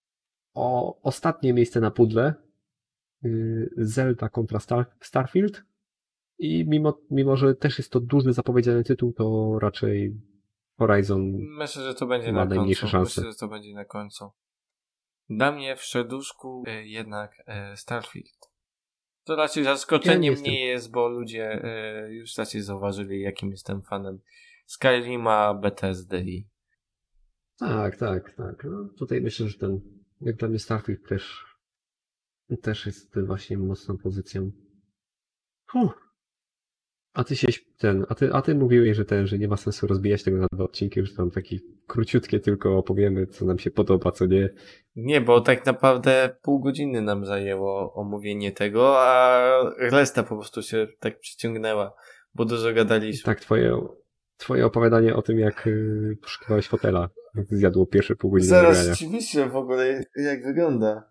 o ostatnie miejsce na pudle, y, Zelda kontra Star, Starfield, i mimo, mimo, że też jest to duży zapowiedziany tytuł, to raczej Horizon Myślę, że to będzie ma na najmniejsze końcu. szanse. Myślę, że to będzie na końcu. Dla mnie w serduszku y, jednak y, Starfield. To raczej zaskoczeniem Ja nie nie, nie jest, bo ludzie y, już raczej zauważyli, jakim jestem fanem Skyrima, Bethesdy i... Tak, tak, tak. No, tutaj myślę, że ten, jak dla mnie Starfield też, też jest właśnie mocną pozycją. Huh. A ty się, ten, a ty, a ty mówiłeś, że ten, że nie ma sensu rozbijać tego na dwa odcinki, że tam takie króciutkie tylko opowiemy, co nam się podoba, co nie. Nie, bo tak naprawdę pół godziny nam zajęło omówienie tego, a reszta po prostu się tak przyciągnęła, bo dużo gadaliśmy. Tak, twoje, twoje opowiadanie o tym, jak y, poszukiwałeś fotela, zjadło pierwsze pół godziny Zaraz nagrania. ci wyślę w ogóle, jak wygląda.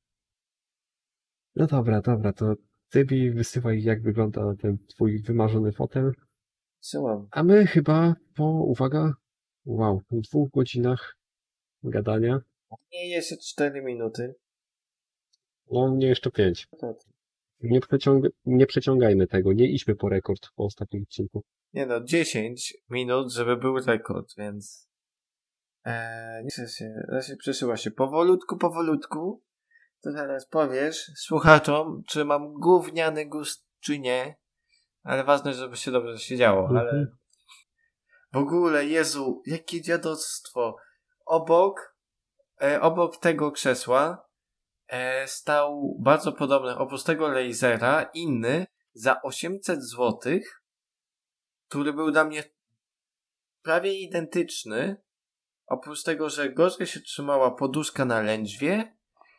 No dobra, dobra, to ty mi wysyłaj, jak wygląda ten twój wymarzony fotel. Syłam. A my chyba po, uwaga, wow, po dwóch godzinach gadania, Nie, jeszcze cztery minuty. no mnie jeszcze pięć. Nie, przeciąg nie przeciągajmy tego, nie idźmy po rekord po ostatnim odcinku. Nie no, dziesięć minut, żeby był rekord, więc... Eee, nie chcę się, raczej przesyła się powolutku, powolutku. To zaraz powiesz słuchaczom, czy mam gówniany gust, czy nie. Ale ważne, żeby się dobrze siedziało, Mhm. ale... W ogóle, Jezu, jakie dziadostwo. Obok, e, obok tego krzesła e, stał bardzo podobny, oprócz tego lasera, inny za osiemset złotych, który był dla mnie prawie identyczny. Oprócz tego, że gorzej się trzymała poduszka na lędźwie,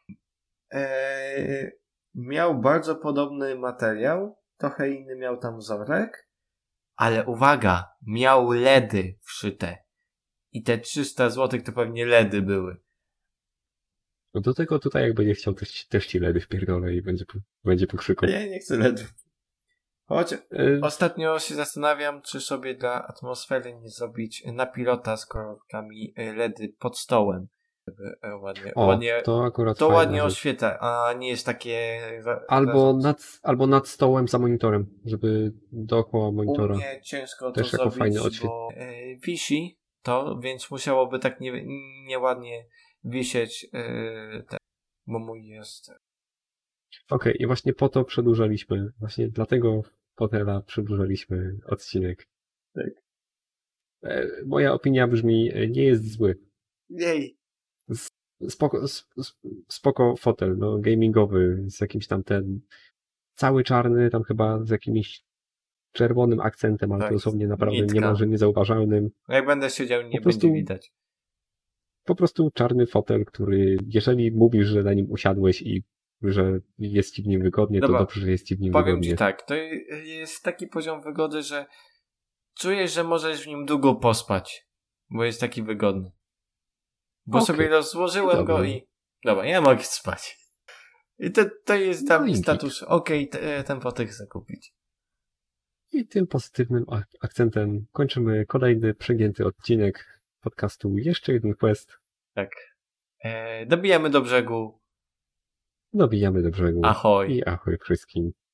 e, miał bardzo podobny materiał, trochę inny miał tam wzorek, ale uwaga, miał ledy wszyte. I te trzysta złotych to pewnie ledy były. No do tego tutaj jak będzie chciał, też, też ci ledy wpierdolę i będzie, będzie pokrzyką. Ja nie chcę ledów. Choć E, ostatnio się zastanawiam, czy sobie dla atmosfery nie zrobić na pilota z kolorkami ledy pod stołem. Żeby e, ładnie, o, ładnie, to akurat to fajna ładnie rzecz. oświetla, a nie jest takie... Za, Albo za- nad, albo nad stołem za monitorem, żeby dookoła U monitora. mnie ciężko Też to jako zrobić, fajny odświet- bo e, wisi to, więc musiałoby tak nie, nieładnie wisieć e, te, bo mój jest... Okej, i właśnie po to przedłużaliśmy, właśnie dlatego fotela przedłużaliśmy odcinek. Tak. E, moja opinia brzmi, e, nie jest zły. Jej! Spoko, s- s- spoko fotel, no gamingowy, z jakimś tam ten, cały czarny, tam chyba z jakimś czerwonym akcentem, ale Tak, to dosłownie naprawdę nitka. niemalże niezauważalnym. Jak będę siedział, nie Po prostu- będzie widać. Po prostu czarny fotel, który, jeżeli mówisz, że na nim usiadłeś i że jest ci w nim wygodnie, Dobra, to dobrze, że jest ci w nim Powiem wygodnie. ci tak, to jest taki poziom wygody, że czujesz, że możesz w nim długo pospać, bo jest taki wygodny. Bo Okej. sobie rozłożyłem Dobra. go i... Dobra, ja mogę spać. I to, to jest dla No mnie i status, okej, te- ten fotek chcę kupić. I tym pozytywnym ak- akcentem kończymy kolejny przegięty odcinek podcastu Jeszcze jeden quest. Tak. E, dobijamy do brzegu. Dobijamy do brzegu. Ahoj. I ahoj wszystkim.